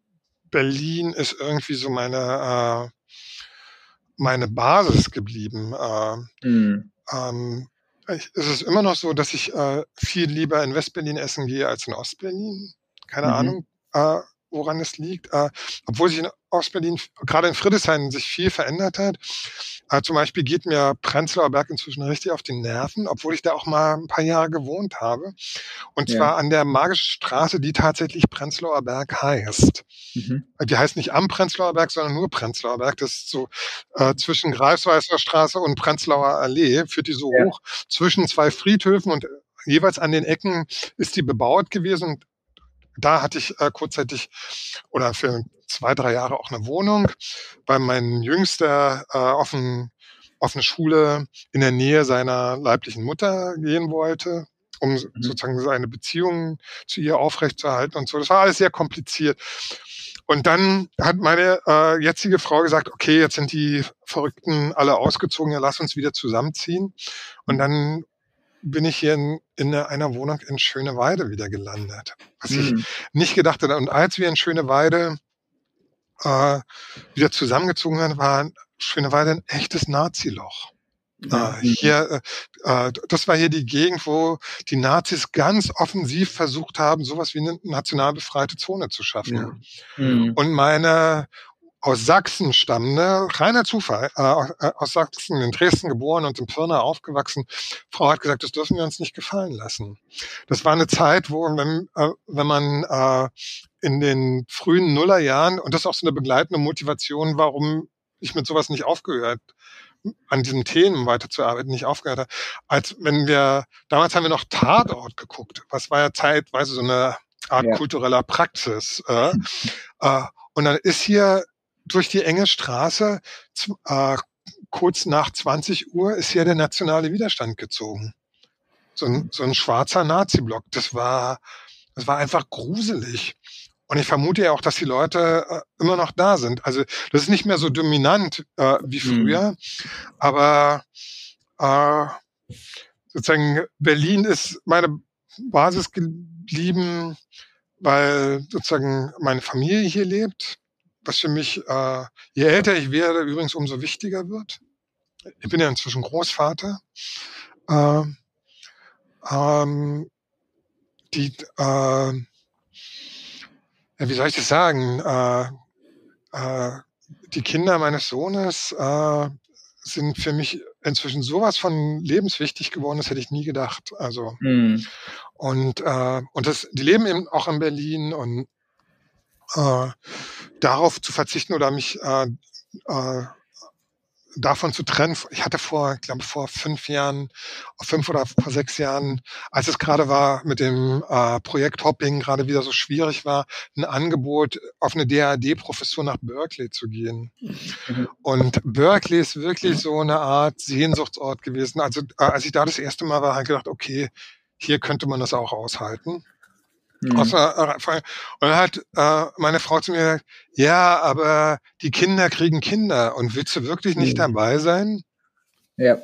Berlin ist irgendwie so meine äh, meine Basis geblieben. Äh, Hm. ähm, ich, es ist immer noch so, dass ich äh, viel lieber in Westberlin essen gehe als in Ostberlin. Keine Mhm. Ahnung, äh, woran es liegt. Äh, obwohl sich in Ostberlin, gerade in Friedrichshain, sich viel verändert hat. Äh, zum Beispiel geht mir Prenzlauer Berg inzwischen richtig auf die Nerven, obwohl ich da auch mal ein paar Jahre gewohnt habe. Und Ja. zwar an der Magischen Straße, die tatsächlich Prenzlauer Berg heißt. Mhm. Die heißt nicht am Prenzlauer Berg, sondern nur Prenzlauer Berg. Das ist so äh, zwischen Greifswalder Straße und Prenzlauer Allee, führt die so Ja. hoch, zwischen zwei Friedhöfen und jeweils an den Ecken ist die bebaut gewesen. Und da hatte ich äh, kurzzeitig oder für zwei, drei Jahre auch eine Wohnung, weil mein Jüngster äh, auf, ein, auf eine Schule in der Nähe seiner leiblichen Mutter gehen wollte, um Mhm. sozusagen seine Beziehung zu ihr aufrechtzuerhalten und so. Das war alles sehr kompliziert. Und dann hat meine äh, jetzige Frau gesagt, okay, jetzt sind die Verrückten alle ausgezogen, ja, lass uns wieder zusammenziehen. Und dann bin ich hier in, in einer Wohnung in Schöneweide wieder gelandet. Was ich Hm. nicht gedacht hatte. Und als wir in Schöneweide äh, wieder zusammengezogen sind, war Schöneweide ein echtes Naziloch. Ja. Äh, hier, äh, äh, das war hier die Gegend, wo die Nazis ganz offensiv versucht haben, sowas wie eine national befreite Zone zu schaffen. Ja. Hm. Und meine aus Sachsen stammende, reiner Zufall, äh, aus- äh, aus Sachsen, in Dresden geboren und in Pirna aufgewachsen, Frau hat gesagt, das dürfen wir uns nicht gefallen lassen. Das war eine Zeit, wo, wenn, äh, wenn man äh, in den frühen Nullerjahren, und das ist auch so eine begleitende Motivation, warum ich mit sowas nicht aufgehört, an diesen Themen weiterzuarbeiten, nicht aufgehört habe, als wenn wir, damals haben wir noch Tatort geguckt, was war ja zeitweise so eine Art Ja. kultureller Praxis. Äh, äh, und dann ist hier durch die enge Straße, z- äh, kurz nach zwanzig Uhr, ist hier der nationale Widerstand gezogen. So ein, so ein schwarzer Nazi-Block. Das war, das war einfach gruselig. Und ich vermute ja auch, dass die Leute äh, immer noch da sind. Also das ist nicht mehr so dominant äh, wie Mhm. früher, aber äh, sozusagen Berlin ist meine Basis geblieben, weil sozusagen meine Familie hier lebt, was für mich, äh, je älter ich werde, übrigens umso wichtiger wird. Ich bin ja inzwischen Großvater. Äh, ähm, die, äh, ja, wie soll ich das sagen? Äh, äh, die Kinder meines Sohnes äh, sind für mich inzwischen sowas von lebenswichtig geworden, das hätte ich nie gedacht. Also Hm. und äh, und das, die leben eben auch in Berlin und äh, darauf zu verzichten oder mich äh, äh, davon zu trennen. Ich hatte vor, ich glaube vor fünf Jahren, fünf oder vor sechs Jahren, als es gerade war mit dem äh, Projekt Hopping, gerade wieder so schwierig war, ein Angebot auf eine D A D-Professur nach Berkeley zu gehen. Mhm. Und Berkeley ist wirklich so eine Art Sehnsuchtsort gewesen. Also äh, als ich da das erste Mal war, habe ich gedacht, okay, hier könnte man das auch aushalten. Mhm. Und dann hat äh, meine Frau zu mir gesagt, ja, aber die Kinder kriegen Kinder und willst du wirklich nicht mhm. dabei sein? Ja.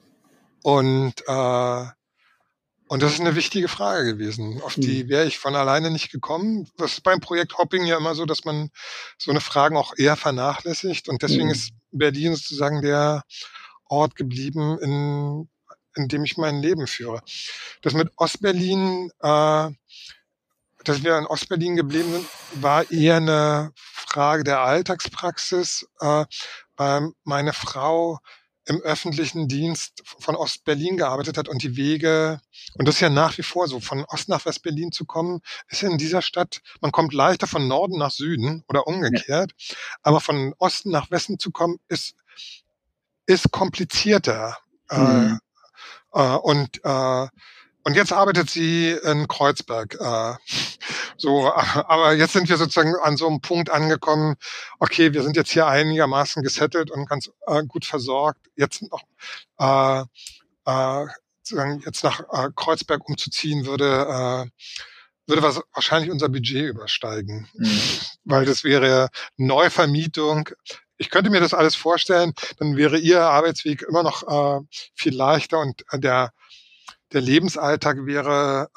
Und äh, und das ist eine wichtige Frage gewesen. Auf die wäre ich von alleine nicht gekommen. Das ist beim Projekt Hopping ja immer so, dass man so eine Fragen auch eher vernachlässigt. Und deswegen mhm. ist Berlin sozusagen der Ort geblieben, in, in dem ich mein Leben führe. Das mit Ostberlin, äh, dass wir in Ostberlin geblieben sind, war eher eine Frage der Alltagspraxis, äh, weil meine Frau im öffentlichen Dienst von Ostberlin gearbeitet hat und die Wege, und das ist ja nach wie vor so, von Ost nach Westberlin zu kommen, ist in dieser Stadt, man kommt leichter von Norden nach Süden oder umgekehrt, ja. Aber von Osten nach Westen zu kommen, ist, ist komplizierter. Mhm. Äh, äh, und, äh, und jetzt arbeitet sie in Kreuzberg. Äh, so, aber jetzt sind wir sozusagen an so einem Punkt angekommen, okay, wir sind jetzt hier einigermaßen gesettelt und ganz äh, gut versorgt. Jetzt noch äh, äh, sozusagen jetzt nach äh, Kreuzberg umzuziehen, würde äh, würde was wahrscheinlich unser Budget übersteigen. Mhm. Weil das wäre Neuvermietung. Ich könnte mir das alles vorstellen, dann wäre ihr Arbeitsweg immer noch äh, viel leichter und äh, der Der Lebensalltag wäre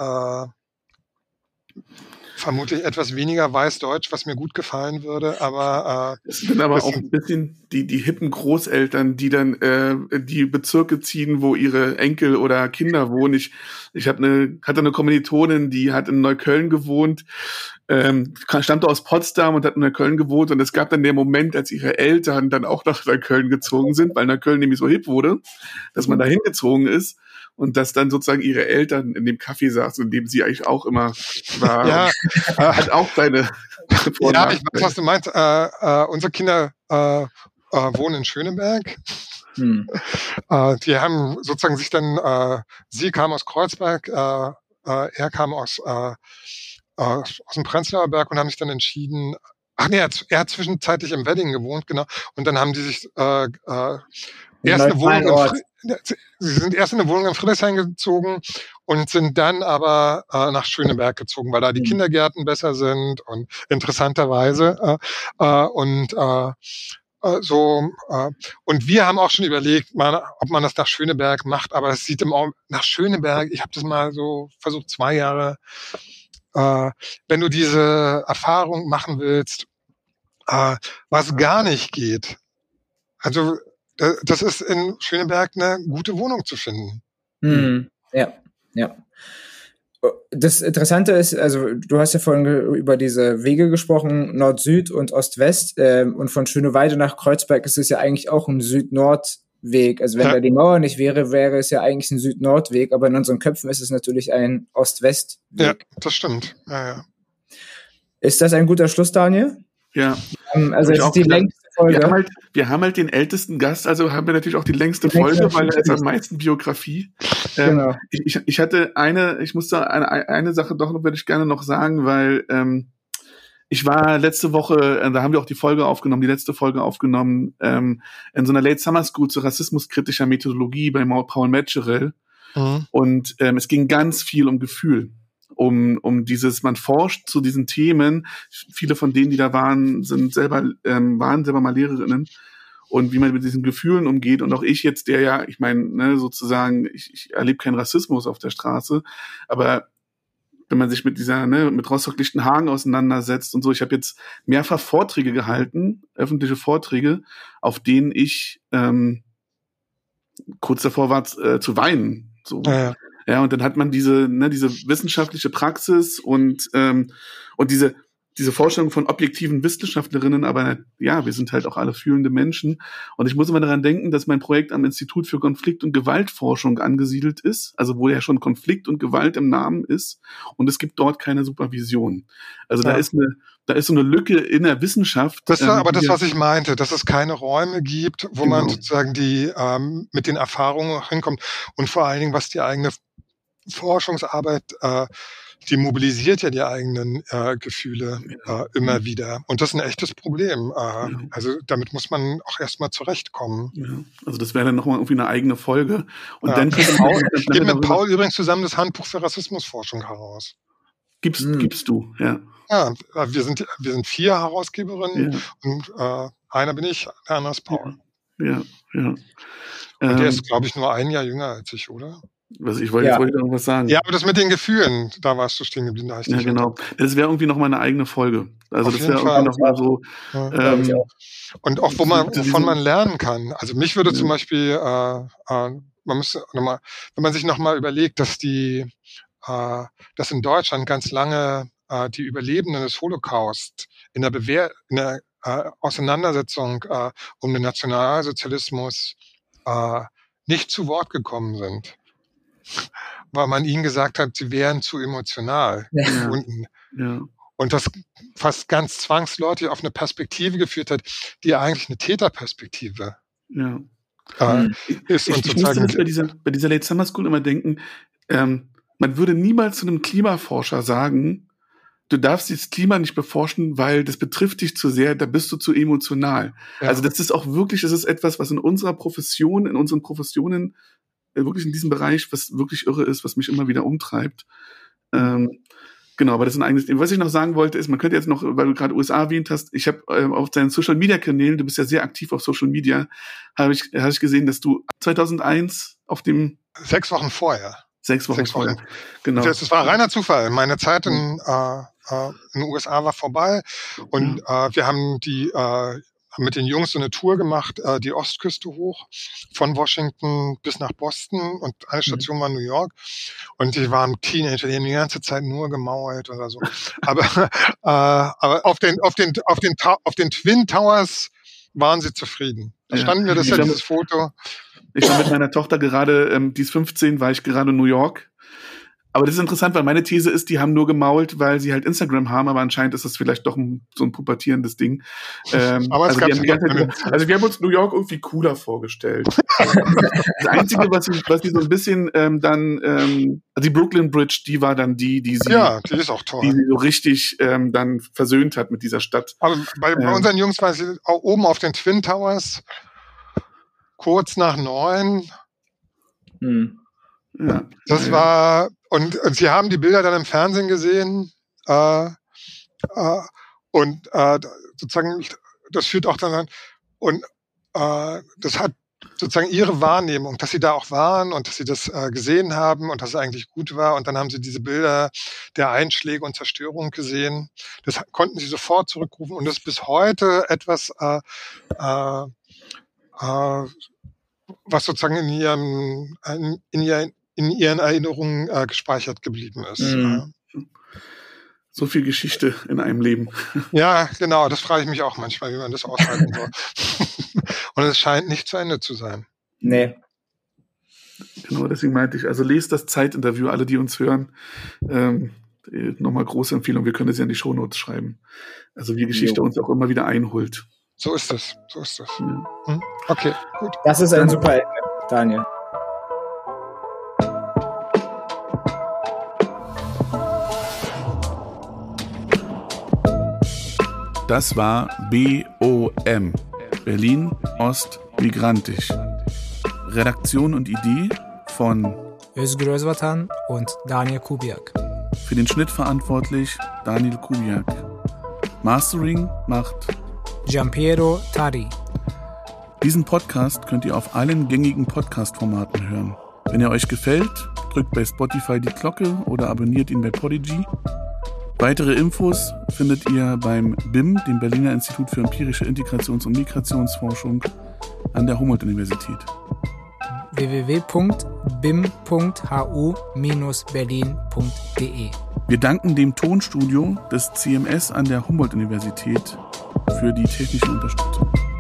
äh, vermutlich etwas weniger weißdeutsch, was mir gut gefallen würde, aber äh, es sind aber auch ein bisschen die die hippen Großeltern, die dann äh, die Bezirke ziehen, wo ihre Enkel oder Kinder wohnen. Ich ich habe eine hatte eine Kommilitonin, die hat in Neukölln gewohnt, ähm, stammte aus Potsdam und hat in Neukölln gewohnt, und es gab dann den Moment, als ihre Eltern dann auch nach Neukölln gezogen sind, weil Neukölln nämlich so hip wurde, dass man da hingezogen ist. Und dass dann sozusagen ihre Eltern in dem Café saßen, in dem sie eigentlich auch immer war. Ja, hat auch seine Ja, ich weiß, was du meinst. Äh, äh, unsere Kinder äh, äh, wohnen in Schöneberg. Hm. Äh, die haben sozusagen sich dann, äh, sie kam aus Kreuzberg, äh, äh, er kam aus, äh, aus dem Prenzlauer Berg und haben sich dann entschieden, ach nee, er hat, er hat zwischenzeitlich im Wedding gewohnt, genau. Und dann haben die sich äh, äh, erst eine Wohnung in Fri- Sie sind erst in eine Wohnung in Friedrichshain gezogen und sind dann aber äh, nach Schöneberg gezogen, weil da die Kindergärten besser sind und interessanterweise äh, äh, und äh, äh, so äh, und wir haben auch schon überlegt, man, ob man das nach Schöneberg macht, aber es sieht im Augenblick nach Schöneberg. Ich habe das mal so versucht, zwei Jahre. Äh, wenn du diese Erfahrung machen willst, äh, was gar nicht geht, also das ist in Schöneberg eine gute Wohnung zu finden. Hm. Ja, ja. Das Interessante ist, also du hast ja vorhin ge- über diese Wege gesprochen, Nord-Süd und Ost-West, ähm, und von Schöneweide nach Kreuzberg ist es ja eigentlich auch ein Süd-Nord-Weg. Also wenn ja. da die Mauer nicht wäre, wäre es ja eigentlich ein Süd-Nord-Weg, aber in unseren Köpfen ist es natürlich ein Ost-West-Weg. Ja, das stimmt. Ja, ja. Ist das ein guter Schluss, Daniel? Ja. Um, also es ist die längste Folge. Wir haben, halt, wir haben halt den ältesten Gast, also haben wir natürlich auch die längste die Folge, längste weil er ist am meisten Biografie. Genau. Ähm, ich, ich hatte eine, ich musste eine, eine Sache doch noch, würde ich gerne noch sagen, weil ähm, ich war letzte Woche, äh, da haben wir auch die Folge aufgenommen, die letzte Folge aufgenommen, ähm, in so einer Late Summer School zu rassismuskritischer Methodologie bei Paul Metzgerell. Mhm. Und ähm, es ging ganz viel um Gefühl. Um, um dieses, man forscht zu diesen Themen. Viele von denen, die da waren, sind selber, ähm, waren selber mal Lehrerinnen. Und wie man mit diesen Gefühlen umgeht. Und auch ich jetzt, der ja, ich meine, ne, sozusagen, ich, ich erlebe keinen Rassismus auf der Straße. Aber wenn man sich mit dieser, ne, mit Rostock-Lichtenhagen auseinandersetzt und so, ich habe jetzt mehrfach Vorträge gehalten, öffentliche Vorträge, auf denen ich ähm, kurz davor war, äh, zu weinen. So. Ja. Ja, und dann hat man diese, ne, diese wissenschaftliche Praxis und ähm, und diese diese Vorstellung von objektiven Wissenschaftlerinnen, aber ja, wir sind halt auch alle fühlende Menschen. Und ich muss immer daran denken, dass mein Projekt am Institut für Konflikt- und Gewaltforschung angesiedelt ist, also wo ja schon Konflikt und Gewalt im Namen ist, und es gibt dort keine Supervision. Also ja. da ist eine da ist so eine Lücke in der Wissenschaft. Das war ähm, aber das, was ich meinte, dass es keine Räume gibt, wo genau. man sozusagen die ähm, mit den Erfahrungen hinkommt und vor allen Dingen, was die eigene Forschungsarbeit, äh, die mobilisiert ja die eigenen äh, Gefühle äh, immer mhm. wieder. Und das ist ein echtes Problem. Äh, ja. Also damit muss man auch erstmal zurechtkommen. Ja. Also das wäre dann nochmal irgendwie eine eigene Folge. Und ja. dann Paul, ich gebe mit Paul übrigens zusammen das Handbuch für Rassismusforschung heraus. Gibst, hm. gibst du, ja. Ja, wir sind, wir sind vier Herausgeberinnen ja. und äh, einer bin ich, der andere ist Paul. Ja, ja. Und ähm, der ist, glaube ich, nur ein Jahr jünger als ich, oder? Was, ich wollte, ja. jetzt wollte ich noch was sagen. Ja, aber das mit den Gefühlen, da warst du stehen geblieben. Da ja, genau. Das wäre irgendwie noch mal eine eigene Folge. Also Auf das wäre irgendwie noch mal so. Ja, ähm, auch. Und auch, wo man, wovon man lernen kann. Also mich würde ja. zum Beispiel, äh, äh, man müsste noch mal, wenn man sich noch mal überlegt, dass die, äh, dass in Deutschland ganz lange äh, die Überlebenden des Holocaust in der Bewehr, in der äh, Auseinandersetzung äh, um den Nationalsozialismus äh, nicht zu Wort gekommen sind. Weil man ihnen gesagt hat, sie wären zu emotional ja. gebunden. Ja. Und das fast ganz zwangsläufig auf eine Perspektive geführt hat, die ja eigentlich eine Täterperspektive ja. äh, ist. Ich, und ich musste bei dieser, bei dieser Late Summer School immer denken, ähm, man würde niemals zu einem Klimaforscher sagen, du darfst dieses Klima nicht beforschen, weil das betrifft dich zu sehr, da bist du zu emotional. Ja. Also das ist auch wirklich, das ist etwas, was in unserer Profession, in unseren Professionen wirklich in diesem Bereich, was wirklich irre ist, was mich immer wieder umtreibt. Ähm, genau, aber das ist ein eigenes Thema. Was ich noch sagen wollte, ist, man könnte jetzt noch, weil du gerade U S A erwähnt hast, ich habe äh, auf deinen Social-Media-Kanälen, du bist ja sehr aktiv auf Social Media, habe ich, hab ich gesehen, dass du zweitausendeins auf dem... Sechs Wochen vorher. Sechs Wochen, Sechs Wochen. vorher, genau. Das, das war reiner Zufall. Meine Zeit in, äh, äh, in den U S A war vorbei und äh, wir haben die... Äh, mit den Jungs so eine Tour gemacht, äh, die Ostküste hoch, von Washington bis nach Boston und eine Station mhm. war New York und die waren Teenager, die haben die ganze Zeit nur gemauert oder so. aber äh, aber auf den auf den auf den auf den Twin Towers waren sie zufrieden. Da ja. standen wir, das ist ja dieses Foto. Ich war mit meiner Tochter gerade, ähm, die ist fünfzehn, war ich gerade in New York. Aber das ist interessant, weil meine These ist, die haben nur gemault, weil sie halt Instagram haben, aber anscheinend ist das vielleicht doch ein, so ein pubertierendes Ding. Ähm, aber es also, gab die haben die ganze Zeit, also wir haben uns New York irgendwie cooler vorgestellt. Das Einzige, was sie, was sie so ein bisschen ähm, dann, ähm, also die Brooklyn Bridge, die war dann die, die sie, ja, die ist auch toll, die sie so richtig ähm, dann versöhnt hat mit dieser Stadt. Aber bei, bei ähm, unseren Jungs war sie auch oben auf den Twin Towers, kurz nach neun. Hm. Ja, das ja. war, und, und sie haben die Bilder dann im Fernsehen gesehen, äh, äh, und äh, sozusagen, das führt auch dann an, und äh, das hat sozusagen ihre Wahrnehmung, dass sie da auch waren und dass sie das äh, gesehen haben und dass es eigentlich gut war. Und dann haben sie diese Bilder der Einschläge und Zerstörung gesehen. Das konnten sie sofort zurückrufen und das ist bis heute etwas, äh, äh, äh, was sozusagen in ihrem, in, in ihren in ihren Erinnerungen äh, gespeichert geblieben ist. Mhm. So viel Geschichte in einem Leben. Ja, genau, das frage ich mich auch manchmal, wie man das aushalten soll. Und es scheint nicht zu Ende zu sein. Nee. Genau, deswegen meinte ich, also lest das Zeitinterview, alle, die uns hören. Ähm, nochmal große Empfehlung, wir können das ja in die Shownotes schreiben. Also wie Geschichte jo. uns auch immer wieder einholt. So ist es, so ist es. Ja. Hm? Okay, gut. Das ist ein super Ende, Daniel. Das war B O M, Berlin Ost Migrantisch. Redaktion und Idee von Özgür Özvatan und Daniel Kubiak. Für den Schnitt verantwortlich Daniel Kubiak. Mastering macht Giampiero Tari. Diesen Podcast könnt ihr auf allen gängigen Podcast-Formaten hören. Wenn er euch gefällt, drückt bei Spotify die Glocke oder abonniert ihn bei Podigy. Weitere Infos findet ihr beim B I M, dem Berliner Institut für empirische Integrations- und Migrationsforschung an der Humboldt-Universität. w w w punkt bim punkt h u bindestrich berlin punkt d e. Wir danken dem Tonstudio des C M S an der Humboldt-Universität für die technische Unterstützung.